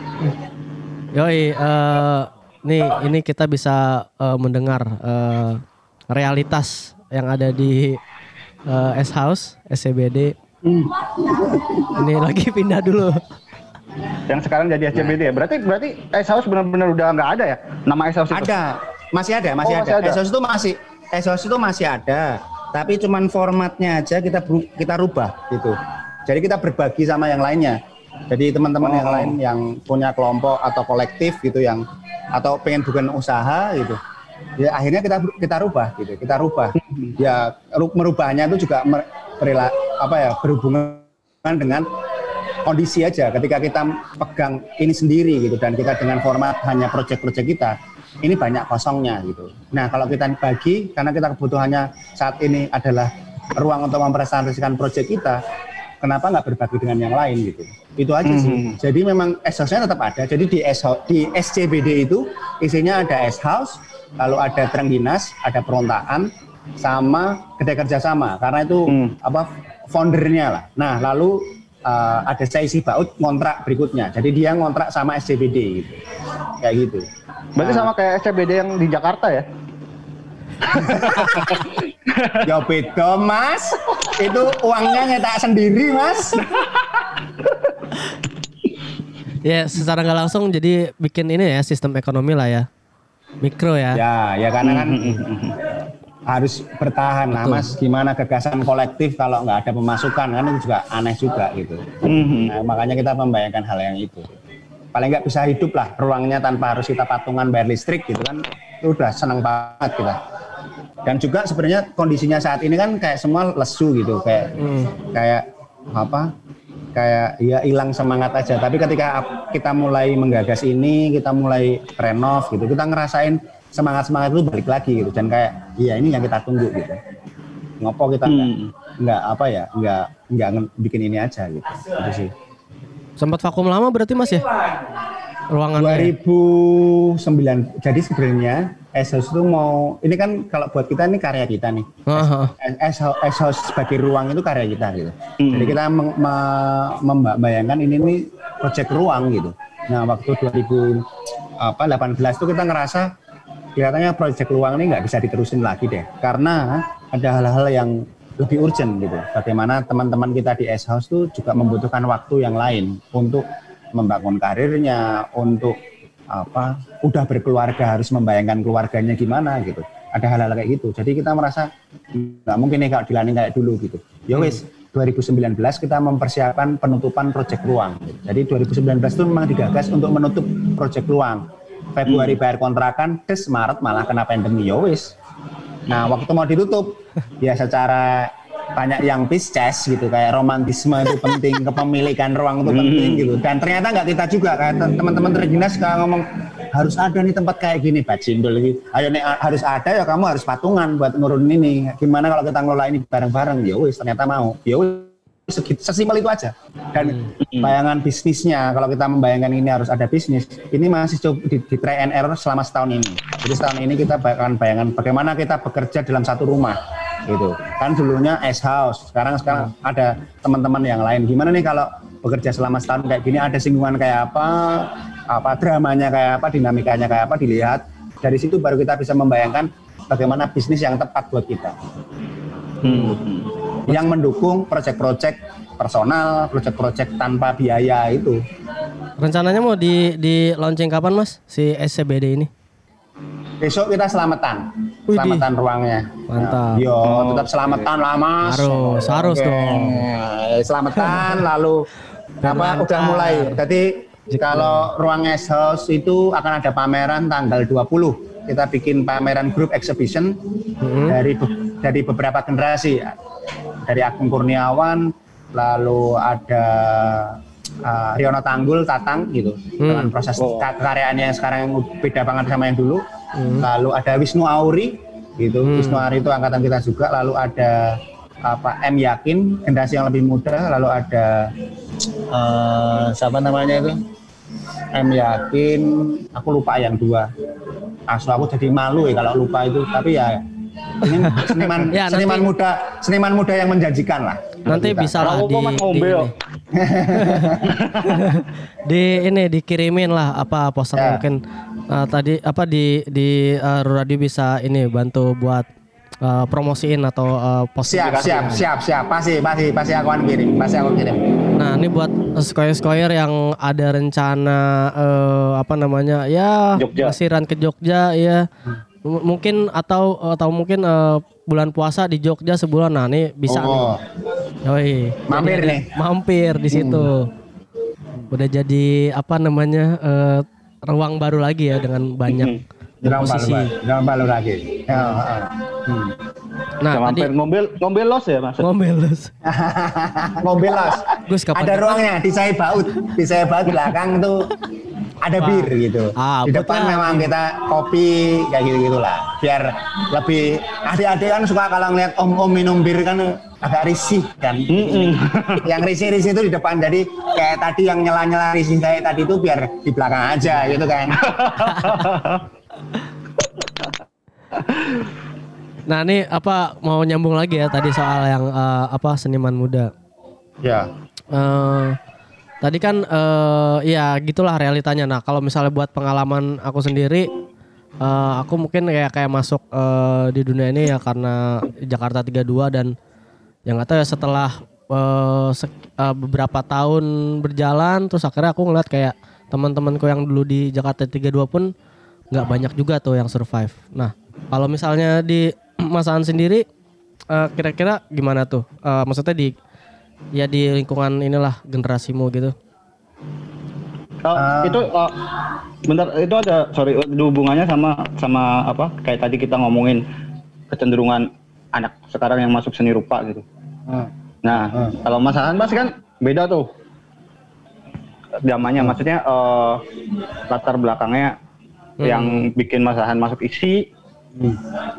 Yoi, uh, nih ini kita bisa uh, mendengar uh, realitas yang ada di uh, S House, S C B D. Hmm. Ini lagi pindah dulu. Yang sekarang jadi S C B D ya. Berarti berarti S House benar-benar udah nggak ada ya? Nama S House itu? Ada, masih ada, masih, oh, ada. masih ada. S House itu masih, S House itu masih ada. Tapi cuman formatnya aja kita kita rubah gitu. Jadi kita berbagi sama yang lainnya. Jadi teman-teman oh. yang lain yang punya kelompok atau kolektif gitu yang atau pengen bukan usaha gitu. Ya akhirnya kita kita rubah gitu. Kita rubah. Ya merubahnya itu juga berila, apa ya berhubungan dengan kondisi aja. Ketika kita pegang ini sendiri gitu dan kita dengan format hanya proyek-proyek kita, ini banyak kosongnya gitu. Nah kalau kita bagi karena kita kebutuhannya saat ini adalah ruang untuk mempresentasikan proyek kita, kenapa nggak berbagi dengan yang lain gitu? Itu aja sih. Mm-hmm. Jadi memang S House-nya tetap ada. Jadi di S di S C B D itu isinya ada S House, lalu ada Treng Dinas, ada Perontaan, sama Gede Kerjasama. Karena itu mm. apa foundernya lah. Nah lalu uh, ada Saisi Baut ngontrak berikutnya. Jadi dia ngontrak sama S C B D gitu. Kayak gitu. Berarti nah, sama kayak S C B D yang di Jakarta ya? Ya beda mas. Itu uangnya nyetak sendiri mas. Ya secara nggak langsung jadi bikin ini ya sistem ekonomi lah ya. Mikro ya. Ya ya karena kan harus bertahan lah Mas. Gimana gagasan kolektif kalau nggak ada pemasukan kan itu juga aneh juga gitu. Nah, makanya kita membayangkan hal yang itu. Paling nggak bisa hidup lah ruangnya tanpa harus kita patungan bayar listrik gitu kan. Itu udah senang banget kita. Dan juga sebenarnya kondisinya saat ini kan kayak semua lesu gitu, kayak hmm. kayak apa? Kayak ya hilang semangat aja. Tapi ketika kita mulai menggagas ini, kita mulai renov gitu, kita ngerasain semangat-semangat itu balik lagi gitu. Dan kayak iya ini yang kita tunggu gitu. Ngopo kita nggak hmm. nggak apa ya, nggak nggak bikin ini aja gitu. Gitu sih. Sempat vakum lama berarti Mas ya? Ruangannya. dua ribu sembilan. Jadi sebenarnya S House itu mau, ini kan kalau buat kita ini karya kita nih. Uh-huh. S, S House sebagai ruang itu karya kita gitu. Hmm. Jadi kita mem- mem- membayangkan ini nih proyek ruang gitu. Nah waktu dua ribu delapan belas itu kita ngerasa kelihatannya proyek ruang ini nggak bisa diterusin lagi deh. Karena ada hal-hal yang lebih urgent gitu. Bagaimana teman-teman kita di S House itu juga membutuhkan waktu yang lain untuk membangun karirnya, untuk apa udah berkeluarga harus membayangkan keluarganya gimana gitu, ada hal-hal kayak gitu. Jadi kita merasa nggak mungkin nih kalau dilanning kayak dulu gitu. Ya wis dua ribu sembilan belas kita mempersiapkan penutupan proyek ruang gitu. Jadi dua ribu sembilan belas itu memang digagas untuk menutup proyek ruang. Februari bayar kontrakan, des Maret malah kena pandemi. Ya wis. Nah waktu mau ditutup ya secara banyak yang pisces gitu, kayak romantisme itu penting, kepemilikan ruang itu penting gitu. Dan ternyata nggak kita juga, kayak teman-teman terdinas sekarang ngomong harus ada nih tempat kayak gini, bajindul gitu. Ayo nih harus ada ya, kamu harus patungan buat nurunin ini. Gimana kalau kita ngelola ini bareng-bareng? Ya wis ternyata mau. Ya wis sesimpel itu aja. Dan bayangan bisnisnya, kalau kita membayangkan ini harus ada bisnis, ini masih coba di, di try and error selama setahun ini. Jadi setahun ini kita akan bayangan bagaimana kita bekerja dalam satu rumah. Gitu kan dulunya S House, sekarang sekarang hmm. ada teman-teman yang lain. Gimana nih kalau bekerja selama setahun kayak gini, ada singgungan kayak apa, apa dramanya kayak apa, dinamikanya kayak apa, dilihat dari situ baru kita bisa membayangkan bagaimana bisnis yang tepat buat kita. Hmm. Yang mendukung proyek-proyek personal, proyek-proyek tanpa biaya itu. Rencananya mau di di launching kapan Mas si S C B D ini? Besok kita selamatan, Wih, selamatan di. ruangnya. Mantap. Yo, tetap selamatan lah Mas. Harus, harus okay. dong. Selamatan lalu apa udah mulai. Jadi kalau ruang S House itu akan ada pameran tanggal dua puluh. Kita bikin pameran group exhibition hmm. dari dari beberapa generasi. Dari Agung Kurniawan, lalu ada uh, Riono Tanggul, Tatang gitu. Hmm. Dengan proses oh. karyaannya yang sekarang yang beda banget sama yang dulu. Hmm. Lalu ada Wisnu Auri gitu, hmm. Wisnu Auri itu angkatan kita juga. Lalu ada apa M Yakin, generasi yang lebih muda. Lalu ada uh, siapa namanya itu M Yakin, aku lupa yang dua. Asal aku jadi malu ya kalau lupa itu, tapi ya ini seniman ya, seniman nanti, muda seniman muda yang menjanjikan lah. Nanti bisa lah di, di, di ini dikirimin lah apa poster ya. Mungkin uh, tadi apa di di uh, Radio bisa ini bantu buat uh, promosiin atau uh, poster. Siap siap siap siap pasti pasti pasti aku akan kirim pasti aku kirim. Nah ini buat skoyer-skoyer yang ada rencana uh, apa namanya ya pelesiran ke Jogja ya. M- mungkin atau atau mungkin uh, bulan puasa di Jogja sebulan. Nah ini bisa oh. nih. Yoi. Mampir jadi, nih. Mampir di situ. Hmm. Udah jadi apa namanya uh, ruang baru lagi ya dengan banyak ruang posisi. Ruang baru lagi. Ya, hmm. Nah, tadi ngombel ngombel los ya Mas. Ngombel los. Ngombel los. Gus, ada ruangnya di saya baut. Di saya baut belakang tuh ada ah. bir gitu. Ah, di depan ya. Memang kita kopi kayak gitu-gitulah. Biar lebih adik-adik kan suka kalau ngeliat om-om minum bir kan agak risih kan. Yang risih-risih itu di depan. Jadi kayak tadi yang nyela-nyela risih kayak tadi itu biar di belakang aja gitu kan. Nah ini apa mau nyambung lagi ya tadi soal yang uh, apa seniman muda. Ya. Uh, tadi kan uh, ya gitulah realitanya. Nah kalau misalnya buat pengalaman aku sendiri, uh, aku mungkin kayak kayak masuk uh, di dunia ini ya karena Jakarta tiga puluh dua dan yang nggak tahu ya setelah uh, se- uh, beberapa tahun berjalan, terus akhirnya aku ngeliat kayak teman-temanku yang dulu di Jakarta tiga puluh dua pun nggak banyak juga tuh yang survive. Nah kalau misalnya di Mas Aan sendiri uh, kira-kira gimana tuh? Uh, maksudnya di ya di lingkungan inilah generasimu gitu. Oh, uh, itu uh, bentar itu ada sorry ada hubungannya sama sama apa kayak tadi kita ngomongin kecenderungan anak sekarang yang masuk seni rupa gitu. Uh, nah uh. kalau Mas Aan pasti kan beda tuh zamannya, uh. maksudnya uh, latar belakangnya hmm. yang bikin Mas Aan masuk isi. Hmm.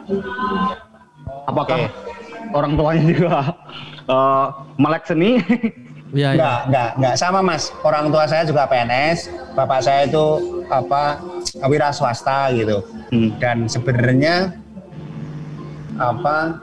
Apakah okay. orang tuanya juga uh, melek seni? Ya, enggak, ya. enggak, enggak sama Mas. Orang tua saya juga P N S, bapak saya itu apa wira swasta gitu. Hmm. Dan sebenarnya apa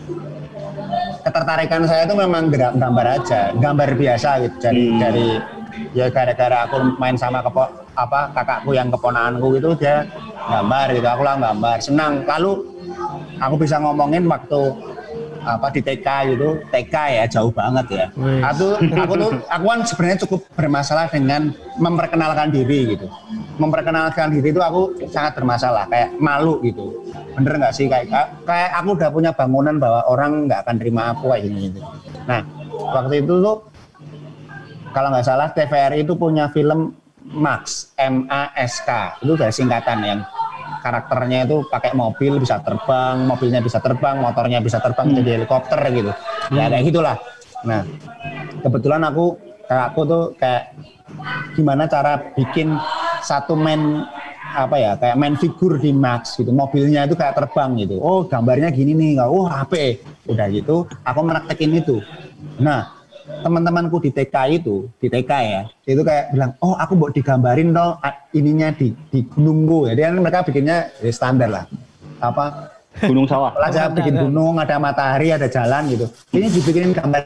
ketertarikan saya itu memang gambar aja, gambar biasa gitu. Jadi hmm. dari ya gara-gara aku main sama kepo, apa kakakku yang keponakanku gitu dia gambar gitu, aku lah gambar, senang. Lalu aku bisa ngomongin waktu apa di T K gitu, T K ya jauh banget ya. Aku aku tuh aku kan sebenarnya cukup bermasalah dengan memperkenalkan diri gitu. Memperkenalkan diri itu aku sangat bermasalah, kayak malu gitu. Bener nggak sih kayak kayak aku udah punya bangunan bahwa orang nggak akan terima aku kayak gini gitu. Nah waktu itu tuh kalau nggak salah T V R I itu punya film Max, M A S K, itu dari singkatan yang karakternya itu pakai mobil bisa terbang, mobilnya bisa terbang, motornya bisa terbang hmm. jadi helikopter gitu. Hmm. Ya kayak gitulah. Nah, kebetulan aku kakakku tuh kayak gimana cara bikin satu main apa ya, kayak main figur di Max gitu. Mobilnya itu kayak terbang gitu. Oh, gambarnya gini nih. Oh, H P. Udah gitu, aku meraktekin itu. Nah, teman-temanku di T K itu, di T K ya, itu kayak bilang, oh aku mau digambarin dong ininya di di gunungku. Jadi kan mereka bikinnya ya standar lah, apa gunung sawah. Aja bikin gunung, ada matahari, ada jalan gitu. Ini dibikinin gambar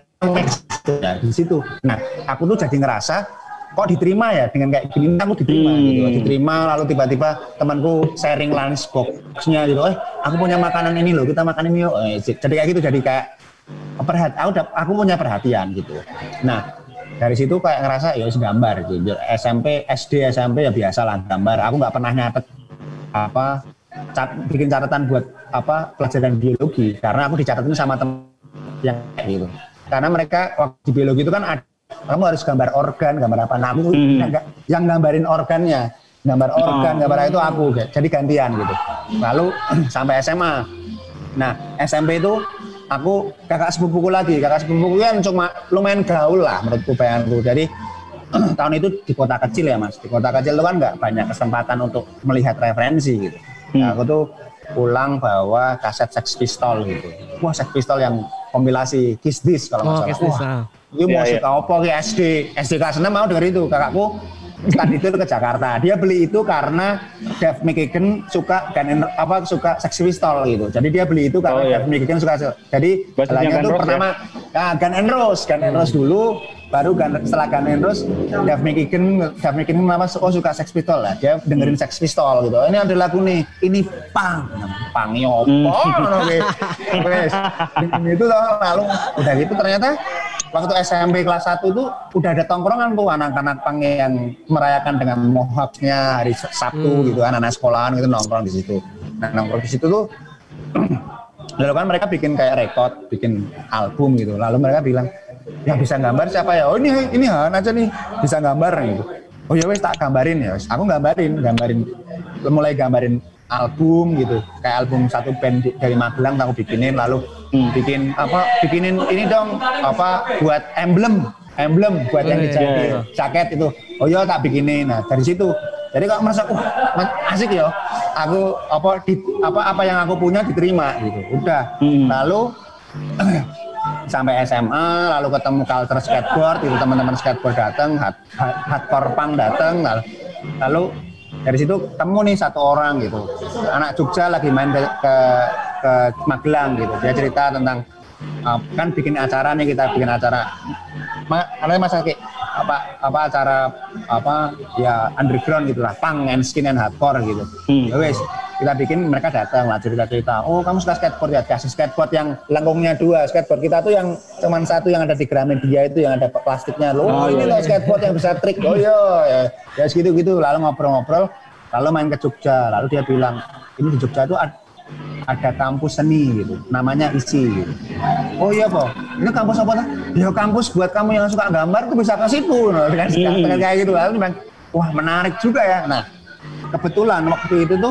ya di situ. Nah, aku tuh jadi ngerasa kok diterima ya dengan kayak gini, aku diterima hmm. gitu, diterima. Lalu tiba-tiba temanku sharing lunch box-nya gitu, eh aku punya makanan ini loh, kita makan ini yuk. Eh, jadi kayak gitu, jadi kayak perhatian, aku, aku punya perhatian gitu. Nah dari situ kayak ngerasa ya harus gambar gitu. S M P, S D, S M P ya biasa lah gambar. Aku nggak pernah nyatet apa cat, bikin catatan buat apa pelajaran biologi karena aku dicatatnya sama teman yang kayak gitu. Karena mereka waktu di biologi itu kan ada, kamu harus gambar organ, gambar apa. Nah aku hmm. yang gambarin organnya, gambar organ, oh. gambar itu aku, jadi gantian gitu. Lalu sampai S M A. Nah S M P itu aku kakak sepupuku lagi, kakak sepupuku kan cuma lumayan gaul lah menurutku bayanganku. Jadi tahun itu di kota kecil ya Mas, di kota kecil itu kan nggak banyak kesempatan untuk melihat referensi gitu. Hmm. Nah, aku tuh pulang bawa kaset Sex Pistol gitu. Wah Sex Pistol yang kompilasi Kiss This kalau nggak oh, salah. Wah, ini mau suka opo ke S D, S D kelas enam mau denger itu kakakku. Tadi itu ke Jakarta, dia beli itu karena Dave McKagan suka Gun apa suka Sex Pistol gitu. Jadi dia beli itu karena oh, iya. Dave McKagan suka. Jadi jalannya itu pertama ya? nah, Gun N' Roses, Gun N' Roses dulu, baru Gun, setelah Gun N' Roses Dave McKagan, Dave McKagan kenapa oh suka Sex Pistol lah. Dia dengerin Sex Pistol gitu. Ini ada lagu nih, ini pang, pang nyopo, oke, itu lalu udah gitu ternyata. Waktu S M P kelas satu itu udah ada tongkrongan tuh anak-anak pang yang merayakan dengan mohawknya hari Sabtu hmm. gitu, anak-anak sekolahan gitu nongkrong di situ. Nah nongkrong di situ tuh, lalu kan mereka bikin kayak rekod, bikin album gitu. Lalu mereka bilang, yang bisa gambar siapa ya? Oh ini ini Han aja nih bisa gambar gitu. Oh ya wes tak gambarin ya. Aku gambarin, gambarin, mulai gambarin album gitu, kayak album satu band dari Magelang aku bikinin, lalu hmm. bikin apa, bikinin ini dong apa buat emblem, emblem buat oh, yang dijahit iya, iya. jaket itu. Oh iya tak bikinin. Nah dari situ, jadi kalau merasa, wah asik ya, aku apa di, apa apa yang aku punya diterima gitu. Udah, hmm. lalu sampai S M A, lalu ketemu culture skateboard, itu teman-teman skateboard datang, hardcore punk datang, lalu, lalu dari situ ketemu nih satu orang gitu, anak Jogja lagi main ke, ke, ke Magelang gitu. Dia cerita tentang uh, kan bikin acara nih, kita bikin acara, Ma, ada masa kayak apa apa acara apa ya underground gitulah, punk and skin and hardcore gitu. Hmm. Ya wes kita bikin, mereka datang lah cerita-cerita. Oh kamu suka skateboard ya? Kasih skateboard yang lengkungnya dua. Skateboard kita tuh yang cuman satu yang ada di Gramedia itu yang ada plastiknya. Loh oh, ini loh skateboard yang bisa trik. Oh iya ya, ya segitu gitu. Lalu ngobrol-ngobrol, lalu main ke Jogja. Lalu dia bilang ini di Jogja itu ada kampus seni gitu, namanya I S I gitu. Oh iya po, ini kampus apa tuh? Ya kampus buat kamu yang suka gambar tuh bisa ke situ, nah, dengan hmm. kayak gitu. Lalu bilang, wah menarik juga ya. Nah kebetulan waktu itu tuh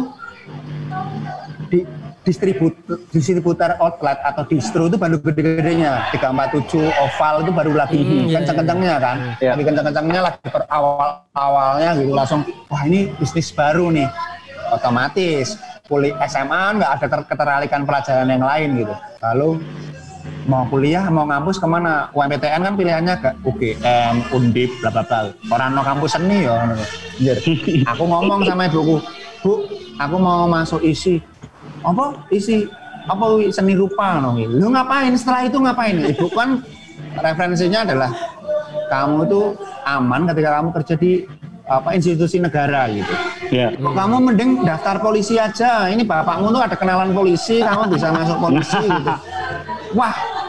di distributor, distributor outlet atau distro itu baru gede-gedenya, tiga empat tujuh oval itu baru lagi hmm, kenceng-kencengnya kan, yeah. Lagi kenceng-kencengnya lagi per awal-awalnya gitu langsung, wah ini bisnis baru nih, otomatis. Kuliah S M A nggak ada ketertarikan pelajaran yang lain gitu. Lalu mau kuliah, mau ngampus kemana? U M P T N kan pilihannya ke U G M, Undip, bla bla bla. Orang no kampus seni ya. Aku ngomong sama ibuku, Bu, aku mau masuk I S I. Apa? I S I? Apa seni rupa? No? Lu ngapain? Setelah itu ngapain? Ibu kan referensinya adalah kamu tuh aman ketika kamu kerja di apa institusi negara gitu. Yeah. Kamu mending daftar polisi aja. Ini bapakmu tuh ada kenalan polisi, kamu bisa masuk polisi gitu. Wah,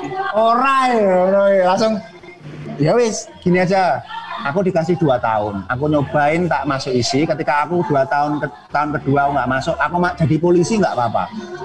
alright, langsung ya wis, gini aja. Aku dikasih dua tahun. Aku nyobain tak masuk I S I. Ketika aku dua tahun ke, tahun kedua aku nggak masuk, aku jadi polisi nggak apa-apa.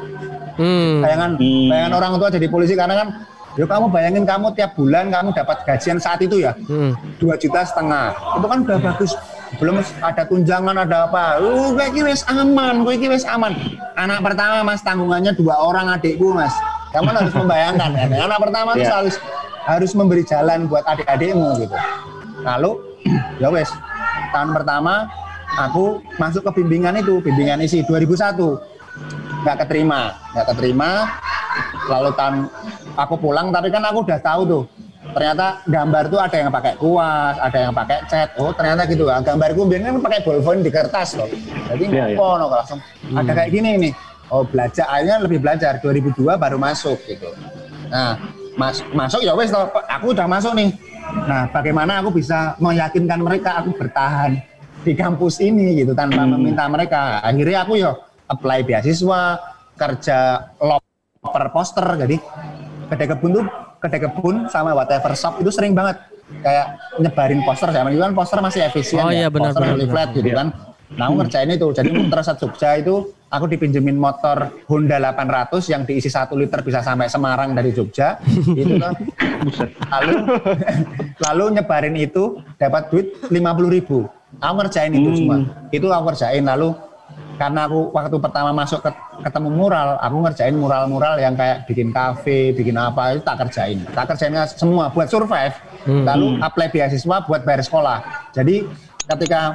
Hmm. Bayangan, hmm. bayangan orang tua jadi polisi karena kan. Yo kamu bayangin kamu tiap bulan kamu dapat gajian saat itu ya dua hmm. juta setengah. Itu kan udah bagus. Belum ada tunjangan ada apa. Uh, kayak gini wis aman, kayak wis aman. Anak pertama Mas tanggungannya dua orang adikku Mas. Kamu harus membayangkan ya. Anak pertama itu yeah. harus harus memberi jalan buat adik-adikmu gitu. Lalu ya wes tahun pertama aku masuk ke bimbingan itu, bimbingan I S I dua ribu satu. Nggak keterima, nggak keterima. Lalu tahun aku pulang tapi kan aku udah tahu tuh ternyata gambar tuh ada yang pakai kuas, ada yang pakai cat. Oh ternyata gitu kan, gambarku biasanya kan pakai ballpoint di kertas loh. Jadi yeah, ngopo yeah. no, langsung hmm. ada kayak gini nih. Oh belajar, akhirnya lebih belajar. dua ribu dua baru masuk gitu. Nah mas, masuk ya wes loh, aku udah masuk nih. Nah bagaimana aku bisa meyakinkan mereka aku bertahan di kampus ini gitu tanpa hmm. meminta mereka. Akhirnya aku yo apply beasiswa, kerja loper poster, jadi kedai kebun tuh kedai kebun sama whatever shop itu sering banget kayak nyebarin poster, zaman itu kan poster masih efisien oh, ya, iya, benar, poster leaflet gitu iya. kan. Nah aku ngerjain itu, jadi muter saat Jogja itu aku dipinjemin motor Honda delapan ratus yang diisi satu liter bisa sampai Semarang dari Jogja itu kan. lalu lalu nyebarin itu dapat duit lima puluh ribu. Aku ngerjain itu hmm. semua, itu aku ngerjain. Lalu karena aku waktu pertama masuk ke, ketemu mural, aku ngerjain mural-mural yang kayak bikin kafe, bikin apa, itu tak kerjain. Tak kerjain semua buat survive, hmm. lalu apply beasiswa buat bayar sekolah. Jadi ketika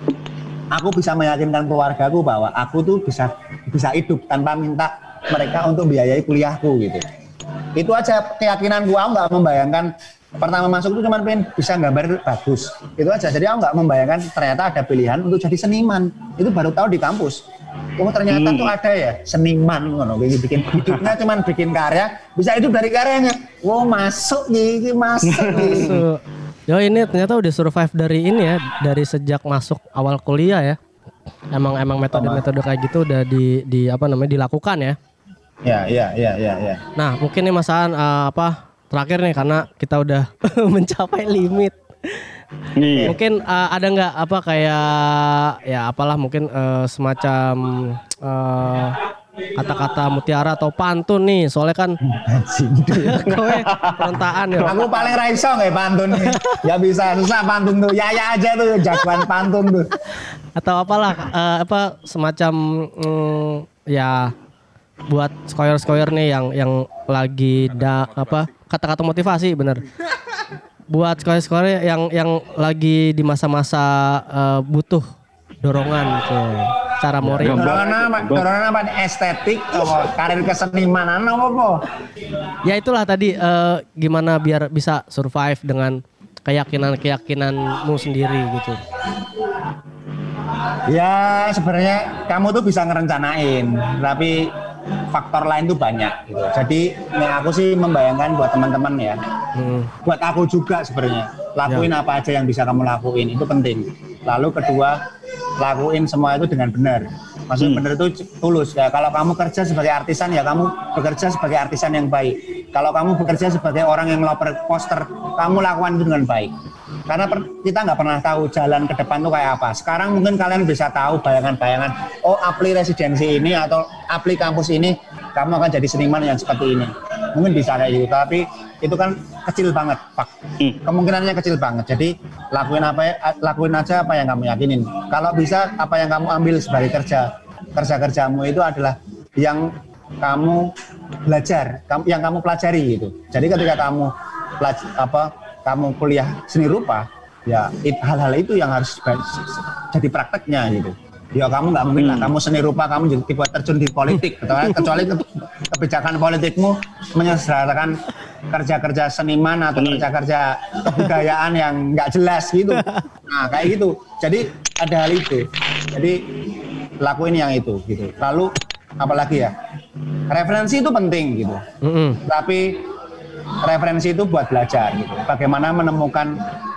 aku bisa meyakinkan keluargaku bahwa aku tuh bisa bisa hidup tanpa minta mereka untuk biayai kuliahku gitu. Itu aja keyakinanku, aku nggak membayangkan pertama masuk itu cuma pengen bisa gambar bagus, itu aja. Jadi aku nggak membayangkan ternyata ada pilihan untuk jadi seniman. Itu baru tahu di kampus. Oh ternyata hmm. tuh ada ya seniman, ngono, bikin hidupnya cuma bikin karya, bisa hidup dari karyanya. Wow masuk nih, masuk nih. Yo ini ternyata udah survive dari ini ya, dari sejak masuk awal kuliah ya. Emang emang metode-metode kayak gitu udah di di apa namanya dilakukan ya. Ya ya ya ya ya. Nah mungkin nih Mas Aan uh, apa terakhir nih karena kita udah mencapai limit. Iya. Mungkin uh, ada nggak apa kayak ya apalah mungkin uh, semacam uh, kata-kata mutiara atau pantun nih, soalnya kan kowe perentaan ya. Aku paling raiso nggak pantun nih. Ya bisa susah pantun tuh. Ya ya aja tuh jagoan pantun tuh. Atau apalah uh, apa semacam um, ya buat skoyer-skoyer nih yang yang lagi da apa kata-kata motivasi bener. Buat skoyer-skoyer yang yang lagi di masa-masa uh, butuh dorongan ke cara moral. Dorongan apa? Dorongan apa? Estetik atau karir kesenimanan apa? Ya itulah tadi uh, gimana biar bisa survive dengan keyakinan-keyakinanmu sendiri gitu. Ya sebenarnya kamu tuh bisa ngerencanain, tapi faktor lain tuh banyak gitu. Jadi ini aku sih membayangkan buat teman-teman ya, hmm. buat aku juga sebenarnya lakuin ya. Apa aja yang bisa kamu lakuin itu penting. Lalu kedua lakuin semua itu dengan benar. Maksudnya hmm. benar itu tulus ya. Kalau kamu kerja sebagai artisan ya kamu bekerja sebagai artisan yang baik. Kalau kamu bekerja sebagai orang yang ngeloper poster, kamu lakukan itu dengan baik. Karena per, kita nggak pernah tahu jalan ke depan tuh kayak apa. Sekarang mungkin kalian bisa tahu bayangan-bayangan, oh apli residensi ini atau apli kampus ini, kamu akan jadi seniman yang seperti ini. Mungkin bisa kayak gitu, tapi itu kan kecil banget, Pak. Kemungkinannya kecil banget. Jadi lakuin apa, lakuin aja apa yang kamu yakinin. Kalau bisa, apa yang kamu ambil sebagai kerja, kerja-kerjamu itu adalah yang kamu belajar, yang kamu pelajari gitu. Jadi ketika kamu pelaj- apa kamu kuliah seni rupa, ya it, hal-hal itu yang harus jadi prakteknya gitu. Ya kamu nggak mungkin lah, kamu seni rupa, kamu jadi tiba terjun di politik, kecuali kebijakan politikmu menyesatkan kerja-kerja seniman atau kerja-kerja kebudayaan yang nggak jelas gitu. Nah kayak gitu. Jadi ada hal itu. Jadi lakuin yang itu gitu. Lalu apalagi ya, referensi itu penting gitu. Mm-hmm. Tapi referensi itu buat belajar gitu. Bagaimana menemukan,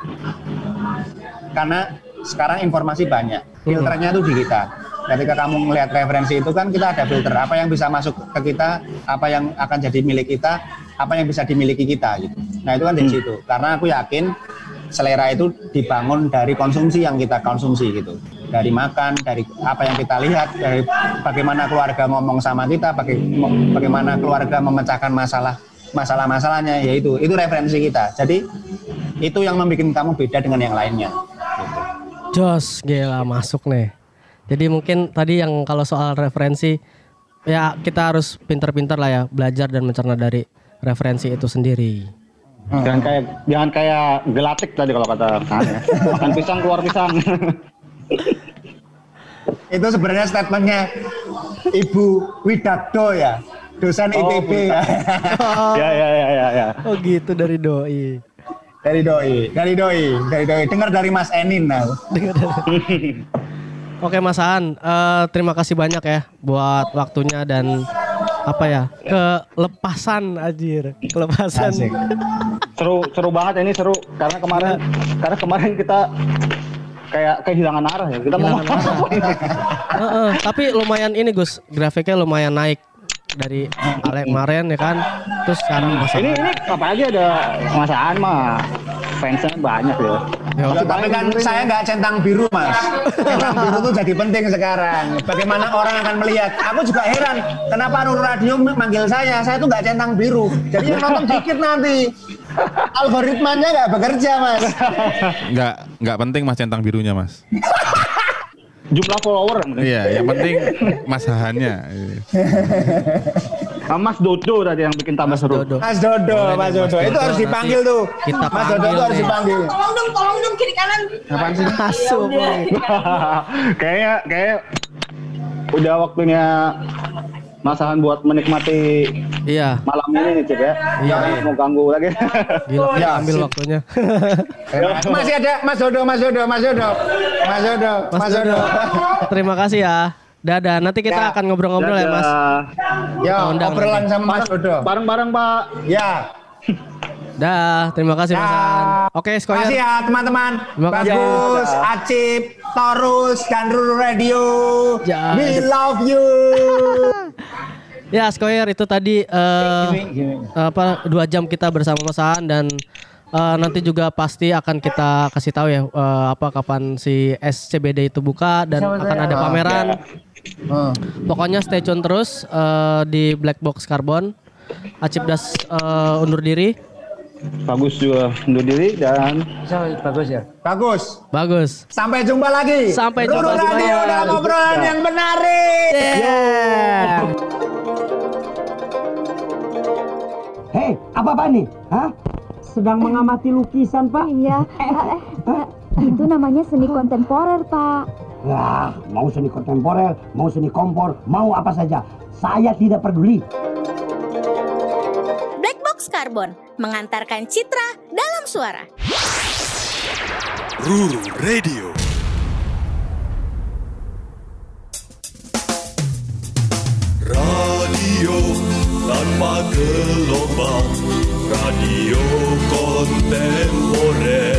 karena sekarang informasi banyak, filternya itu di kita. Ketika kamu melihat referensi itu kan kita ada filter, apa yang bisa masuk ke kita, apa yang akan jadi milik kita, apa yang bisa dimiliki kita gitu. Nah itu kan dari situ. Karena aku yakin selera itu dibangun dari konsumsi yang kita konsumsi gitu. Dari makan, dari apa yang kita lihat, dari bagaimana keluarga ngomong sama kita, bagaimana keluarga memecahkan masalah masalah-masalahnya, yaitu itu referensi kita. Jadi itu yang membuat kamu beda dengan yang lainnya gitu. Jos, gila masuk nih. Jadi mungkin tadi yang kalau soal referensi, ya kita harus pintar-pintar lah ya, belajar dan mencerna dari referensi itu sendiri. Hmm. Jangan kayak jangan kayak gelatik tadi kalau kata Kang ya. Makan pisang keluar pisang. Itu sebenarnya statementnya Ibu Widakdo ya, dosen I P B oh, ya. ya. Ya ya ya ya. Oh gitu, dari doi. Dari doi, dari doi, dari doi. Dengar dari Mas Enin now. Oke Mas Aan, uh, terima kasih banyak ya buat waktunya dan apa ya, kelepasan anjir, kelepasan. Asik. Seru seru banget ini, seru karena kemarin karena kemarin kita kayak kehilangan arah ya. Kita mau uh, uh, tapi lumayan ini Gus, grafiknya lumayan naik dari Ale kemarin ya kan. Terus sekarang Mas Aan. Ini ini apa aja ada Mas Aan mah fansnya banyak ya. Ya, tapi kan saya nggak centang biru Mas. Centang biru tuh jadi penting sekarang. Bagaimana orang akan melihat? Aku juga heran. Kenapa Nur Radio manggil saya? Saya tuh nggak centang biru. Jadi yang nonton dikit nanti. Algoritmanya nggak bekerja Mas. Nggak nggak penting Mas centang birunya Mas. Jumlah follower. Iya, yang penting Mas Hahannya. Mas Dodo tadi yang bikin tambah seru. Mas Dodo, Mas Dodo. Itu harus dipanggil tuh. Kita Mas Dodo itu harus dipanggil. Tolong dong, tolong dong kiri kanan. Apaan sih? Masuk. Kayaknya kayak udah waktunya Mas Han buat menikmati iya malam ini nih Cip ya. Iya, iya. Mau ganggu lagi. Gila, ya, ambil sip. Waktunya. Masih ada Mas Dodo, Mas Dodo, Mas Dodo. Mas Dodo, Mas Dodo. Terima kasih ya. Dadah, nanti kita ya. akan ngobrol-ngobrol ya Mas. Ya, obrolan sama Mas Dodo. Bareng-bareng Pak. Ya. Dah, terima kasih Mas Han. Oke, Skoyer. Terima kasih ya teman-teman. Bagus, ya. Acip, Torus, dan Ruru Radio. Ya. We love you. Ya, Skoyer itu tadi uh, gini, gini. apa dua jam kita bersama Mas Han dan uh, nanti juga pasti akan kita kasih tahu ya uh, apa kapan si S C B D itu buka dan Sama akan saya. ada pameran. Ya. Hmm. Pokoknya stay tune terus uh, di Black Box Carbon. Acip Das uh, undur diri. Bagus juga undur diri dan bagus ya. Bagus. Bagus. Sampai jumpa lagi. Sampai Ruru jumpa Radio dalam obrolan yang menarik. Yeah. Hei, apa-apa nih? Hah? Sedang mengamati lukisan, Pak. Iya. Eh, eh, eh, itu namanya seni kontemporer, Pak. Wah, mau seni kontemporer, mau seni kompor, mau apa saja. Saya tidak peduli. Black Box Carbon mengantarkan citra dalam suara. Ruru Radio. Radio tanpa gelombang, radio kontemporer.